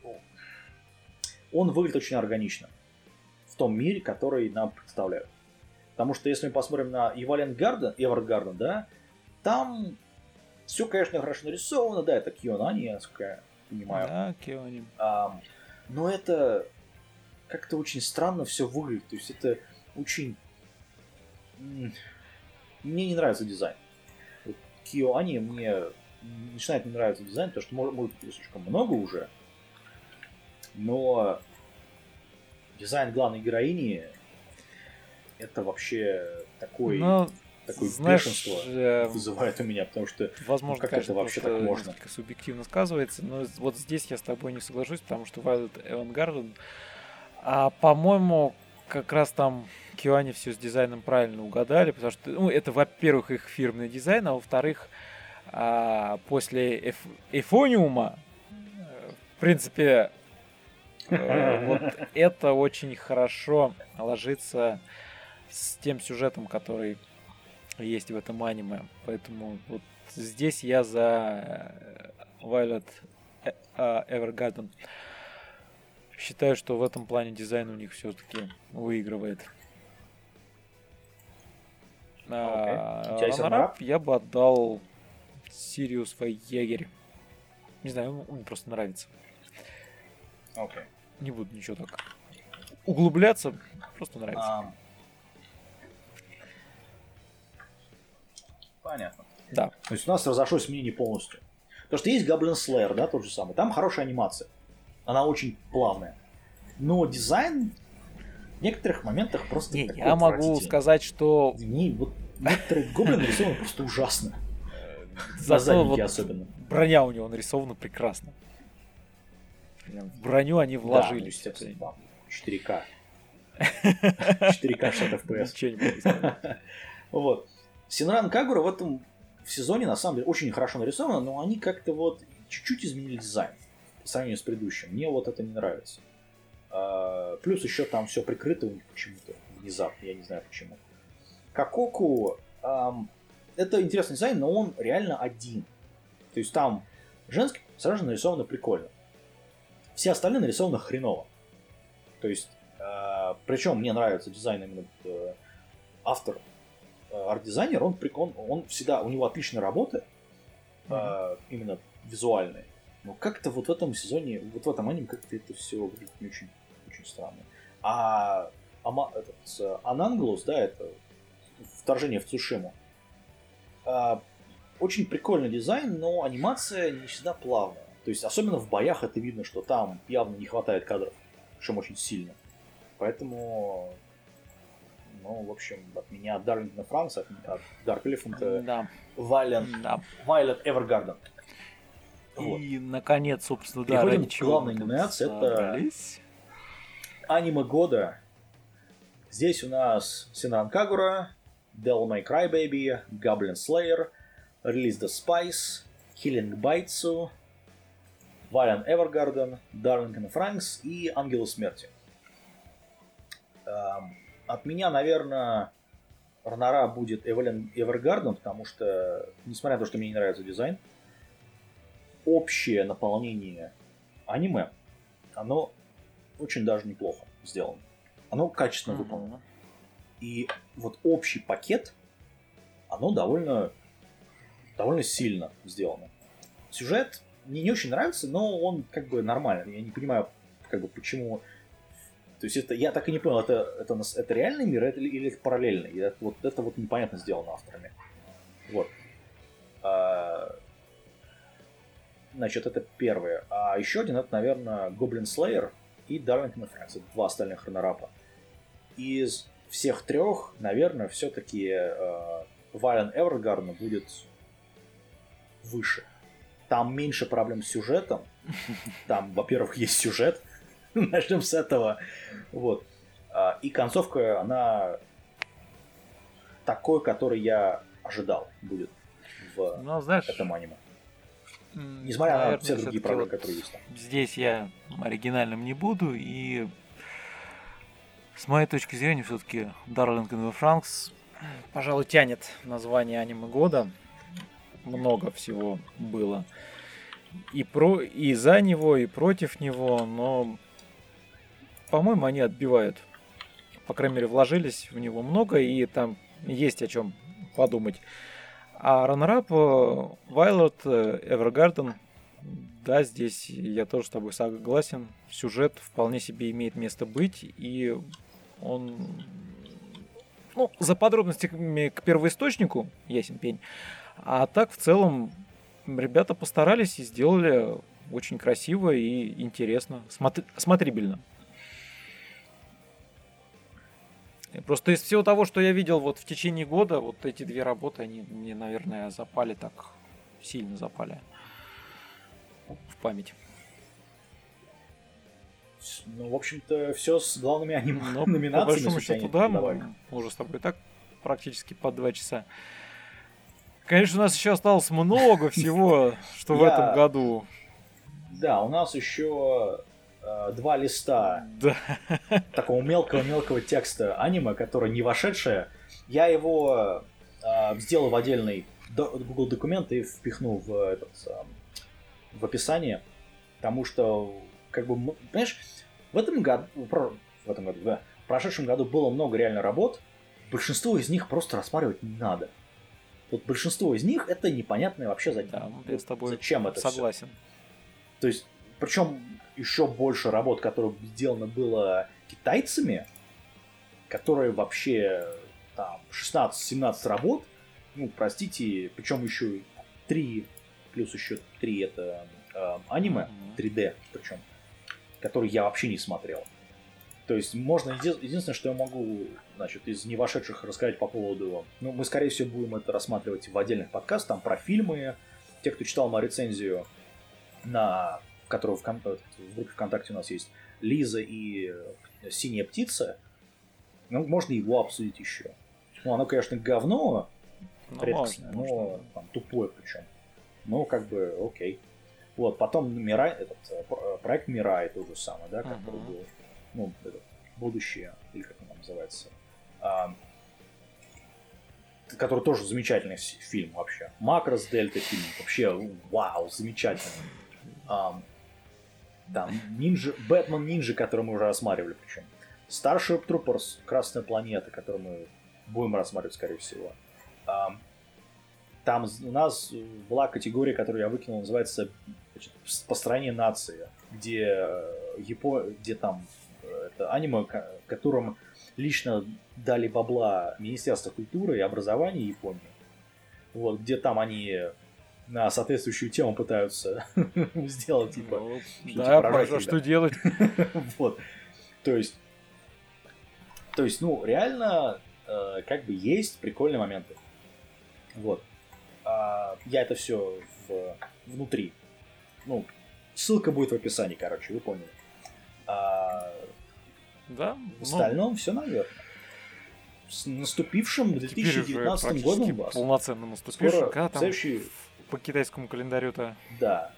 [SPEAKER 1] он выглядит очень органично в том мире, который нам представляют. Потому что если мы посмотрим на Evalent Garden, Everett Garden, да, там все, конечно, хорошо нарисовано, да, это Кионани, я насколько понимаю.
[SPEAKER 2] Да, Кионани.
[SPEAKER 1] А, но это как-то очень странно все выглядит. То есть это очень... Мне не нравится дизайн. Кионани мне начинает не нравиться дизайн, потому что может быть слишком много уже. Но дизайн главной героини это вообще такой,
[SPEAKER 2] Но,
[SPEAKER 1] такое
[SPEAKER 2] знаешь,
[SPEAKER 1] бешенство
[SPEAKER 2] э,
[SPEAKER 1] вызывает у меня, потому что
[SPEAKER 2] возможно,
[SPEAKER 1] ну, как
[SPEAKER 2] конечно,
[SPEAKER 1] это вообще
[SPEAKER 2] просто
[SPEAKER 1] так можно?
[SPEAKER 2] несколько субъективно сказывается, но вот здесь я с тобой не соглашусь, потому что Violet Evergarden, а, по-моему, как раз там Киоани все с дизайном правильно угадали, потому что, ну, это, во-первых, их фирменный дизайн, а во-вторых, а, после эф- Эйфониума, э, в принципе, э, вот это очень хорошо ложится с тем сюжетом, который есть в этом аниме. Поэтому вот здесь я за Violet Evergarden. Считаю, что в этом плане дизайн у них все-таки выигрывает. А Раннерап я бы отдал Сириус Егерь. Не знаю, он мне просто нравится.
[SPEAKER 1] Okay.
[SPEAKER 2] Не буду ничего так углубляться, просто нравится.
[SPEAKER 1] Um, понятно.
[SPEAKER 2] Да.
[SPEAKER 1] То есть у нас разошлось мнение полностью. Потому что есть Goblin Slayer, да, тот же самый. Там хорошая анимация. Она очень плавная. Но дизайн в некоторых моментах просто
[SPEAKER 2] Не,
[SPEAKER 1] такой
[SPEAKER 2] я могу сказать, что...
[SPEAKER 1] Не, вот некоторые гоблины нарисованы просто ужасно.
[SPEAKER 2] Зато вот особенно. Броня у него нарисована прекрасно. В броню они вложились.
[SPEAKER 1] Да, ну, четыре ка. четыре ка шестьдесят эф пи эс.
[SPEAKER 2] Ничего не могу сказать.
[SPEAKER 1] Вот. Синран Кагура в этом в сезоне на самом деле очень хорошо нарисовано, но они как-то вот чуть-чуть изменили дизайн по сравнению с предыдущим. Мне вот это не нравится. А, плюс еще там все прикрыто у них почему-то внезапно, я не знаю почему. Какоку эм, это интересный дизайн, но он реально один. То есть там женский сразу же нарисовано прикольно. Все остальные нарисованы хреново. То есть, э, причем мне нравится дизайн именно э, автор, э, арт-дизайнер, он, он, он всегда, у него отличная работа, э, mm-hmm. именно визуальная. Но как-то вот в этом сезоне, вот в этом аниме как-то это все выглядит не очень, очень странно. А Ама, этот, Ананглус, да, это вторжение в Цушиму. Э, очень прикольный дизайн, но анимация не всегда плавная. То есть, особенно в боях это видно, что там явно не хватает кадров, причем очень сильно. Поэтому, ну, в общем, от меня от Дарлингтона Франкса, от Dark Elephant,
[SPEAKER 2] да.
[SPEAKER 1] Violet,
[SPEAKER 2] да.
[SPEAKER 1] Violet Evergarden.
[SPEAKER 2] Вот. И, наконец, собственно, да,
[SPEAKER 1] переходим к главной номинации. Это аниме года. Здесь у нас Синран Кагура, Devil May Cry Baby, Goblin Slayer, Release the Spice, Killing Baitsu, Valiant Evergarden, Darlington Franks и Ангелы Смерти. Эм, от меня, наверное, раннера будет Evelyn Evergarden, потому что, несмотря на то, что мне не нравится дизайн, общее наполнение аниме, оно очень даже неплохо сделано. Оно качественно mm-hmm. выполнено. И вот общий пакет, оно довольно, довольно сильно сделано. Сюжет мне не очень нравится, но он как бы нормальный. Я не понимаю, как бы почему. То есть это я так и не понял, это, это, это реальный мир это, или это параллельный. И это, вот, это вот непонятно сделано авторами. Вот. А, значит, это первое. А еще один, это, наверное, Goblin Slayer и Darlington Franks. Это два остальных раннерапа. Из всех трех, наверное, все-таки uh, Valiant Evergarden будет выше. Там меньше проблем с сюжетом. Там, во-первых, есть сюжет. Начнем с этого. Вот. И концовка, она такой, который я ожидал будет в
[SPEAKER 2] ну, знаешь,
[SPEAKER 1] этом аниме. Несмотря наверное, на все другие проблемы, вот которые есть там.
[SPEAKER 2] Здесь я оригинальным не буду. И с моей точки зрения, все-таки Darlington Franks, пожалуй, тянет название аниме года. Много всего было и про и за него, и против него, но, по-моему, они отбивают. По крайней мере, вложились в него много, и там есть о чем подумать. А раннерап Violet Evergarden, да, здесь я тоже с тобой согласен. Сюжет вполне себе имеет место быть, и он, ну, за подробностями к первоисточнику ясен пень. А так, в целом, ребята постарались и сделали очень красиво и интересно, смотри- смотрибельно. Просто из всего того, что я видел вот в течение года, вот эти две работы, они мне, наверное, запали так, сильно запали в память.
[SPEAKER 1] Ну, в общем-то, все с главными аним...
[SPEAKER 2] Но,
[SPEAKER 1] номинациями.
[SPEAKER 2] По большому счету, да, мы уже с тобой так практически по два часа. Конечно, у нас еще осталось много всего, что в этом году.
[SPEAKER 1] Да, у нас еще э, два листа
[SPEAKER 2] да.
[SPEAKER 1] такого мелкого-мелкого текста аниме, которое не вошедшее. Я его э, сделал в отдельный Google документ и впихнул в, этот, э, в описание, потому что, как бы, понимаешь, в этом году, в этом году, да, в прошедшем году было много реально работ, большинство из них просто рассматривать не надо. Вот большинство из них это непонятное вообще зачем.
[SPEAKER 2] Да, я с тобой
[SPEAKER 1] зачем это
[SPEAKER 2] согласен.
[SPEAKER 1] Всё. То есть, причем еще больше работ, которые сделано было китайцами, которые вообще там шестнадцать-семнадцать работ, ну, простите, причем еще три, плюс еще три это э, аниме, mm-hmm. три дэ причем, которые я вообще не смотрел. То есть можно, единственное, что я могу, значит, из не вошедших рассказать по поводу, ну, мы, скорее всего, будем это рассматривать в отдельных подкастах, там, про фильмы. Те, кто читал мою рецензию, на, которую в, в группе ВКонтакте у нас есть Лиза и Синяя птица, ну, можно его обсудить еще. Ну, оно, конечно, говно, ну, редкостное, можно, но можно. Там, тупое причем. Ну, как бы, окей. Вот, потом Мирай, этот, проект Мирай тот же самый, да, который uh-huh. был. Ну, это, будущее, или как он называется, а, который тоже замечательный фильм вообще. Макрос Дельта фильм, вообще, вау, замечательный. А, там, Нинджа, Бэтмен Нинджа, который мы уже рассматривали, причем. Starship Troopers, Красная планета, которую мы будем рассматривать, скорее всего. А, там у нас была категория, которую я выкинул, называется, значит, «По стране нации», где, Япо... где там это аниме, которым лично дали бабла Министерство культуры и образования Японии. Вот, где там они на соответствующую тему пытаются сделать, типа...
[SPEAKER 2] Ну, что, да, типа, что делать?
[SPEAKER 1] Вот. То есть, то есть, ну, реально, э, как бы есть прикольные моменты. Вот. А, я это все в, внутри. Ну, ссылка будет в описании, короче, вы поняли. А,
[SPEAKER 2] да,
[SPEAKER 1] в остальном ну, все, наверное. С наступившим две тысячи девятнадцатым годом вас.
[SPEAKER 2] Полноценно наступившим.
[SPEAKER 1] Скоро,
[SPEAKER 2] когда там
[SPEAKER 1] следующий...
[SPEAKER 2] по китайскому календарю-то.
[SPEAKER 1] Да.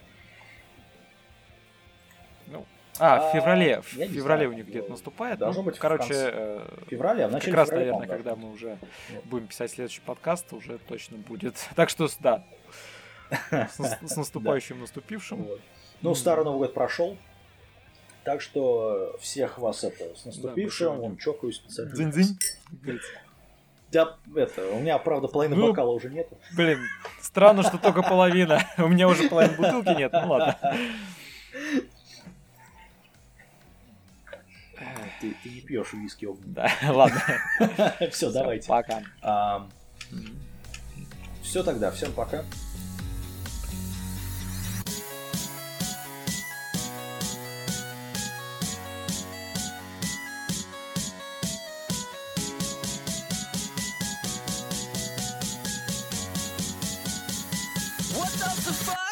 [SPEAKER 2] Ну, а, в феврале.
[SPEAKER 1] А,
[SPEAKER 2] в феврале у них где-то наступает.
[SPEAKER 1] Должно
[SPEAKER 2] ну,
[SPEAKER 1] быть
[SPEAKER 2] короче,
[SPEAKER 1] в конце февраля, а в начале
[SPEAKER 2] как раз,
[SPEAKER 1] февраля,
[SPEAKER 2] наверное, когда мы уже вот. будем писать следующий подкаст, уже точно будет. Так что, да. С, с наступающим, наступившим.
[SPEAKER 1] Вот. Ну, Старый Новый год прошел. Так что всех вас это с наступившим, да, вон чокаюсь специально.
[SPEAKER 2] Дзынь-дзынь.
[SPEAKER 1] Да, это, у меня, правда, половины ну, бокала уже нету.
[SPEAKER 2] Блин, странно, что только половина. У меня уже половины бутылки нет, ну ладно.
[SPEAKER 1] Ты, ты не пьешь виски огненный.
[SPEAKER 2] Да, ладно.
[SPEAKER 1] Все, давайте.
[SPEAKER 2] Пока.
[SPEAKER 1] А, все тогда, всем пока. What the fuck?